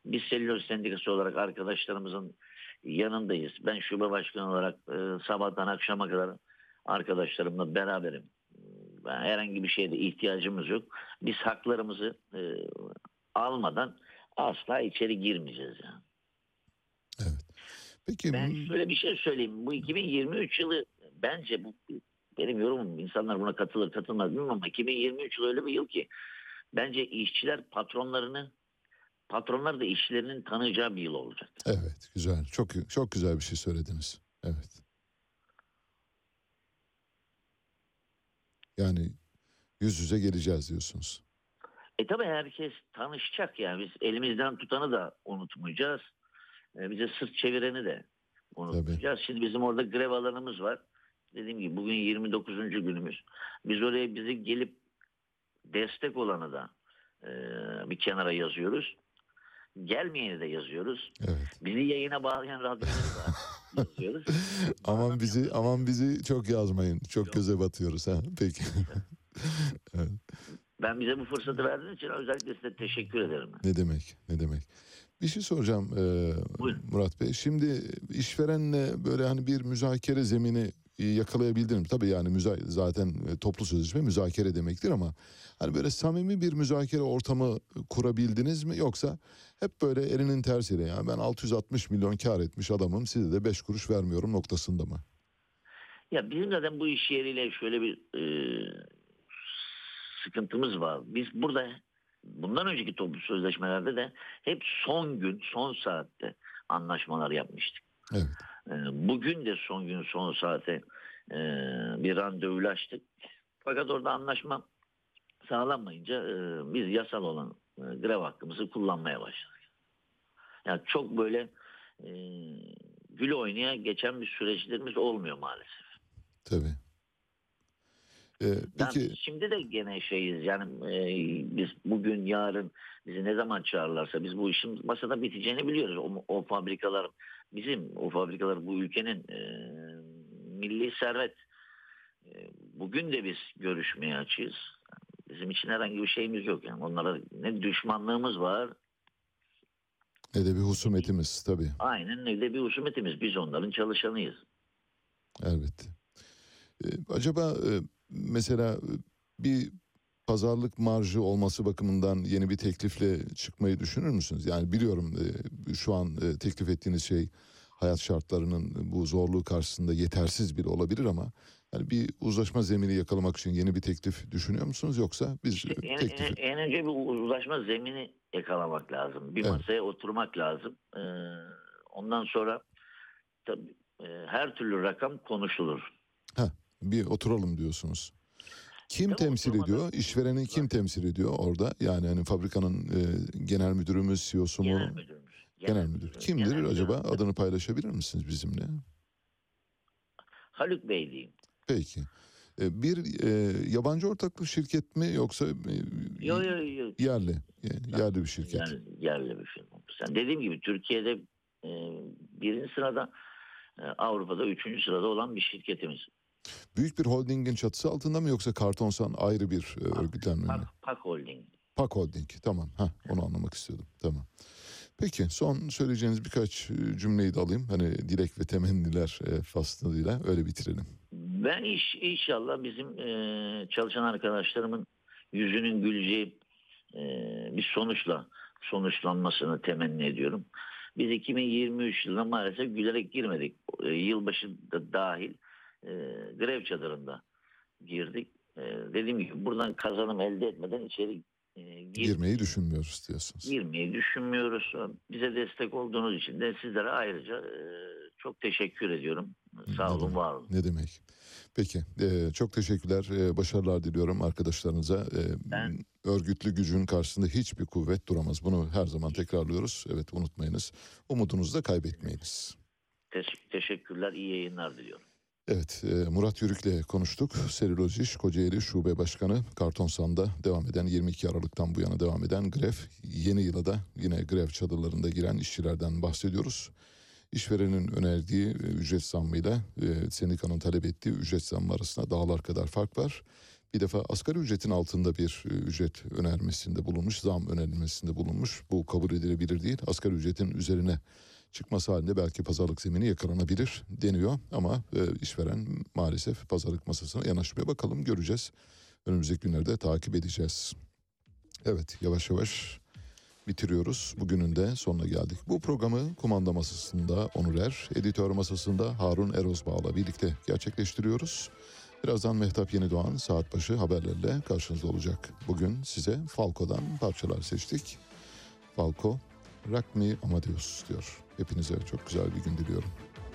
Biz Selüloz Sendikası olarak arkadaşlarımızın yanındayız. Ben şube başkanı olarak e, sabahtan akşama kadar arkadaşlarımla beraberim. Ben, herhangi bir şeye ihtiyacımız yok. Biz haklarımızı e, almadan asla içeri girmeyeceğiz yani. Evet. Peki ben şöyle bir şey söyleyeyim. Bu iki bin yirmi üç yılı bence bu benim yorumum. İnsanlar buna katılır katılmaz bilmiyorum ama iki bin yirmi üç yılı öyle bir yıl ki bence işçiler patronlarını, patronlar da işçilerinin tanıyacağı bir yıl olacak. Evet, güzel. Çok çok güzel bir şey söylediniz. Evet. Yani yüz yüze geleceğiz diyorsunuz. E tabii herkes tanışacak yani. Biz elimizden tutanı da unutmayacağız. E, bize sırt çevireni de unutmayacağız. Tabii. Şimdi bizim orada grev alanımız var. Dediğim gibi bugün yirmi dokuzuncu günümüz. Biz oraya bizi gelip destek olanı da e, bir kenara yazıyoruz. Gelmeyeni de yazıyoruz. Evet. Bizi yayına bağlayan radyoları da yazıyoruz. Aman bizi aman bizi çok yazmayın. Çok Yok. göze batıyoruz ha. Peki. Evet. Ben bize bu fırsatı verdiğiniz için özellikle size teşekkür ederim. Ne demek? Ne demek? Bir şey soracağım e, Murat Bey. Şimdi işverenle böyle hani bir müzakere zemini yakalayabildin mi? Tabii yani müza zaten toplu sözleşme müzakere demektir ama hani böyle samimi bir müzakere ortamı kurabildiniz mi? Yoksa hep böyle elinin tersiyle yani ben altı yüz altmış milyon kar etmiş adamım size de beş kuruş vermiyorum noktasında mı? Ya bizim zaten bu iş yeriyle şöyle bir e, sıkıntımız var. Biz burada bundan önceki toplu sözleşmelerde de hep son gün, son saatte anlaşmalar yapmıştık. Evet. Bugün de son gün, son saate bir randevulaştık. Fakat orada anlaşma sağlanmayınca biz yasal olan grev hakkımızı kullanmaya başladık. Yani çok böyle gül oynaya geçen bir süreçlerimiz olmuyor maalesef. Tabii. Ee, peki... Yani şimdi de gene şeyiz yani e, biz bugün yarın bizi ne zaman çağırırlarsa biz bu işin masada biteceğini biliyoruz. O, o fabrikalar bizim, o fabrikalar bu ülkenin e, milli servet. E, bugün de biz görüşmeye açığız. Bizim için herhangi bir şeyimiz yok yani. Onlara ne düşmanlığımız var. Ne de bir husumetimiz tabii. Aynen ne de bir husumetimiz. Biz onların çalışanıyız. Elbette. Ee, acaba e, mesela bir pazarlık marjı olması bakımından yeni bir teklifle çıkmayı düşünür müsünüz? Yani biliyorum e, şu an e, teklif ettiğiniz şey hayat şartlarının bu zorluğu karşısında yetersiz bile olabilir ama yani bir uzlaşma zemini yakalamak için yeni bir teklif düşünüyor musunuz yoksa biz işte en, teklifi... en, en önce bir uzlaşma zemini yakalamak lazım. Bir evet. masaya oturmak lazım. Ee, ondan sonra tabii e, her türlü rakam konuşulur. Heh, bir oturalım diyorsunuz. Kim Tabii temsil ediyor? İşvereni kim temsil ediyor orada? Yani hani fabrikanın e, genel müdürü mü, C E O'su mu? Genel müdürümüz. Genel, genel müdür. Kimdir genel acaba? Müdür. Adını paylaşabilir misiniz bizimle? Haluk Bey diyeyim. Peki. E, bir e, yabancı ortaklık şirket mi yoksa e, yo, yo, yo. yerli? Yani yerli bir şirket. Yani, yerli bir şirket. Sen dediğim gibi Türkiye'de e, birinci sırada, e, Avrupa'da üçüncü sırada olan bir şirketimiz. Büyük bir holdingin çatısı altında mı yoksa Kartonsan ayrı bir e, örgütlenme mi? Pak, Pak Holding. Pak Holding, tamam. Heh, onu anlamak istiyordum. Tamam. Peki son söyleyeceğiniz birkaç cümleyi de alayım. Hani dilek ve temenniler e, faslıyla öyle bitirelim. Ben iş, inşallah bizim e, çalışan arkadaşlarımın yüzünün güleceği e, bir sonuçla sonuçlanmasını temenni ediyorum. Biz iki bin yirmi üç yılına maalesef gülerek girmedik. E, yılbaşı da dahil e, grev çadırında girdik. E, dediğim gibi buradan kazanım elde etmeden içeri e, gir, girmeyi düşünmüyoruz diyorsunuz. Girmeyi düşünmüyoruz. Bize destek olduğunuz için de sizlere ayrıca e, çok teşekkür ediyorum. Sağ ne olun, demek, var olun. Ne demek. Peki, e, çok teşekkürler. E, başarılar diliyorum arkadaşlarınıza. E, ben... Örgütlü gücün karşısında hiçbir kuvvet duramaz. Bunu her zaman tekrarlıyoruz. Evet, unutmayınız. Umudunuzu da kaybetmeyiniz. Teş- teşekkürler, iyi yayınlar diliyorum. Evet, e, Murat Yürük'le konuştuk. Selüloz İş Kocaeli Şube Başkanı. Kartonsan'da devam eden yirmi iki Aralık'tan bu yana devam eden grev. Yeni yıla da yine grev çadırlarında giren işçilerden bahsediyoruz. İşverenin önerdiği ücret zammıyla e, sendikanın talep ettiği ücret zammı arasında dağlar kadar fark var. bir defa asgari ücretin altında bir ücret önermesinde bulunmuş, zam önermesinde bulunmuş. Bu kabul edilebilir değil. Asgari ücretin üzerine çıkması halinde belki pazarlık zemini yakalanabilir deniyor. Ama e, işveren maalesef pazarlık masasına yanaşmaya, bakalım göreceğiz. Önümüzdeki günlerde takip edeceğiz. Evet, yavaş yavaş bitiriyoruz. Bugünün de sonuna geldik. Bu programı kumanda masasında Onur Er, editör masasında Harun Erozbağ'la birlikte gerçekleştiriyoruz. Birazdan Mehtap Yenidoğan saat başı haberlerle karşınızda olacak. Bugün size Falco'dan parçalar seçtik. Falco, Rock Me Amadeus diyor. Hepinize çok güzel bir gün diliyorum.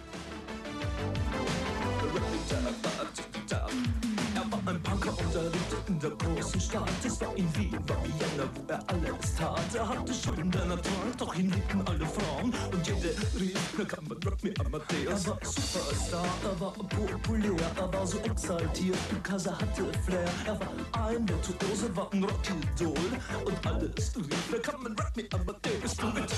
Ein Punker unterrichtete in der großen Stadt. Es war in Wien, war Vienna, wo er alles tat. Er hatte Schulden der Natur, doch ihn liebten alle Frauen. Und jede rief, na kann man Rock Me Amadeus. Er war Superstar, er war populär, er war so exaltiert, because er hatte Flair. Er war ein Virtuose, war ein Rockidol. Und alles rief, na kann man Rock Me Amadeus. Du mit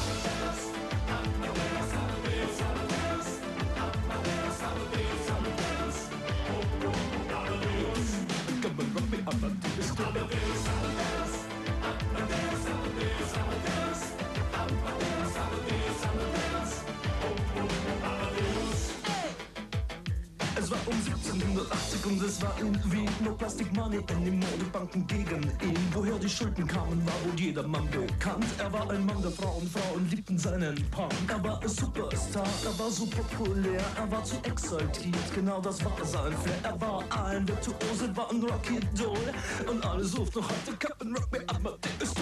Es war um siebzehnhundertachtzig und es war in Wien. No Plastic Money anymore, die Banken gegen ihn. Woher die Schulden kamen, war wohl jedermann bekannt. Er war ein Mann der Frauen, Frauen liebten seinen Punk. Er war ein Superstar, er war so populär, er war zu exaltiert, genau das war sein Flair. Er war ein Virtuose, war ein Rockidol. Und alle suchten noch heute Captain Rock Me Amadeus.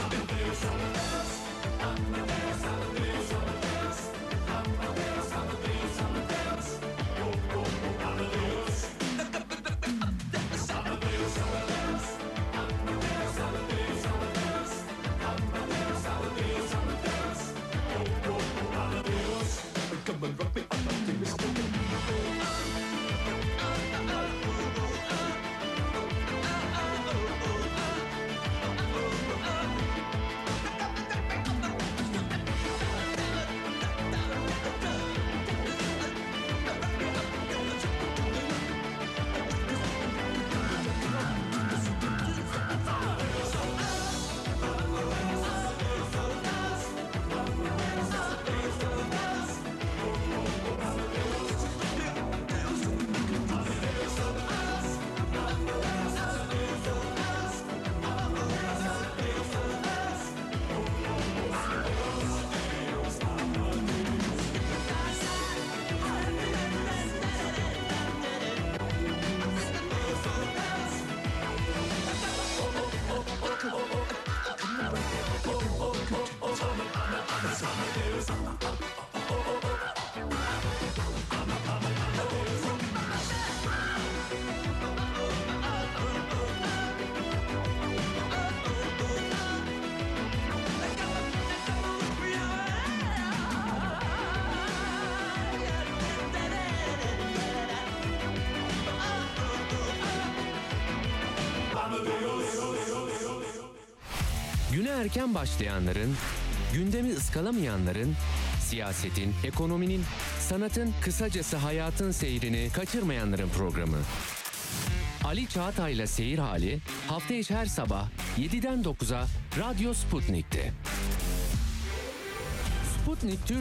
Güne erken başlayanların, gündemi ıskalamayanların, siyasetin, ekonominin, sanatın, kısacası hayatın seyrini kaçırmayanların programı. Ali Çağatay'la Seyir Hali hafta içi her sabah yediden dokuza Radyo Sputnik'te. Sputnik